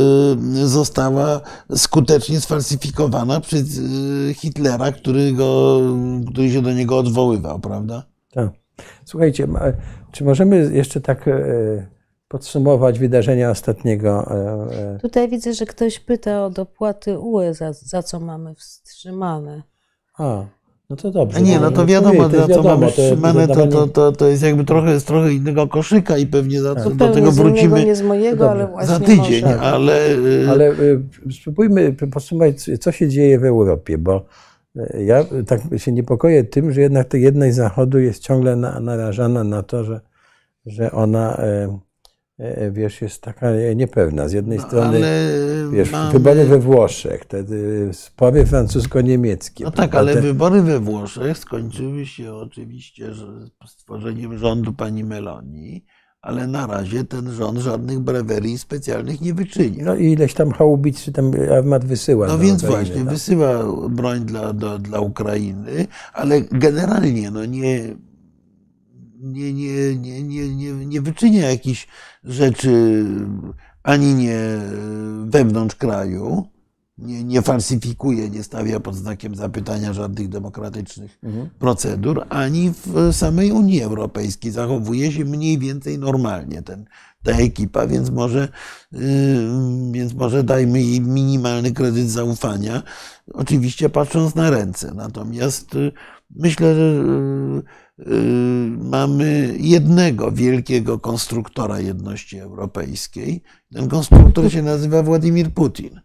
została skutecznie sfalsyfikowana przez Hitlera, który, go, który się do niego odwoływał, prawda? Tak. Słuchajcie, czy możemy jeszcze tak podsumować wydarzenia ostatniego? Tutaj widzę, że ktoś pyta o dopłaty U E, za, za co mamy wstrzymane. A, no to dobrze. A nie, no to wiadomo, za co mamy wstrzymane, to, zadawanie... to, to, to jest jakby trochę z trochę innego koszyka i pewnie za to, tak. do tego wrócimy innego, nie z mojego, ale właśnie za tydzień, może. ale... Ale spróbujmy podsumować, co się dzieje w Europie, bo ja tak się niepokoję tym, że jednak ta jedność Zachodu jest ciągle na, narażana na to, że, że ona wiesz, jest taka niepewna. Z jednej no, strony, wiesz, mamy... wybory we Włoszech, wtedy spory francusko-niemieckie. No tak, ale wybory we Włoszech skończyły się oczywiście stworzeniem rządu pani Meloni, ale na razie ten rząd żadnych brewerii specjalnych nie wyczynił. No i ileś tam haubic, czy tam armat wysyła. No więc Ukrainy, właśnie, no. wysyła broń dla, do, dla Ukrainy, ale generalnie no nie, nie, nie, nie, nie, nie, nie wyczynia jakichś rzeczy ani nie wewnątrz kraju, nie, nie falsyfikuje, nie stawia pod znakiem zapytania żadnych demokratycznych mhm. procedur, ani w samej Unii Europejskiej. Zachowuje się mniej więcej normalnie ten, ta ekipa, więc może, yy, więc może dajmy jej minimalny kredyt zaufania, oczywiście patrząc na ręce. Natomiast yy, myślę, że yy, yy, mamy jednego wielkiego konstruktora jedności europejskiej. Ten konstruktor się nazywa Władimir Putin.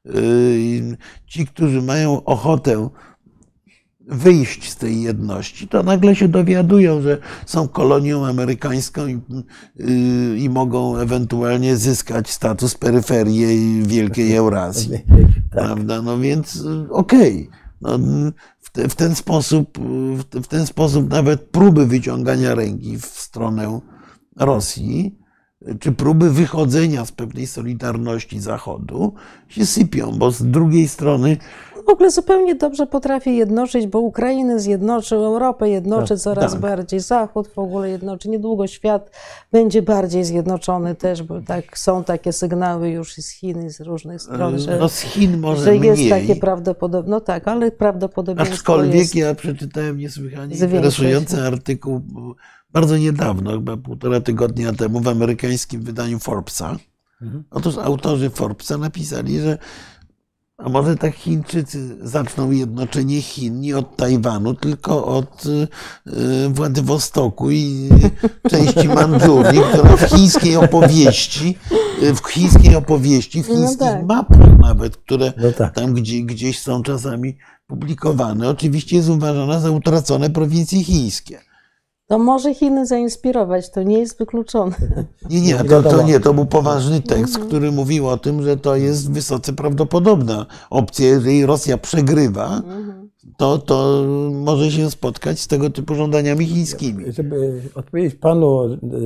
Ci, którzy mają ochotę wyjść z tej jedności, to nagle się dowiadują, że są kolonią amerykańską i, i mogą ewentualnie zyskać status peryferii wielkiej Eurazji. Prawda? No więc okej. Okay. No, w, te, w, ten sposób, w, te, w ten sposób nawet próby wyciągania ręki w stronę Rosji czy próby wychodzenia z pewnej solidarności Zachodu się sypią, bo z drugiej strony... W ogóle zupełnie dobrze potrafi jednoczyć, bo Ukrainę zjednoczył, Europę jednoczy tak, coraz tak. bardziej, Zachód w ogóle jednoczy. Niedługo świat będzie bardziej zjednoczony też, bo tak, są takie sygnały już i z Chin, i z różnych stron, że, no z Chin może że jest mniej. takie prawdopodobieństwo. No tak, ale prawdopodobieństwo Aczkolwiek jest ja przeczytałem niesłychanie interesujący artykuł bardzo niedawno, chyba półtora tygodnia temu, w amerykańskim wydaniu Forbesa. Mhm. Otóż autorzy Forbesa napisali, że a może tak Chińczycy zaczną jednoczenie Chin nie od Tajwanu, tylko od Władywostoku i części Mandżurii, która w chińskiej opowieści, w chińskiej opowieści, w chińskich no tak. mapach nawet, które no tak. tam gdzie, gdzieś są czasami publikowane, oczywiście jest uważana za utracone prowincje chińskie. To może Chiny zainspirować, to nie jest wykluczone. Nie, nie, to, to nie, to był poważny tekst, który mówił o tym, że to jest wysoce prawdopodobna opcja. Jeżeli Rosja przegrywa, to, to może się spotkać z tego typu żądaniami chińskimi. Żeby odpowiedzieć panu,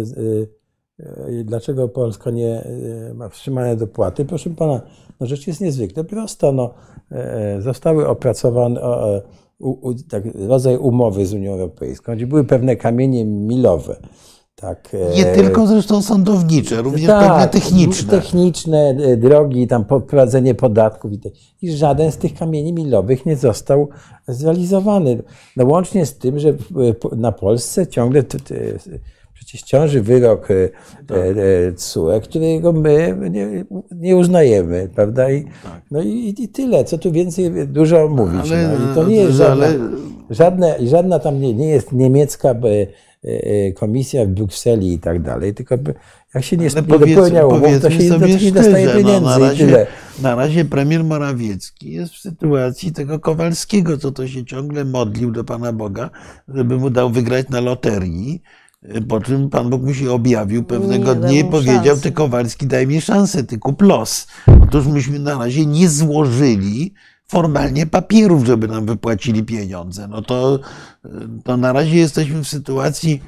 dlaczego Polska nie ma wstrzymane dopłaty, proszę pana, no rzecz jest niezwykle prosta. No, zostały opracowane U, u, tak, rodzaj umowy z Unią Europejską, gdzie były pewne kamienie milowe. Tak, nie e... tylko zresztą sądownicze, również tak, pewne techniczne. Techniczne, drogi, tam wprowadzenie podatków. I, te, I żaden z tych kamieni milowych nie został zrealizowany. No, łącznie z tym, że na Polsce ciągle t, t, przecież ciąży wyrok tak. T S U E, którego my nie, nie uznajemy, prawda? I, tak. No i, i tyle, co tu więcej dużo mówić. Ale, no. I to nie jest żadna, żadna, żadna tam nie, nie jest niemiecka komisja w Brukseli i tak dalej, tylko jak się nie, nie dopełnia umów, to się nie, nie dostaje pieniędzy. No, na, razie, i tyle. na razie premier Morawiecki jest w sytuacji tego Kowalskiego, co to się ciągle modlił do Pana Boga, żeby mu dał wygrać na loterii. Po czym Pan Bóg mu się objawił pewnego nie, dnia i powiedział, szansy. Ty Kowalski, daj mi szansę, ty kup los. Otóż myśmy na razie nie złożyli formalnie papierów, żeby nam wypłacili pieniądze. No to, to na razie jesteśmy w sytuacji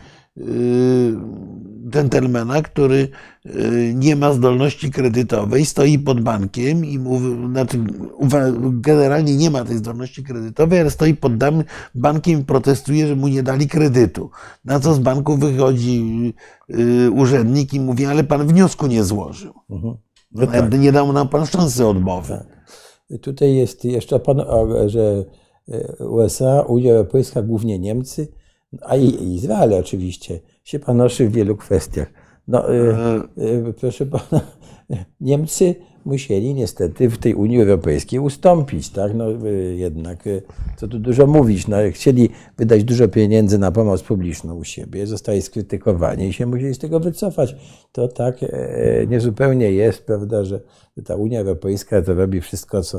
dżentelmena, który nie ma zdolności kredytowej, stoi pod bankiem i mówi, znaczy generalnie nie ma tej zdolności kredytowej, ale stoi pod bankiem i protestuje, że mu nie dali kredytu. Na co z banku wychodzi urzędnik i mówi, ale pan wniosku nie złożył. Mhm. No tak. Nie dał nam pan szansy odmowy. Tak. Tutaj jest jeszcze pan, że U S A, Unia Europejska, głównie Niemcy, a i Izrael oczywiście, się panoszy w wielu kwestiach. No, y, y, proszę pana, Niemcy musieli niestety w tej Unii Europejskiej ustąpić, tak? No, y, jednak, y, co tu dużo mówić, no, chcieli wydać dużo pieniędzy na pomoc publiczną u siebie, zostali skrytykowani i się musieli z tego wycofać. To tak y, niezupełnie jest, prawda, że ta Unia Europejska to robi wszystko, co, co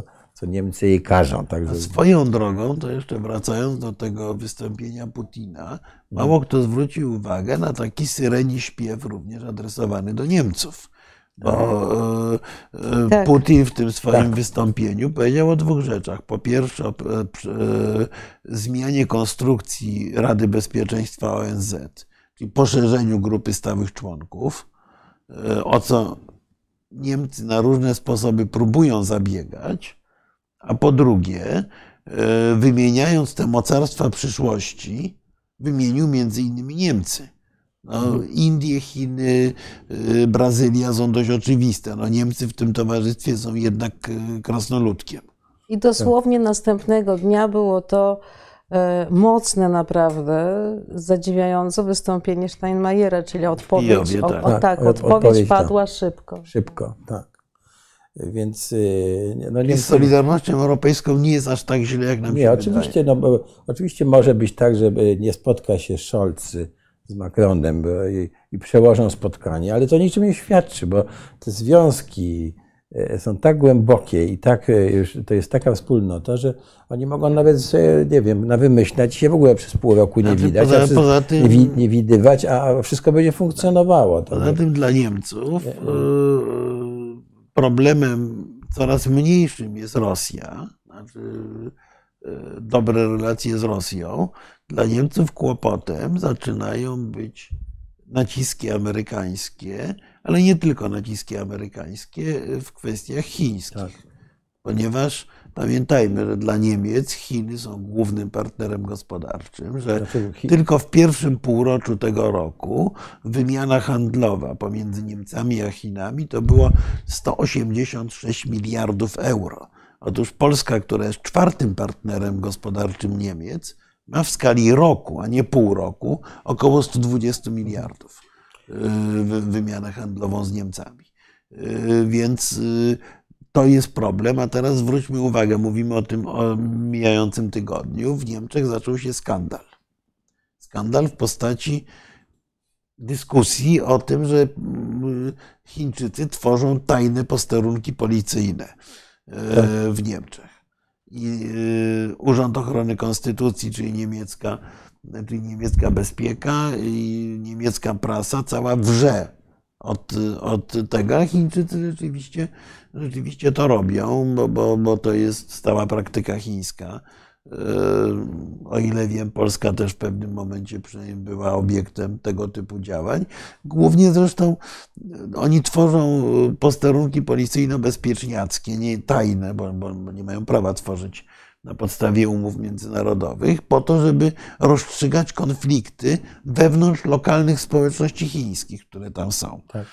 to Niemcy jej każą. Tak, A że... swoją drogą, to jeszcze wracając do tego wystąpienia Putina, mało kto zwrócił uwagę na taki syreni śpiew również adresowany do Niemców. Bo e, Tak. Putin w tym swoim Tak. wystąpieniu powiedział o dwóch rzeczach. Po pierwsze, o e, e, zmianie konstrukcji Rady Bezpieczeństwa O N Z, czyli poszerzeniu grupy stałych członków, e, o co Niemcy na różne sposoby próbują zabiegać, a po drugie, e, wymieniając te mocarstwa przyszłości, wymienił między innymi Niemcy. No, Indie, Chiny, Brazylia są dość oczywiste. No, Niemcy w tym towarzystwie są jednak krasnoludkiem. I dosłownie następnego dnia było to e, mocne naprawdę, zadziwiające wystąpienie Steinmeiera, czyli odpowiedź, Kijowie, o, tak. o, Tak, tak, od- odpowiedź odpowiedź, padła szybko. Szybko, tak. Więc y, no I nie, z Solidarnością Europejską nie jest aż tak źle, jak nam nie się oczywiście, no, bo, oczywiście może być tak, że nie spotka się Scholz z Macronem bo, i, i przełożą spotkanie, ale to niczym nie świadczy, bo te związki e, są tak głębokie i tak, e, już to jest taka wspólnota, że oni mogą nawet, e, nie wiem, na wymyślać się w ogóle przez pół roku nie Znaczy, widać, poza- a przez, poza tym- nie, wi, nie widywać, a wszystko będzie funkcjonowało. To, Poza tym dla Niemców e, problemem coraz mniejszym jest Rosja, znaczy e, dobre relacje z Rosją. Dla Niemców kłopotem zaczynają być naciski amerykańskie, ale nie tylko naciski amerykańskie w kwestiach chińskich. Tak. Ponieważ pamiętajmy, że dla Niemiec Chiny są głównym partnerem gospodarczym, że Dlaczego Chi- tylko w pierwszym półroczu tego roku wymiana handlowa pomiędzy Niemcami a Chinami to było sto osiemdziesiąt sześć miliardów euro. Otóż Polska, która jest czwartym partnerem gospodarczym Niemiec, ma w skali roku, a nie pół roku, około sto dwadzieścia miliardów wy- wymianę handlową z Niemcami. Więc to jest problem, a teraz zwróćmy uwagę, mówimy o tym o mijającym tygodniu. W Niemczech zaczął się skandal. Skandal w postaci dyskusji o tym, że Chińczycy tworzą tajne posterunki policyjne w Niemczech. I Urząd Ochrony Konstytucji, czyli niemiecka, czyli niemiecka bezpieka i niemiecka prasa cała wrze od, od tego, a Chińczycy rzeczywiście, rzeczywiście to robią, bo, bo, bo to jest stała praktyka chińska. O ile wiem, Polska też w pewnym momencie przynajmniej była obiektem tego typu działań. Głównie zresztą oni tworzą posterunki policyjno-bezpieczniackie, nie tajne, bo, bo nie mają prawa tworzyć na podstawie umów międzynarodowych, po to, żeby rozstrzygać konflikty wewnątrz lokalnych społeczności chińskich, które tam są. Tak.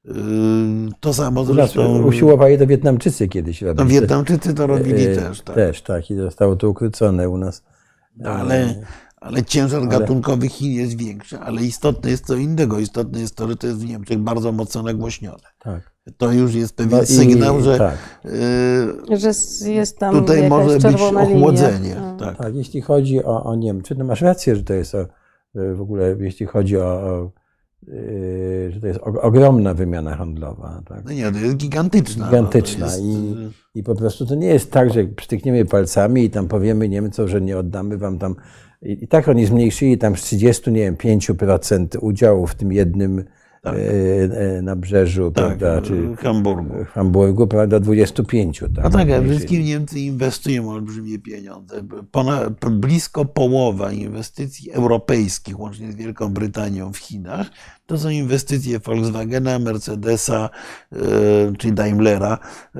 To samo U nas zresztą... usiłowali to Wietnamczycy kiedyś robić. No, Wietnamczycy to robili E, też, tak. Też, tak. I zostało to ukrócone u nas. No, ale, ale ciężar gatunkowy Chin jest większy, ale istotne jest co innego. Istotne jest to, że to jest w Niemczech bardzo mocno nagłośnione. Tak. To już jest pewien No i- sygnał, że tak. y, Że jest tam tutaj jakaś może być czerwona linia. ochłodzenie. No. Tak. Tak, jeśli chodzi o, o Niemcy, no masz rację, że to jest o, w ogóle, jeśli chodzi o, o yy, że to jest o- ogromna wymiana handlowa. Tak? No nie, to jest gigantyczna. Gigantyczna No, to i, jest, y, i po prostu to nie jest tak, że przytykniemy palcami i tam powiemy Niemcom, że nie oddamy wam tam. I, i tak oni zmniejszyli tam z trzydziestu, nie wiem, pięć procent udziału w tym jednym Tak. e, e, nabrzeżu, tak, prawda, czy w Hamburgu. w Hamburgu, prawda, do dwudziestu pięciu. Tak, No tak, a zmniejszyli. wszystkim Niemcy inwestują olbrzymie pieniądze. Ponad, blisko połowa inwestycji europejskich, łącznie z Wielką Brytanią w Chinach, to są inwestycje Volkswagena, Mercedesa, e, czy Daimlera e,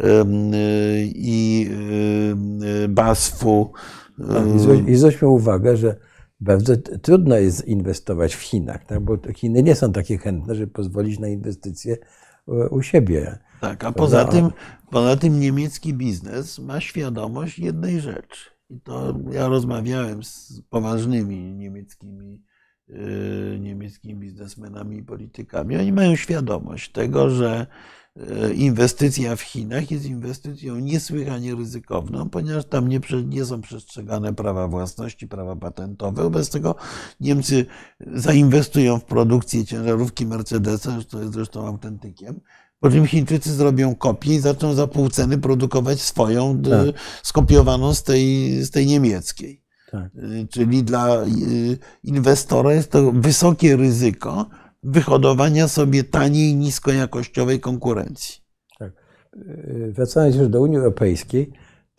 i e, B A S F-u. Tak, i zwróć- I zwróćmy uwagę, że bardzo t- trudno jest inwestować w Chinach, tak? Bo te Chiny nie są takie chętne, żeby pozwolić na inwestycje u- u siebie. Tak, a poza tym, poza tym niemiecki biznes ma świadomość jednej rzeczy. I to ja rozmawiałem z poważnymi niemieckimi, yy, niemieckimi biznesmenami i politykami. Oni mają świadomość tego, że inwestycja w Chinach jest inwestycją niesłychanie ryzykowną, ponieważ tam nie, nie są przestrzegane prawa własności, prawa patentowe. Wobec tego Niemcy zainwestują w produkcję ciężarówki Mercedesa, to jest zresztą autentykiem, po czym Chińczycy zrobią kopię i zaczną za pół ceny produkować swoją, tak, skopiowaną z tej, z tej niemieckiej. Tak. Czyli dla inwestora jest to wysokie ryzyko wyhodowania sobie taniej, niskojakościowej konkurencji. Tak. Wracając już do Unii Europejskiej, to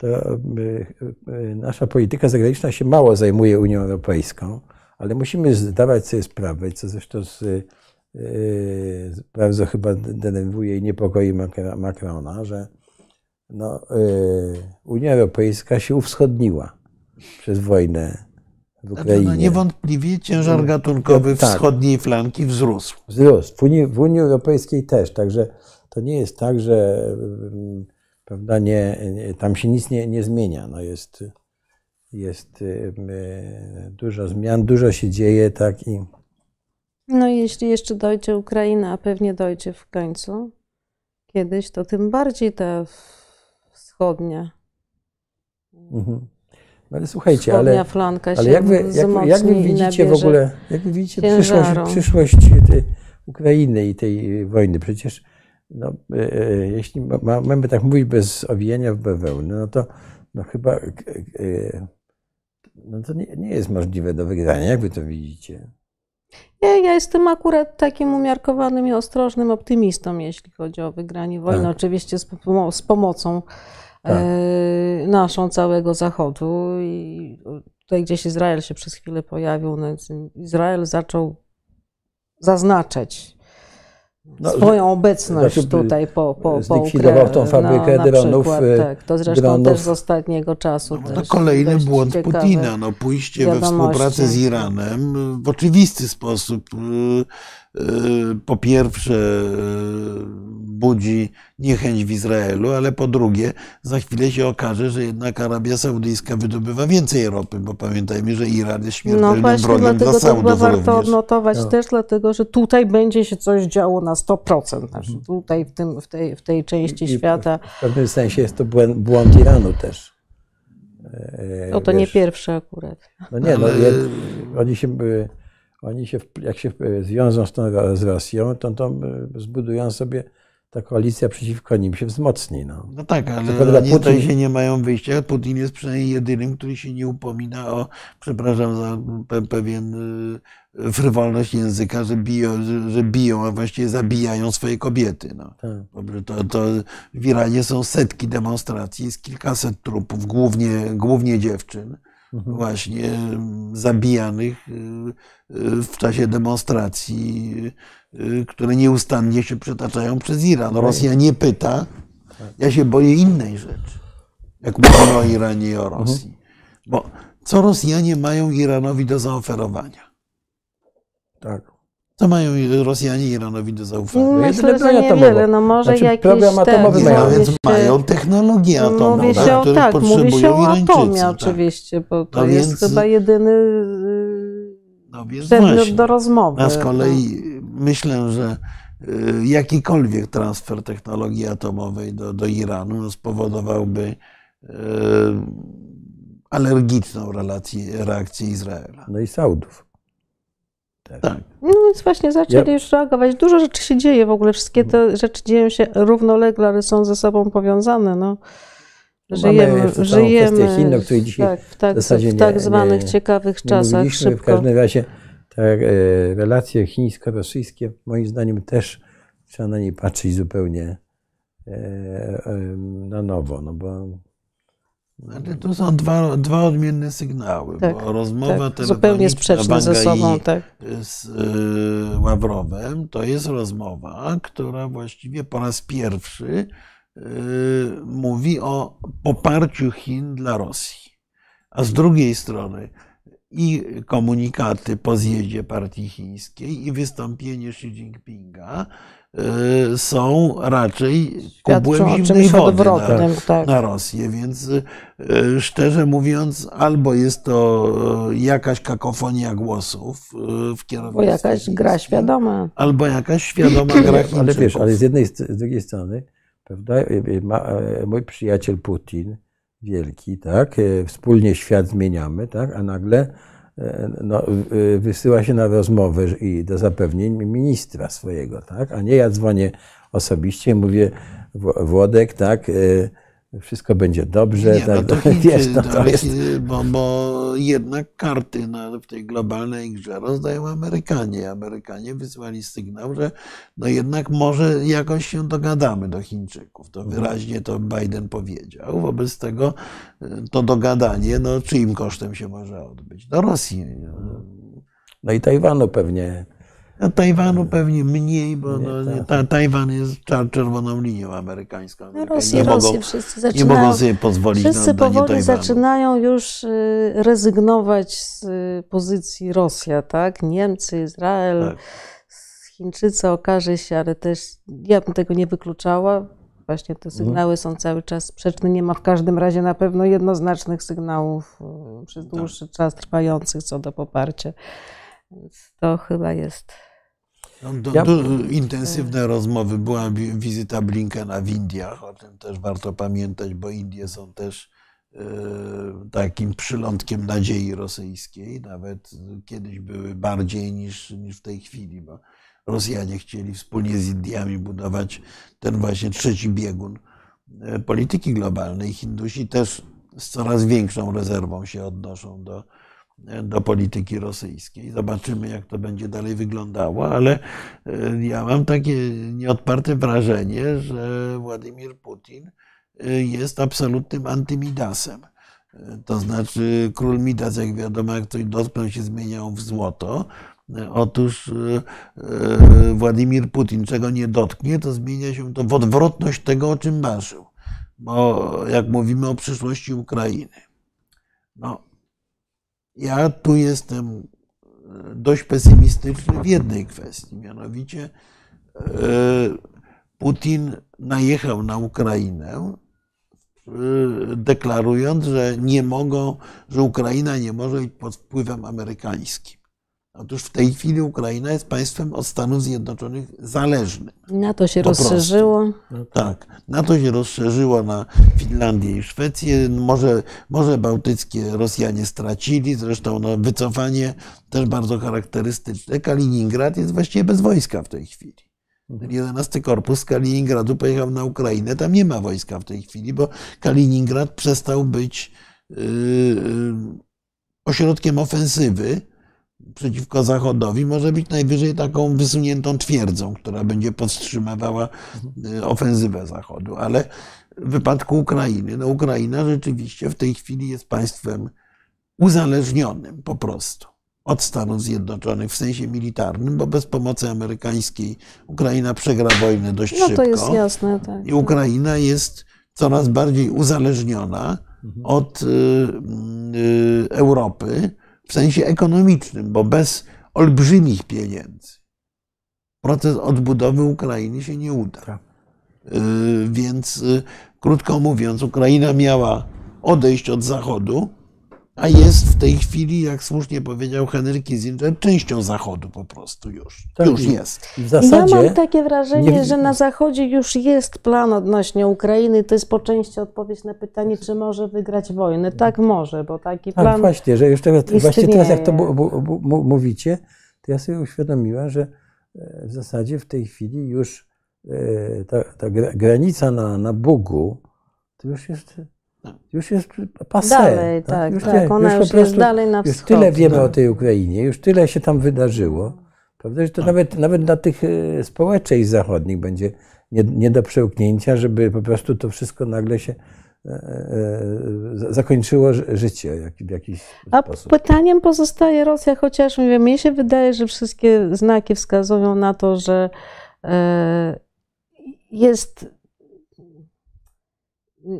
nasza polityka zagraniczna się mało zajmuje Unią Europejską, ale musimy zdawać sobie sprawę, co zresztą z, bardzo chyba denerwuje i niepokoi Macrona, że no, Unia Europejska się uwschodniła przez wojnę w Ukrainie. No niewątpliwie ciężar gatunkowy tak, wschodniej flanki wzrósł. Wzrósł. W Unii, w Unii Europejskiej też, także to nie jest tak, że prawda, nie, tam się nic nie, nie zmienia. No jest, jest dużo zmian, dużo się dzieje, tak i. No i jeśli jeszcze dojdzie Ukraina, a pewnie dojdzie w końcu kiedyś, to tym bardziej ta wschodnia. Mhm. Ale słuchajcie, Wschodnia ale, flanka się ale jak, wy, jak, jak wy widzicie w ogóle, jak wy widzicie przyszłość, przyszłość tej Ukrainy i tej wojny? Przecież no, e, jeśli ma, mamy tak mówić bez owijania w bawełnę, no to no chyba e, no to nie, nie jest możliwe do wygrania. Jak wy to widzicie? Ja, ja jestem akurat takim umiarkowanym i ostrożnym optymistą, jeśli chodzi o wygranie wojny. Tak. Oczywiście z, pomo z pomocą tak. e, naszą całego Zachodu. I tutaj gdzieś Izrael się przez chwilę pojawił. No, Izrael zaczął zaznaczać no, swoją obecność znaczy, tutaj po, po, zlikwidował po tą fabrykę no, dronów. Przykład, tak, to zresztą dronów. Też z ostatniego czasu. No, to kolejny błąd Putina. No, pójście we współpracę z Iranem w oczywisty sposób po pierwsze budzi niechęć w Izraelu, ale po drugie za chwilę się okaże, że jednak Arabia Saudyjska wydobywa więcej ropy, bo pamiętajmy, że Iran jest śmiertelną no właśnie, bronią dla Saudów. To chyba warto odnotować no. też, dlatego że tutaj będzie się coś działo na sto procent. Znaczy tutaj w, tym, w, tej, w tej części I, świata. W pewnym sensie jest to błąd, błąd Iranu też. No to Wiesz, nie pierwszy akurat. No nie, no, jed, oni się... Oni się, jak się zwiążą z, tą, z Rosją, to, to zbudują sobie, ta koalicja przeciwko nim się wzmocni. No, no tak, ale Tylko oni tutaj się nie mają wyjścia. Putin jest przynajmniej jedynym, który się nie upomina o, przepraszam za pe, pewien frywolność języka, że biją, że biją, a właściwie zabijają swoje kobiety. No. Tak. To, to w Iranie są setki demonstracji, jest kilkaset trupów, głównie, głównie dziewczyn. Mhm. Właśnie zabijanych w czasie demonstracji, które nieustannie się przetaczają przez Iran. Rosja nie pyta. Ja się boję innej rzeczy, jak mówimy o Iranie i o Rosji. Bo co Rosjanie mają Iranowi do zaoferowania? Tak. Co mają Rosjanie Iranowi do zaufania? Myślę, że niewiele. No może znaczy, jakieś program atomowy ten, mają. Więc mają technologię atomową, mówi się tak, o, tak, mówi się o atomie tak. oczywiście, bo to no jest więc, chyba jedyny no więc przedmiot właśnie, do rozmowy. A z kolei myślę, że jakikolwiek transfer technologii atomowej do, do Iranu spowodowałby alergiczną relację, reakcję Izraela. No i Saudów. Tak. tak. No więc właśnie zaczęli ja... już reagować. Dużo rzeczy się dzieje w ogóle. Wszystkie te rzeczy dzieją się równolegle, ale są ze sobą powiązane. No. Żyjemy, Mamy żyjemy Chin, o której dzisiaj tak, w tak, w, zasadzie w tak nie, zwanych nie, ciekawych nie czasach. W każdym razie te relacje chińsko-rosyjskie moim zdaniem też trzeba na nie patrzeć zupełnie na nowo. No bo Ale to są dwa, dwa odmienne sygnały, tak, bo rozmowa tak, zupełnie sprzeczne ze sobą, tak. z y, Ławrowem to jest rozmowa, która właściwie po raz pierwszy y, mówi o poparciu Chin dla Rosji. A z drugiej strony i komunikaty po zjeździe partii chińskiej, i wystąpienie Xi Jinpinga są raczej kubłem zimnej wody na, tak. na Rosję. Więc szczerze mówiąc, albo jest to jakaś kakofonia głosów w kierownictwie, albo jakaś gra świadoma. Albo jakaś świadoma gra Chińczyków. Ale wiesz, ale z jednej, z drugiej strony, prawda, ma, mój przyjaciel Putin, wielki, tak, wspólnie świat zmieniamy, tak, a nagle no, wysyła się na rozmowę i do zapewnień ministra swojego, tak? A nie ja dzwonię osobiście, mówię Włodek, tak, wszystko będzie dobrze. Nie, tak, no to Chińcy, wiesz, no to jest... bo, bo jednak karty na, w tej globalnej grze rozdają Amerykanie. Amerykanie wysłali sygnał, że no jednak może jakoś się dogadamy do Chińczyków. To wyraźnie to Biden powiedział. Wobec tego to dogadanie, no czyim kosztem się może odbyć? Do Rosji. No i Tajwanu pewnie. A Tajwanu pewnie mniej, bo no, ta, Tajwan jest czerwoną linią amerykańską. Amerykanie Rosję, nie, Rosję, mogą, wszyscy zaczynają, nie mogą sobie pozwolić wszyscy na oddanie powoli Tajwanu. zaczynają już rezygnować z pozycji Rosja, tak? Niemcy, Izrael, tak. Chińczycy, okaże się, ale też ja bym tego nie wykluczała. Właśnie te sygnały są cały czas sprzeczne. Nie ma w każdym razie na pewno jednoznacznych sygnałów przez dłuższy tak. czas trwających co do poparcia. Więc to chyba jest... No, do, do, intensywne rozmowy. Była wizyta Blinkena w Indiach, o tym też warto pamiętać, bo Indie są też e, takim przylądkiem nadziei rosyjskiej, nawet kiedyś były bardziej niż, niż w tej chwili, bo Rosjanie chcieli wspólnie z Indiami budować ten właśnie trzeci biegun polityki globalnej. Hindusi też z coraz większą rezerwą się odnoszą do do polityki rosyjskiej. Zobaczymy, jak to będzie dalej wyglądało, ale ja mam takie nieodparte wrażenie, że Władimir Putin jest absolutnym antymidasem. To znaczy król Midas, jak wiadomo, jak coś dotknął, się zmieniał w złoto. Otóż Władimir Putin, czego nie dotknie, to zmienia się to w odwrotność tego, o czym marzył. Bo jak mówimy o przyszłości Ukrainy, no ja tu jestem dość pesymistyczny w jednej kwestii, mianowicie Putin najechał na Ukrainę, deklarując, że nie mogą, że Ukraina nie może być pod wpływem amerykańskim. Otóż w tej chwili Ukraina jest państwem od Stanów Zjednoczonych zależnym. NATO się rozszerzyło. Tak, NATO się rozszerzyło na Finlandię i Szwecję. Morze, Morze Bałtyckie Rosjanie stracili, zresztą no, wycofanie też bardzo charakterystyczne. Kaliningrad jest właściwie bez wojska w tej chwili. Ten jedenasty Korpus z Kaliningradu pojechał na Ukrainę, tam nie ma wojska w tej chwili, bo Kaliningrad przestał być yy, ośrodkiem ofensywy przeciwko Zachodowi, może być najwyżej taką wysuniętą twierdzą, która będzie powstrzymywała ofensywę Zachodu. Ale w wypadku Ukrainy, no Ukraina rzeczywiście w tej chwili jest państwem uzależnionym po prostu od Stanów Zjednoczonych w sensie militarnym, bo bez pomocy amerykańskiej Ukraina przegra wojnę dość no, szybko. To jest jasne, tak. I Ukraina jest coraz bardziej uzależniona od y, y, Europy, w sensie ekonomicznym, bo bez olbrzymich pieniędzy proces odbudowy Ukrainy się nie uda. Więc krótko mówiąc, Ukraina miała odejść od Zachodu, a jest w tej chwili, jak słusznie powiedział Henry Kissinger, częścią Zachodu po prostu już. Tak, już jest. W zasadzie ja mam takie wrażenie, nie... że na Zachodzie już jest plan odnośnie Ukrainy. To jest po części odpowiedź na pytanie, czy może wygrać wojnę. Tak może, bo taki plan Tak, właśnie, że już teraz, istnieje. właśnie teraz jak to bu, bu, bu, mówicie, to ja sobie uświadomiłam, że w zasadzie w tej chwili już ta, ta granica na, na Bugu to już jest... Już jest passé. Dalej, tak, tak, już, tak. nie, Ona już, już jest dalej na wschód. Już tyle wiemy tak. o tej Ukrainie, już tyle się tam wydarzyło, prawda, że to nawet, nawet dla tych społeczeństw zachodnich będzie nie, nie do przełknięcia, żeby po prostu to wszystko nagle się e, e, zakończyło życie jak, w jakiś A sposób. pytaniem pozostaje Rosja, chociaż mówię, mnie się wydaje, że wszystkie znaki wskazują na to, że e, jest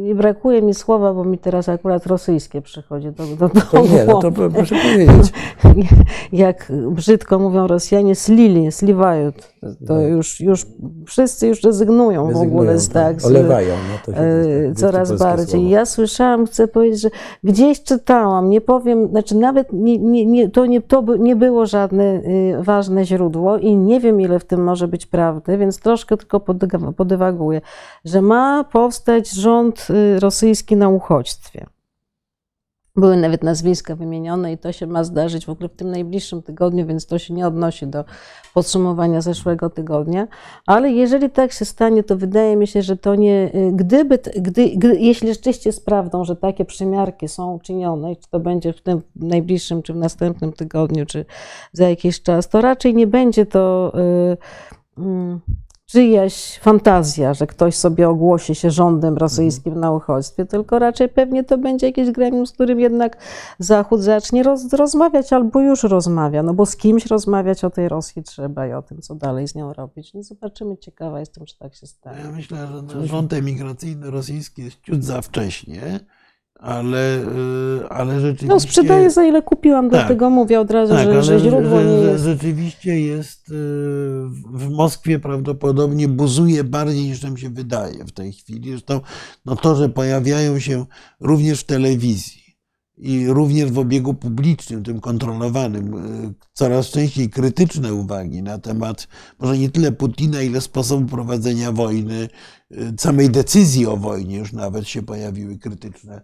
nie brakuje mi słowa, bo mi teraz akurat rosyjskie przychodzi do, do, do to nie, no to proszę powiedzieć. Jak brzydko mówią Rosjanie, slili, sliwają. To no. już, już wszyscy już rezygnują, rezygnują w ogóle z tak. Olewają. No to się e, coraz bardziej. Słowo. Ja słyszałam, chcę powiedzieć, że gdzieś czytałam, nie powiem, znaczy nawet nie, nie, nie, to, nie, to nie było żadne y, ważne źródło i nie wiem, ile w tym może być prawdy, więc troszkę tylko podywaguję, że ma powstać rząd y, rosyjski na uchodźstwie. Były nawet nazwiska wymienione i to się ma zdarzyć w ogóle w tym najbliższym tygodniu, więc to się nie odnosi do podsumowania zeszłego tygodnia. Ale jeżeli tak się stanie, to wydaje mi się, że to nie... Gdyby, gdy, gdy, jeśli rzeczywiście jest prawdą, że takie przymiarki są uczynione, czy to będzie w tym najbliższym, czy w następnym tygodniu, czy za jakiś czas, to raczej nie będzie to... Yy, yy, czyjaś fantazja, że ktoś sobie ogłosi się rządem rosyjskim na uchodźstwie, tylko raczej pewnie to będzie jakieś gremium, z którym jednak Zachód zacznie roz, rozmawiać albo już rozmawia, no bo z kimś rozmawiać o tej Rosji trzeba i o tym, co dalej z nią robić. No zobaczymy, ciekawa jestem, czy tak się stanie. Ja myślę, że rząd emigracyjny rosyjski jest ciut za wcześnie, ale, ale rzeczywiście... No sprzedaję za ile kupiłam, tak, dlatego mówię od razu, tak, że, że źródło że, nie jest... Rzeczywiście jest w Moskwie prawdopodobnie buzuje bardziej niż nam się wydaje w tej chwili. Zresztą no to, że pojawiają się również w telewizji i również w obiegu publicznym, tym kontrolowanym, coraz częściej krytyczne uwagi na temat może nie tyle Putina, ile sposobu prowadzenia wojny, samej decyzji o wojnie już nawet się pojawiły krytyczne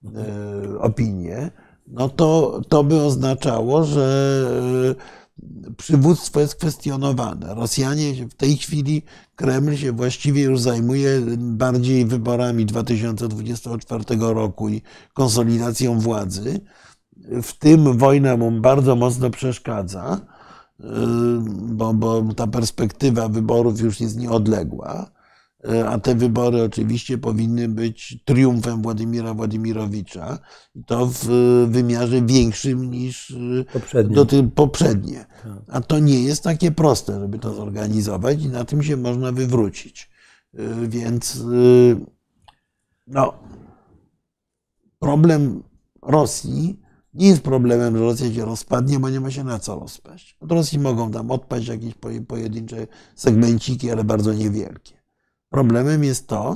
opinie, no to, to by oznaczało, że przywództwo jest kwestionowane. Rosjanie w tej chwili, Kreml się właściwie już zajmuje bardziej wyborami dwa tysiące dwudziestego czwartego roku i konsolidacją władzy. W tym wojna mu bardzo mocno przeszkadza, bo, bo ta perspektywa wyborów już jest nieodległa. A te wybory oczywiście powinny być triumfem Władimira Władimirowicza i to w wymiarze większym niż poprzednie. Do ty, poprzednie. A to nie jest takie proste, żeby to zorganizować i na tym się można wywrócić. Więc no, problem Rosji nie jest problemem, że Rosja się rozpadnie, bo nie ma się na co rozpaść. Od Rosji mogą tam odpaść jakieś pojedyncze segmenciki, ale bardzo niewielkie. Problemem jest to,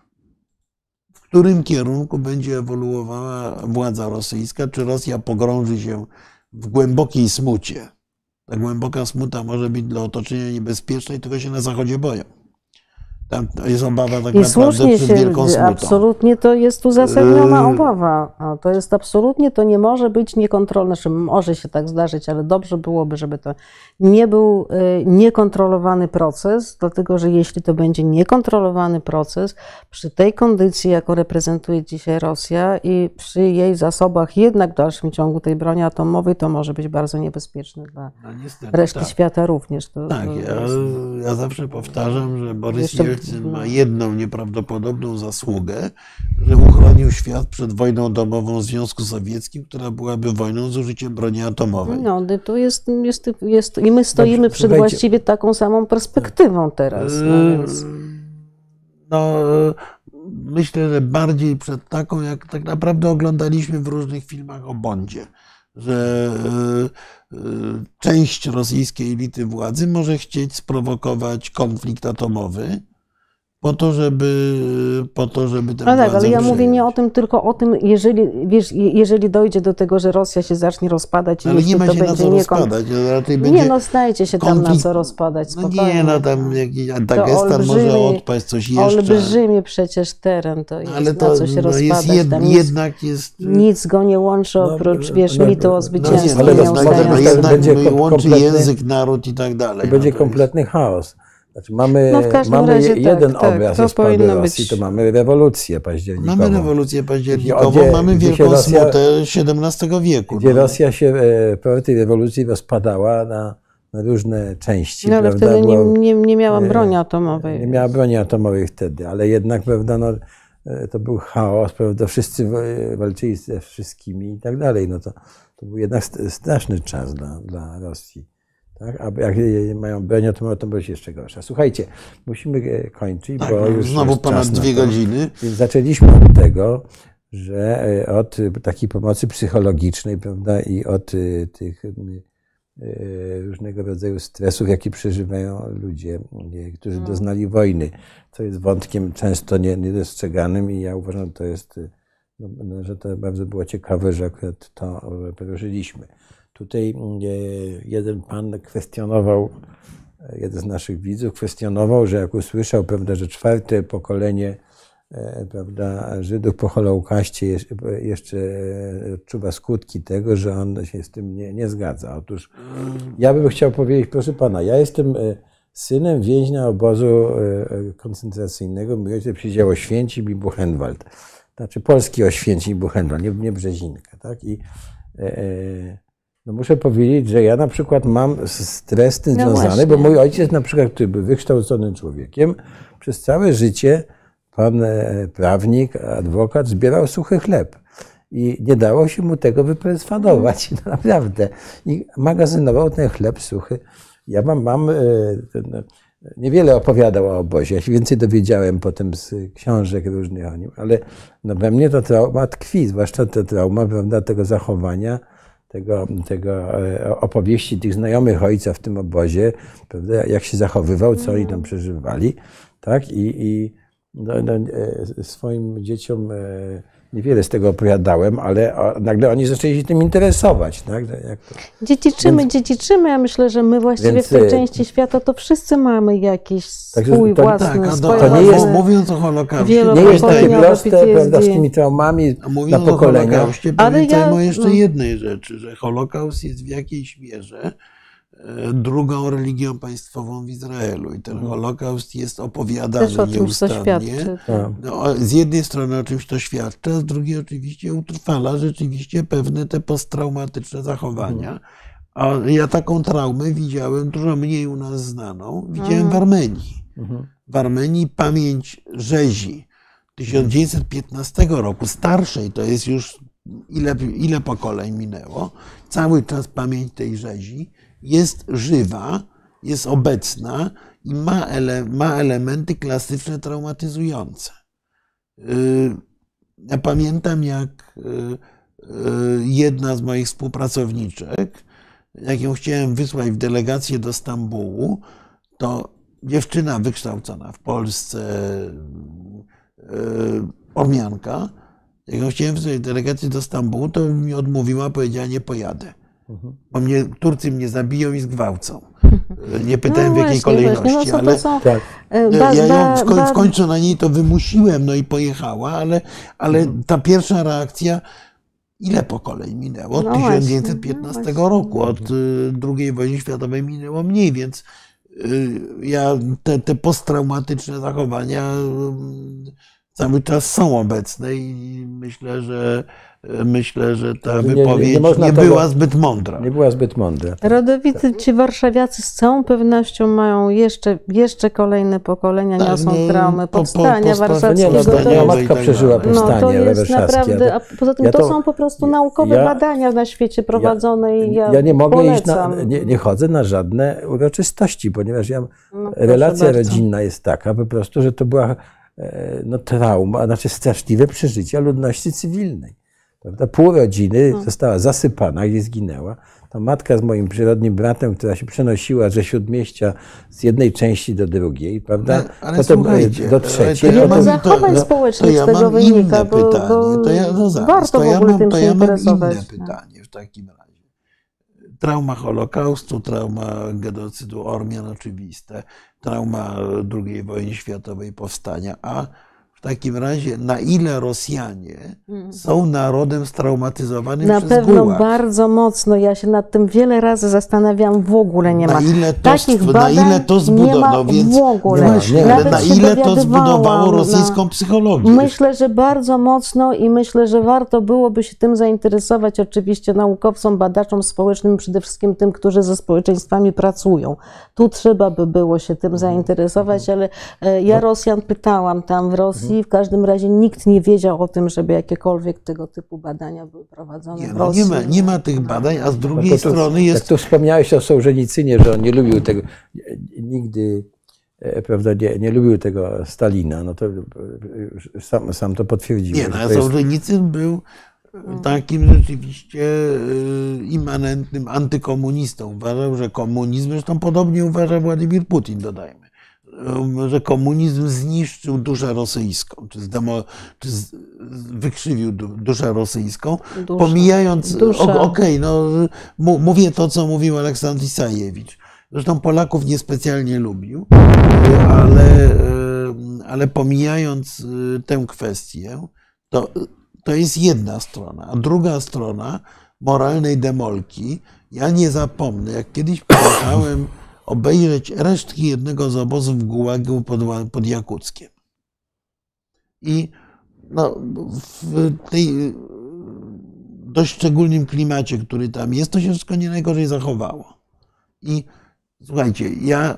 w którym kierunku będzie ewoluowała władza rosyjska, czy Rosja pogrąży się w głębokiej smucie. Ta głęboka smuta może być dla otoczenia niebezpiecznej, tylko się na Zachodzie boją. Tam jest obawa tak I naprawdę przed wielką smutą. Absolutnie to jest uzasadniona obawa. To jest absolutnie, to nie może być niekontrolne, znaczy może się tak zdarzyć, ale dobrze byłoby, żeby to nie był niekontrolowany proces, dlatego że jeśli to będzie niekontrolowany proces, przy tej kondycji, jaką reprezentuje dzisiaj Rosja i przy jej zasobach jednak w dalszym ciągu tej broni atomowej, to może być bardzo niebezpieczne dla no niestety, reszty tak. świata również. To, tak, to ja, ja zawsze powtarzam, że Borys Jelcyn ma jedną nieprawdopodobną zasługę, że uchronił świat przed wojną domową w Związku Sowieckim, która byłaby wojną z użyciem broni atomowej. No, to jest, jest, jest i my stoimy Dobrze, przed słuchajcie. właściwie taką samą perspektywą teraz. No, więc... no, myślę, że bardziej przed taką, jak tak naprawdę oglądaliśmy w różnych filmach o Bondzie, że część rosyjskiej elity władzy może chcieć sprowokować konflikt atomowy, po to, żeby, po to, żeby tę No tak, ale ja przejąć. mówię nie o tym, tylko o tym, jeżeli, wiesz, jeżeli dojdzie do tego, że Rosja się zacznie rozpadać i ale jeśli nie ma to się będzie na co nie rozpadać. Nie, będzie no znajdzie się konflikt. tam na co rozpadać. Spokojnie. No nie, no tam jakiś Dagestan może odpaść, coś jeszcze. Olbrzymi przecież teren to jest, ale to, na co się no rozpadać. Jest jed, tam jednak jest... Nic go nie łączy oprócz, no, wiesz, no, mitu o zwycięstwie. No, ale no, jednak będzie łączy język, naród i tak dalej. Będzie no, kompletny jest... chaos. Znaczy mamy no w każdym mamy razie jeden tak, obraz tak, rozpadu Rosji, być... to mamy rewolucję październikową. Mamy rewolucję październikową, gdzie, mamy gdzie wielką Rosja, smutę siedemnastego wieku. Gdzie no. Rosja się po tej rewolucji rozpadała na, na różne części. No ale prawda? wtedy nie, Było, nie, nie miała broni atomowej. Nie miała broni atomowej wtedy, ale jednak prawda, no, to był chaos, prawda? Wszyscy walczyli ze wszystkimi i tak dalej. No to, to był jednak straszny czas dla, dla Rosji. Tak? A jak mają bronią, to, to będzie jeszcze gorsza. Słuchajcie, musimy kończyć, tak, bo już znowu jest ponad dwie godziny. Więc zaczęliśmy od tego, że od takiej pomocy psychologicznej, prawda, i od tych różnego rodzaju stresów, jakie przeżywają ludzie, którzy doznali wojny, co jest wątkiem często niedostrzeganym i ja uważam, że to jest, no, że to bardzo było ciekawe, że akurat to poruszyliśmy. Tutaj jeden pan kwestionował, jeden z naszych widzów kwestionował, że jak usłyszał, prawda, że czwarte pokolenie, prawda, Żydów po Holokauście jeszcze odczuwa skutki tego, że on się z tym nie, nie zgadza. Otóż ja bym chciał powiedzieć, proszę pana, ja jestem synem więźnia obozu koncentracyjnego, mój ojciec przyjdzie Oświęcim i Buchenwald. Znaczy polski Oświęcim i Buchenwald, nie, nie Brzezinka. Tak? I e, no muszę powiedzieć, że ja na przykład mam stres z tym no związany, właśnie. bo mój ojciec na przykład, który był wykształconym człowiekiem, przez całe życie pan prawnik, adwokat zbierał suchy chleb i nie dało się mu tego wyperswadować, no naprawdę. I magazynował ten chleb suchy. Ja mam, mam ten, niewiele opowiadał o obozie, ja się więcej dowiedziałem potem z książek różnych o nim, ale no we mnie to trauma tkwi, zwłaszcza ta trauma, prawda, tego zachowania, tego, tego opowieści tych znajomych ojca w tym obozie, prawda, jak się zachowywał, co oni tam przeżywali, tak, i, i no, no, swoim dzieciom niewiele z tego opowiadałem, ale nagle oni zaczęli się tym interesować. Tak? Jak to... Dziedziczymy, Więc... dziedziczymy. Ja myślę, że my właściwie Więc... w tej części świata to wszyscy mamy jakiś Także swój to, własny, tak, swoje to, nie jest, mówiąc o Holokauście, nie jest takie Wielopokoleniowe proste, P T S D. prawda, z tymi traumami mówiąc na pokolenia. o Holokauście, Ale pamiętajmy ja- o jeszcze no. jednej rzeczy, że Holokaust jest w jakiejś mierze e, drugą religią państwową w Izraelu i ten Holokaust jest opowiadany Też o czymś to nieustannie. świadczy. Tak. No, z jednej strony o czymś to świadczy, a z drugiej oczywiście utrwala rzeczywiście pewne te posttraumatyczne zachowania. A ja taką traumę widziałem dużo mniej u nas znaną. Widziałem w Armenii. W Armenii pamięć rzezi tysiąc dziewięćset piętnastego roku, starszej, to jest już ile, ile pokoleń minęło, cały czas pamięć tej rzezi jest żywa, jest obecna i ma, ele, ma elementy klasyczne traumatyzujące. Ja pamiętam, jak jedna z moich współpracowniczek, jak ją chciałem wysłać w delegację do Stambułu, to dziewczyna wykształcona w Polsce, Ormianka, jak ją chciałem wysłać w delegację do Stambułu, to mi odmówiła, powiedziała, nie pojadę. Bo mnie, Turcy mnie zabiją i zgwałcą. Nie pytałem No w jakiej właśnie, kolejności, właśnie, no, ale to są, Tak. e, ja ba- ją ba- w, koń, ba- w końcu na niej to wymusiłem, no i pojechała, ale, ale ta pierwsza reakcja, ile pokoleń minęło? Od No tysiąc dziewięćset właśnie, piętnastego no roku, od y, drugiej wojny światowej minęło mniej, więc y, ja te, te posttraumatyczne zachowania y, cały czas są obecne i myślę, że myślę, że ta Nie- nie- nie wypowiedź nie, można tego- była zbyt mądra. Nie była zbyt mądra. Rodowicy ci warszawiacy z całą pewnością mają jeszcze, jeszcze kolejne pokolenia, Tak, niosą no, traumy po- po- powstania po- po- warszawskiego. Nie, no, to to moja Powstaniowe jest, i matka tak przeżyła dalej. no, to powstanie jest warszawskie. naprawdę, a poza tym Ja to, to- są po prostu naukowe ja- badania na świecie prowadzone i ja, Ja nie mogę iść na, polecam. nie, nie chodzę na żadne uroczystości, ponieważ ja, No, proszę relacja bardzo. rodzinna jest taka po prostu, że to była e, no, trauma, znaczy straszliwe przeżycia ludności cywilnej. Prawda? Pół rodziny została zasypana, gdzie zginęła. To matka z moim przyrodnim bratem, która się przenosiła ze Śródmieścia z jednej części do drugiej, prawda? Ale- ale Potem słuchajcie, do trzeciej. to ja Wiele mam- zachowań to- społecznych to ja z tego mam wynika, inne bo, pytanie. bo To ja, no zaraz, warto to w ja ogóle mam, tym to się ja mam interesować. inne pytanie w takim razie. Trauma Holokaustu, trauma genocydu Ormian oczywiste, trauma drugiej wojny światowej, powstania, a w takim razie na ile Rosjanie są narodem straumatyzowanym Na przez pewno Gułag? bardzo mocno. Ja się nad tym wiele razy zastanawiam. W ogóle nie Na ma ile to takich stw- badań. na ile to nie zbudowano, ma no więc w ogóle. nie właśnie, ale Nawet na się ile to dowiadywałam zbudowało na- rosyjską psychologię? Myślę, że bardzo mocno i myślę, że warto byłoby się tym zainteresować oczywiście naukowcom, badaczom społecznym, przede wszystkim tym, którzy ze społeczeństwami pracują. Tu trzeba by było się tym zainteresować, ale e, ja Rosjan pytałam tam w Rosji, Rosji. W każdym razie nikt nie wiedział o tym, żeby jakiekolwiek tego typu badania były prowadzone Nie, w no, Rosji. nie, ma, nie ma tych badań, a z drugiej No to, to, strony jest... Jak tu wspomniałeś o Sołżenicynie, że on nie lubił tego, nigdy prawda, nie, nie lubił tego Stalina, no to sam, sam to potwierdził. Nie, no, a jest... Sołżenicyn był takim rzeczywiście immanentnym antykomunistą. Uważał, że komunizm, zresztą podobnie uważa Władimir Putin, dodajmy, że komunizm zniszczył duszę rosyjską, czy, zdemo, czy z, wykrzywił duszę rosyjską, dusza, pomijając, okej, okay, no, mówię to, co mówił Aleksandr Isajewicz. Zresztą Polaków niespecjalnie lubił, ale, ale pomijając tę kwestię, to, to jest jedna strona. A druga strona moralnej demolki, ja nie zapomnę, jak kiedyś pojechałem obejrzeć resztki jednego z obozów gułagu pod, pod Jakuckiem. I no, w tej dość szczególnym klimacie, który tam jest, to się wszystko nie najgorzej zachowało. I słuchajcie, ja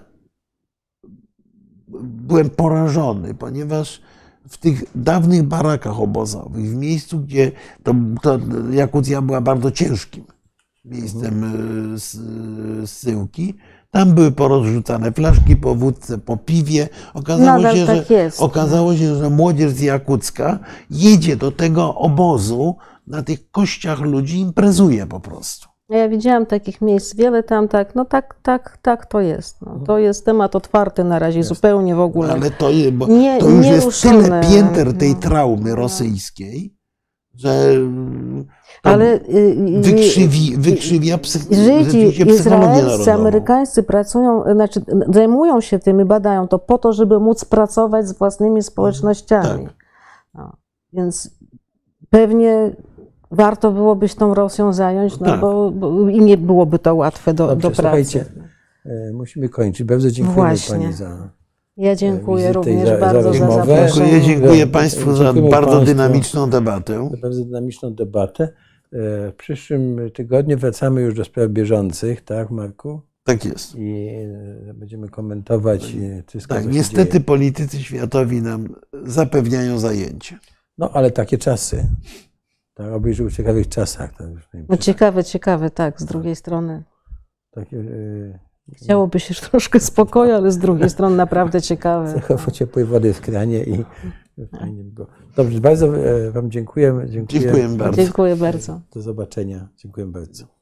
byłem porażony, ponieważ w tych dawnych barakach obozowych, w miejscu, gdzie to, to Jakucja była bardzo ciężkim miejscem zsyłki, tam były porozrzucane flaszki po wódce, po piwie. Okazało się, tak że, jest. okazało się, że młodzież z Jakucka jedzie do tego obozu, na tych kościach ludzi imprezuje po prostu. Ja widziałam takich miejsc wiele tam, tak, no tak, tak, tak to jest. No, to jest temat otwarty na razie, jest. Zupełnie w ogóle. Ale to, jest, bo nie, to już jest ruszone. Tyle pięter tej no, traumy no. rosyjskiej, że ale wykrzywi, wykrzywia psych, Żydzi izraelscy, amerykańscy pracują, znaczy zajmują się tym i badają to po to, żeby móc pracować z własnymi społecznościami. Tak. No, więc pewnie warto byłoby się tą Rosją zająć, no tak. bo, bo i nie byłoby to łatwe do, Dobrze, do pracy. Musimy kończyć. Bardzo dziękuję Właśnie. Pani za Ja dziękuję również za, bardzo za, za rozmowę. zaproszenie. Dziękuję, dziękuję Państwu za Dziękujemy bardzo Państwu dynamiczną debatę. Za bardzo dynamiczną debatę. W przyszłym tygodniu wracamy już do spraw bieżących, tak, Marku? Tak jest. I będziemy komentować wszystko, tak, co się niestety dzieje. politycy światowi nam zapewniają zajęcie. No, ale takie czasy. Tak, oby żył w ciekawych czasach. To już No ciekawe, ciekawe, tak, z drugiej strony. Takie, yy, Chciałoby się troszkę spokoju, ale z drugiej strony naprawdę ciekawe. Trochę ciepłej wody w kranie i fajnie by było. Dobrze, bardzo Wam dziękuję. Dziękuję, Dziękuję bardzo. Dziękuję bardzo. Do zobaczenia. Dziękuję bardzo.